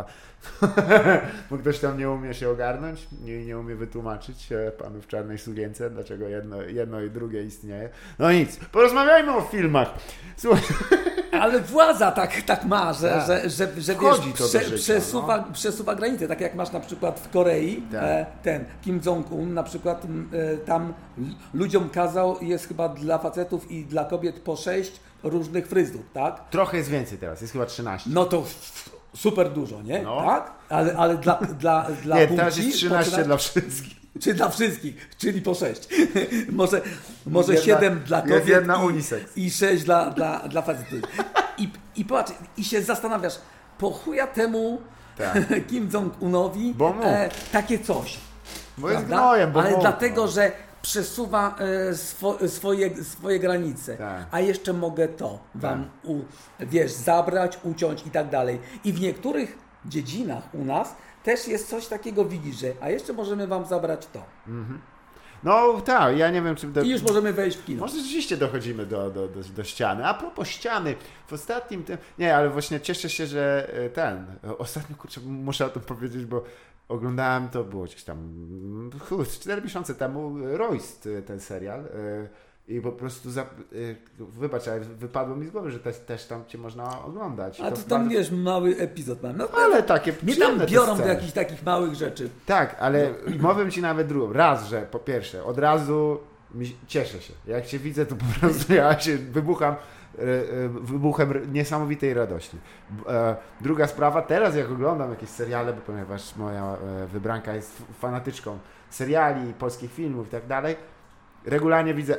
bo ktoś tam nie umie się ogarnąć, nie, nie umie wytłumaczyć panu w czarnej sukience, dlaczego jedno, jedno i drugie istnieje. No nic, porozmawiajmy o filmach. Słuchaj. Ale władza tak, tak ma, że, tak. że, że, że wiesz, prze, życia, przesuwa, no. przesuwa granice. Tak jak masz na przykład w Korei, tak. e, ten Kim Jong-un na przykład e, tam ludziom kazał, jest chyba dla facetów i dla kobiet po sześć różnych fryzur, tak? Trochę jest więcej teraz, jest chyba trzynaście. No to super dużo, nie? No. Tak? Ale, ale dla, dla, dla nie, płci... teraz jest trzynaście poczyna... dla wszystkich. Czy dla wszystkich, czyli po sześć. może może jedna, siedem dla kobiet jedna i, unisex. i sześć dla, dla, dla facetów. I, i patrz, i się zastanawiasz, po chuja temu tak. Kim Jong-unowi e, takie coś. Bo jest gnojem, bo Ale mógł, dlatego, no. że przesuwa e, swo, swoje, swoje granice. Tak. A jeszcze mogę to wam, tak. u, wiesz, zabrać, uciąć i tak dalej. I w niektórych dziedzinach u nas też jest coś takiego, widzisz, że a jeszcze możemy wam zabrać to. Mhm. No tak, ja nie wiem, czy... Do... I już możemy wejść w kino. Może rzeczywiście dochodzimy do, do, do, do ściany. A propos ściany, w ostatnim tym... Nie, ale właśnie cieszę się, że ten... Ostatnio, kurczę, muszę o tym powiedzieć, bo oglądałem, to było gdzieś tam... cztery miesiące temu, Royst, ten serial. I po prostu, za, wybacz, ale wypadło mi z głowy, że też, też tam cię można oglądać. A to, to tam bardzo... wiesz, mały epizod mam. No, ale takie mnie tam biorą do jakichś takich małych rzeczy. Tak, ale no. powiem ci nawet drugą. Raz, że po pierwsze, od razu mi, cieszę się. Jak cię widzę, to po prostu ja się wybucham wybuchem niesamowitej radości. Druga sprawa, teraz jak oglądam jakieś seriale, bo ponieważ moja wybranka jest fanatyczką seriali, polskich filmów i tak dalej, regularnie widzę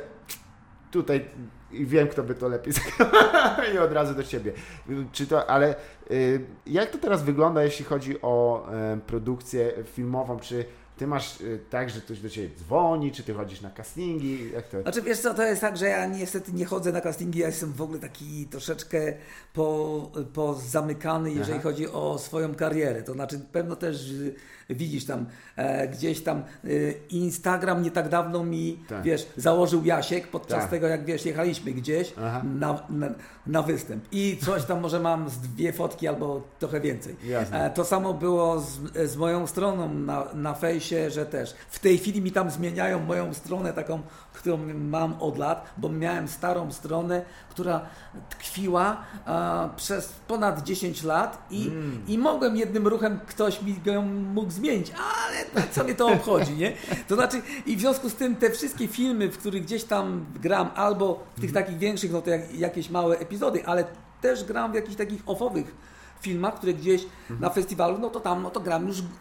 tutaj i wiem, kto by to lepiej zagrał i od razu do ciebie. Czy to, ale y, jak to teraz wygląda, jeśli chodzi o y, produkcję filmową? Czy ty masz y, tak, że ktoś do ciebie dzwoni, czy ty chodzisz na castingi? Jak to... Znaczy wiesz co, to jest tak, że ja niestety nie chodzę na castingi, ja jestem w ogóle taki troszeczkę po, po zamykany, jeżeli Aha. chodzi o swoją karierę. To znaczy pewno też widzisz tam e, gdzieś tam e, Instagram nie tak dawno mi, tak. wiesz, założył Jasiek podczas tak. tego, jak wiesz, jechaliśmy gdzieś na, na, na występ i coś tam może mam z dwie fotki albo trochę więcej. E, to samo było z, z moją stroną na, na fejsie, że też w tej chwili mi tam zmieniają moją stronę taką, którą mam od lat, bo miałem starą stronę, która tkwiła a, przez ponad dziesięć lat i, mm. i mogłem jednym ruchem, ktoś mi ją mógł zmienić, ale co mnie to obchodzi, nie? To znaczy i w związku z tym te wszystkie filmy, w których gdzieś tam gram, albo w tych mm. takich większych, no to jak, jakieś małe epizody, ale też gram w jakichś takich offowych filmach, które gdzieś mm. na festiwalu, no to tam no to gram już e,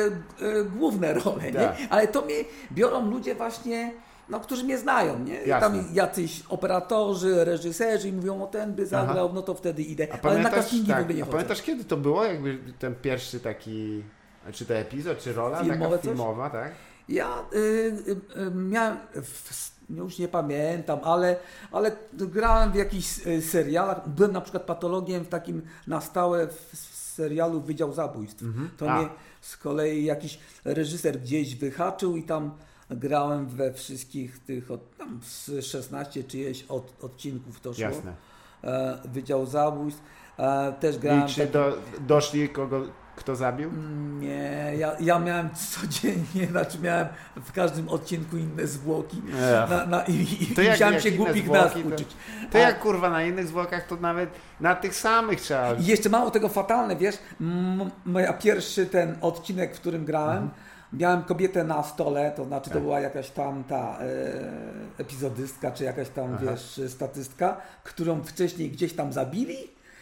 e, główne role, nie? Tak. Ale to mnie biorą ludzie właśnie, no, którzy mnie znają, nie? Jasne. Tam jacyś operatorzy, reżyserzy i mówią, o ten by zagrał, Aha. no to wtedy idę. A ale na castingi tak, w ogóle nie chodzę. A pamiętasz, kiedy to było? Jakby ten pierwszy taki, czy to epizod, czy rola Filmowe taka filmowa, coś? tak? Ja y, y, y, miałem, w, już nie pamiętam, ale, ale grałem w jakichś serialach. Byłem na przykład patologiem w takim na stałe w serialu Wydział Zabójstw. Mm-hmm. To A. mnie z kolei jakiś reżyser gdzieś wyhaczył i tam grałem we wszystkich tych, od, tam z szesnaście czyjeś od, odcinków to szło. Jasne. E, Wydział Zabójstw. E, też grałem... I czy taki... do, doszli kogo, kto zabił? Nie, ja, ja miałem codziennie, znaczy miałem w każdym odcinku inne zwłoki na, na, i, i to jak, musiałem jak się głupich nazw uczyć. To, to jak kurwa na innych zwłokach, to nawet na tych samych trzeba... I jeszcze mało tego fatalne, wiesz, m- moja pierwszy ten odcinek, w którym grałem, mhm. miałem kobietę na stole, to znaczy to była jakaś tam ta e, epizodystka, czy jakaś tam, Aha. wiesz, statystka, którą wcześniej gdzieś tam zabili,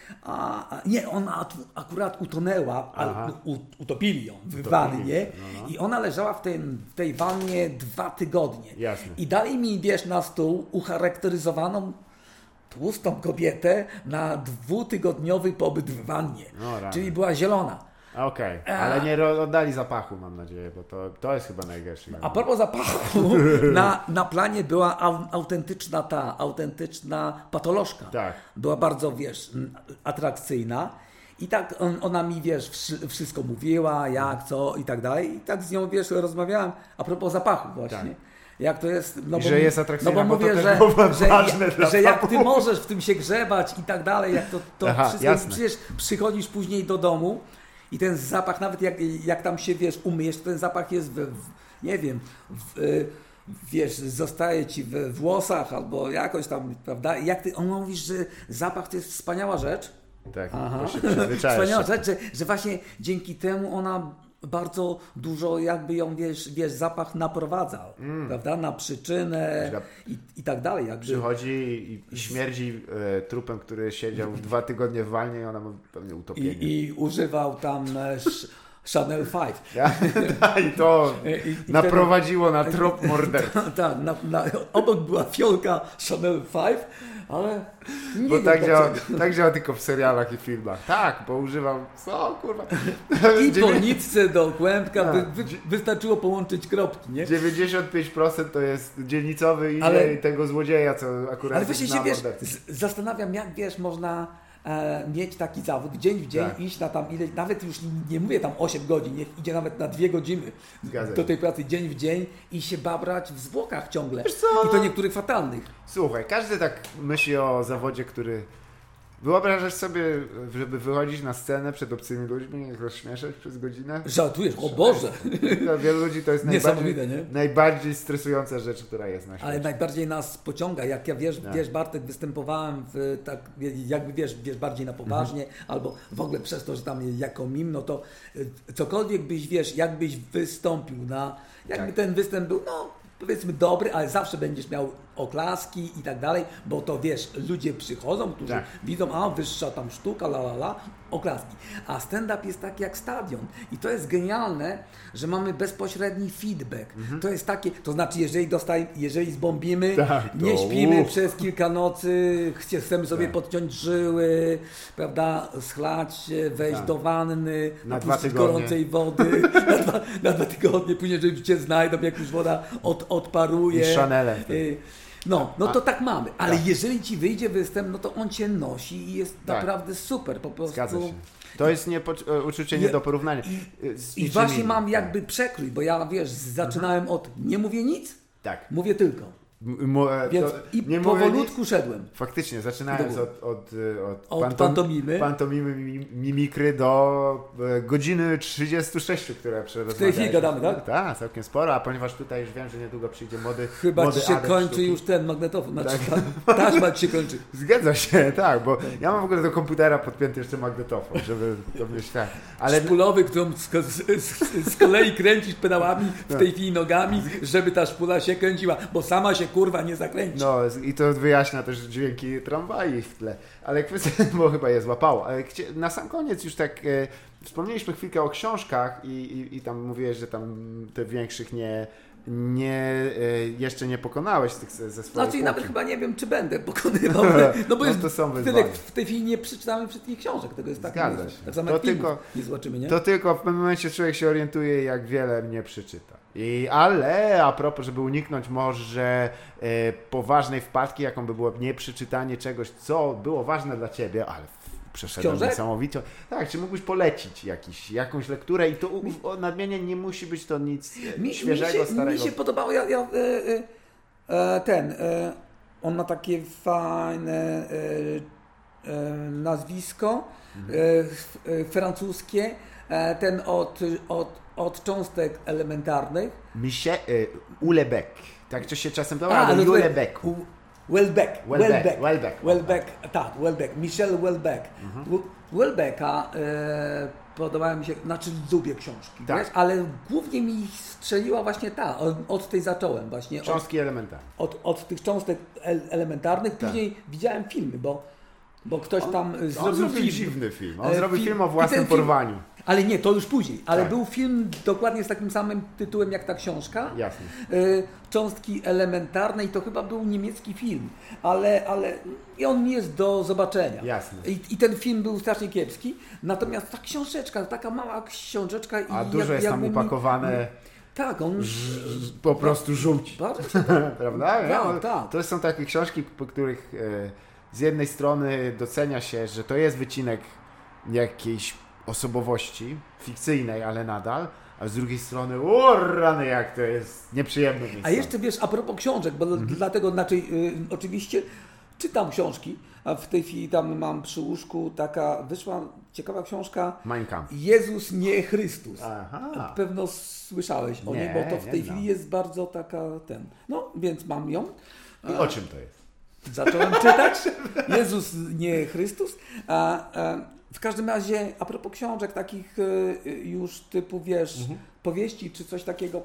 a, a nie, ona akurat utonęła, ale u, utopili ją w wannie no, no. i ona leżała w tej, w tej wannie dwa tygodnie. Jasne. I dali mi, wiesz, na stół ucharakteryzowaną tłustą kobietę na dwutygodniowy pobyt w wannie, no, czyli była zielona. Okej, okay. ale nie oddali zapachu, mam nadzieję, bo to, to jest chyba najgorsze. A propos zapachu, na, na planie była autentyczna ta, autentyczna patolożka. Tak. Była bardzo, wiesz, atrakcyjna i tak on, ona mi, wiesz, wszystko mówiła, jak, co i tak dalej. I tak z nią, wiesz, rozmawiałem a propos zapachu właśnie. Tak. Jak to jest, no bo, że jest atrakcyjna, no bo, bo mówię, że, że, że jak ty możesz w tym się grzebać i tak dalej, jak to, to Aha, wszystko, jasne. Przecież przychodzisz później do domu i ten zapach, nawet jak, jak tam się, wiesz, umyjesz, to ten zapach jest, w, w, nie wiem, w, wiesz, zostaje ci we włosach albo jakoś tam, prawda? I jak ty, on mówi, że zapach to jest wspaniała rzecz. Tak, Aha. bo się przyzwyczajasz. Wspaniała rzecz, że, że właśnie dzięki temu ona bardzo dużo jakby ją, wiesz, wiesz zapach naprowadzał, mm. prawda? Na przyczynę i, i tak dalej. Jakby. Przychodzi i, i śmierdzi e, trupem, który siedział dwa tygodnie w walnie i ona ma pewnie utopienie. I, i używał tam e, sz, Chanel pięć. Ja, I to I, i naprowadziło wtedy, na trop morderstwa. Tak, na, na, obok była fiolka Chanel pięć, ale nie bo wiem tak działa, tak działa tylko w serialach i filmach. Tak, bo używam, co kurwa. I po nitce do kłębka wy, wy, wystarczyło połączyć kropki, nie? dziewięćdziesiąt pięć procent to jest dzielnicowy imię ale, tego złodzieja, co akurat ale właśnie się, wiesz, zastanawiam, jak wiesz, można e, mieć taki zawód, dzień w dzień tak. iść na tam ile, nawet już nie mówię tam osiem godzin, niech idzie nawet na dwie godziny Zgadza do tej pracy dzień w dzień i się babrać w zwłokach ciągle. I to niektórych fatalnych. Słuchaj, każdy tak myśli o zawodzie, który... Wyobrażasz sobie, żeby wychodzić na scenę przed obcymi ludźmi i rozśmieszać przez godzinę? Żartujesz, o Boże! Dla wielu ludzi to jest najbardziej, nie? najbardziej stresująca rzecz, która jest na świecie. Ale najbardziej nas pociąga, jak ja wiesz, tak. wiesz Bartek, występowałem w, tak, jakby wiesz, wiesz bardziej na poważnie, mhm. albo w ogóle przez to, że tam jako mim, no to cokolwiek byś, wiesz, jakbyś wystąpił na, jakby tak. ten występ był, no powiedzmy dobry, ale zawsze będziesz miał oklaski i tak dalej, bo to wiesz, ludzie przychodzą, którzy tak. widzą, a wyższa tam sztuka, la la la, oklaski. A stand-up jest taki jak stadion i to jest genialne, że mamy bezpośredni feedback. Mhm. To jest takie, to znaczy jeżeli dostaj, jeżeli zbombimy, tak, nie śpimy uf. przez kilka nocy, chcemy sobie tak. podciąć żyły, prawda, schlać się, wejść tak. do wanny, na dwa tygodnie gorącej wody, na, dwa, na dwa tygodnie, później żeby cię znajdą, jak już woda od, odparuje. I Chanelem. No, no to tak mamy, ale tak. jeżeli ci wyjdzie występ, no to on cię nosi i jest tak. naprawdę super, po prostu. Zgadza się. To jest nie, uczucie nie do porównania. I, i właśnie innym. mam jakby przekrój, bo ja wiesz, zaczynałem od nie mówię nic, tak. mówię tylko. M- Więc i nie powolutku szedłem. Faktycznie, zaczynając od, od, od, od pantom, pantomimy. pantomimy, mimikry do godziny trzydzieści sześć, które w tej chwili gadamy, tak? Tak, całkiem sporo, a ponieważ tutaj już wiem, że niedługo przyjdzie młody Chyba młody ci się adep kończy sztuki. już ten magnetofon, znaczy tak. taśma ci się kończy. Zgadza się, tak, bo ja mam w ogóle do komputera podpięty jeszcze magnetofon, żeby to mieć tak. Ale... Szpulowy, którą z, z, z, z kolei kręcisz pedałami, w tej chwili nogami, żeby ta szpula się kręciła, bo sama się kurwa nie zakręci. No i to wyjaśnia też dźwięki tramwaj w tle, ale kwestia, bo chyba je złapało. Ale na sam koniec już tak e, wspomnieliśmy chwilkę o książkach i, i, i tam mówiłeś, że tam te większych nie, nie e, jeszcze nie pokonałeś tych ze swoich Znaczy półki. Nawet chyba nie wiem, czy będę pokonywał, no bo no jest, to są tyle, w tej chwili nie przeczytamy wszystkich książek, tego jest tak. Zgadza się. Tak samo to, tylko, nie zobaczymy, nie? to tylko w pewnym momencie człowiek się orientuje, jak wiele mnie przeczyta. I, ale a propos, żeby uniknąć może e, poważnej wpadki, jaką by było nieprzeczytanie czegoś, co było ważne dla Ciebie, ale przeszedłem niesamowicie. Tak, czy mógłbyś polecić jakiś, jakąś lekturę i to u, o, nadmienię nie musi być to nic mi, świeżego, mi się, starego. Mi się podobało, ja, ja, e, e, ten, e, on ma takie fajne e, e, nazwisko mhm. e, francuskie, e, ten od, od od cząstek elementarnych. Michel y, Houellebecq. Tak to się czasem dało, ale Houellebecq. Houellebecq. Houellebecq. Houellebecq. Houellebecq. Tak, Houellebecq. Michel Houellebecq. Mhm. Houellebecqa e, podobały mi się, znaczy lubię książki, tak. wiesz, ale głównie mi strzeliła właśnie ta, od, od tej zacząłem właśnie. Cząstki od, elementarne. Od, od tych cząstek elementarnych, tak. Później widziałem filmy, bo Bo ktoś on, tam on zrobił zrobił film. dziwny film. On zrobił film, film o własnym porwaniu. Ale nie, to już później. Ale tak. był film dokładnie z takim samym tytułem jak ta książka. Jasne. Y, Cząstki elementarne i to chyba był niemiecki film. Ale, ale i on jest do zobaczenia. Jasne. I, I ten film był strasznie kiepski. Natomiast ta książeczka, taka mała książeczka. A i dużo jak, jest tam upakowane. Mi, tak, on... Ż, po prostu żółci. Prawda? Tak, tak. To są takie książki, po których... E, z jednej strony docenia się, że to jest wycinek jakiejś osobowości, fikcyjnej, ale nadal, a z drugiej strony, o rany, jak to jest nieprzyjemne miejsce. A jeszcze wiesz, a propos książek, bo mhm. dlatego, znaczy, y, oczywiście czytam książki, a w tej chwili tam mam przy łóżku taka, wyszła ciekawa książka Mein Kampf. Jezus, nie Chrystus. Aha. Pewno słyszałeś o Nie, niej, bo to w nie tej znam. chwili jest bardzo taka, ten, no więc mam ją. I o czym to jest? Zacząłem czytać. Jezus, nie Chrystus. A, a w każdym razie, a propos książek takich y, już typu, wiesz, Mhm. powieści czy coś takiego,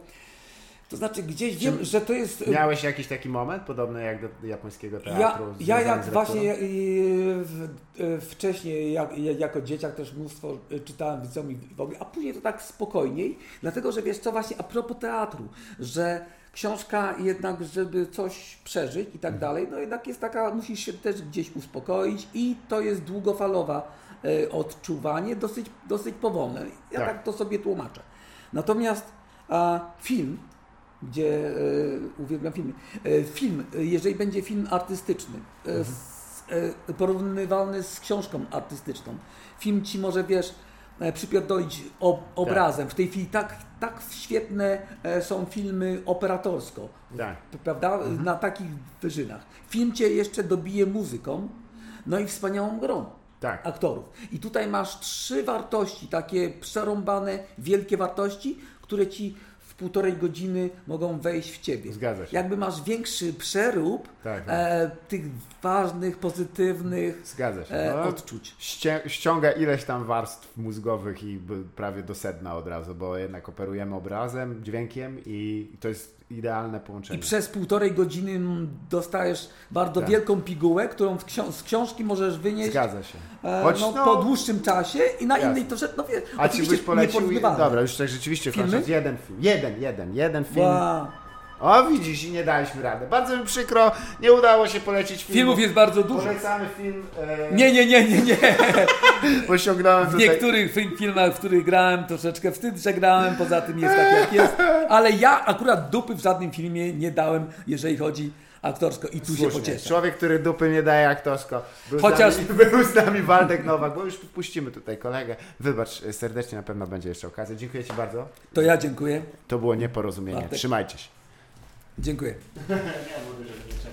to znaczy gdzieś wiem, że to jest... Miałeś jakiś taki moment, podobny jak do japońskiego Ja, teatru? ja związany jak z właśnie lekturą? y, w, y, wcześniej, jak, jak, jako dzieciak też mnóstwo y, czytałem w liceum i w ogóle, a później to tak spokojniej, dlatego, że wiesz co, właśnie a propos teatru, że książka jednak, żeby coś przeżyć i tak dalej, no jednak jest taka, musisz się też gdzieś uspokoić i to jest długofalowa y, odczuwanie, dosyć, dosyć powolne. Ja Tak. tak to sobie tłumaczę. Natomiast a, film, gdzie y, uwielbiam filmy, y, film, y, jeżeli będzie film artystyczny, y, Mhm. s, y, porównywalny z książką artystyczną, film ci może, wiesz, e, przypierdolić ob, obrazem. W tej chwili tak, tak świetne e, są filmy operatorsko, Tak. prawda? Mhm. Na takich wyżynach. Film cię jeszcze dobije muzyką, no i wspaniałą grą Tak. aktorów. I tutaj masz trzy wartości, takie przerąbane, wielkie wartości, które ci w półtorej godziny mogą wejść w ciebie. Zgadza się. Jakby masz większy przerób Tak, tak. e, tych ważnych, pozytywnych Zgadza się. e, No, odczuć. ście- ściąga ileś tam warstw mózgowych i b- prawie do sedna od razu, bo jednak operujemy obrazem, dźwiękiem i to jest idealne połączenie. I przez półtorej godziny mm, dostajesz bardzo Tak. wielką pigułę, którą w ksią- z książki możesz wynieść Zgadza się. e, Choć, no, no- po dłuższym czasie i na Jasne. innej troszeczkę, no wie, A ci oczywiście byś polecił... nieporównywalne. Dobra, już tak rzeczywiście Filmy? kończąc. Jeden film. Jeden, jeden, jeden film. Wow. O, widzisz, i nie daliśmy rady. Bardzo mi przykro, nie udało się polecić filmu. Filmów jest bardzo dużo. Polecamy film. E... Nie, nie, nie, nie, nie. Posiągnąłem W tutaj... niektórych fi- filmach, w których grałem, troszeczkę wstyd, że grałem, poza tym jest tak jak jest, ale ja akurat dupy w żadnym filmie nie dałem, jeżeli chodzi aktorsko i tu się Słusznie. pocieszę. Człowiek, który dupy nie daje aktorsko. Był, Chociaż- z nami, był z nami Waldek Nowak, bo już puścimy tutaj kolegę. Wybacz serdecznie, na pewno będzie jeszcze okazja. Dziękuję Ci bardzo. To ja dziękuję. To było nieporozumienie. Bartek. Trzymajcie się. Dziękuję. Nie,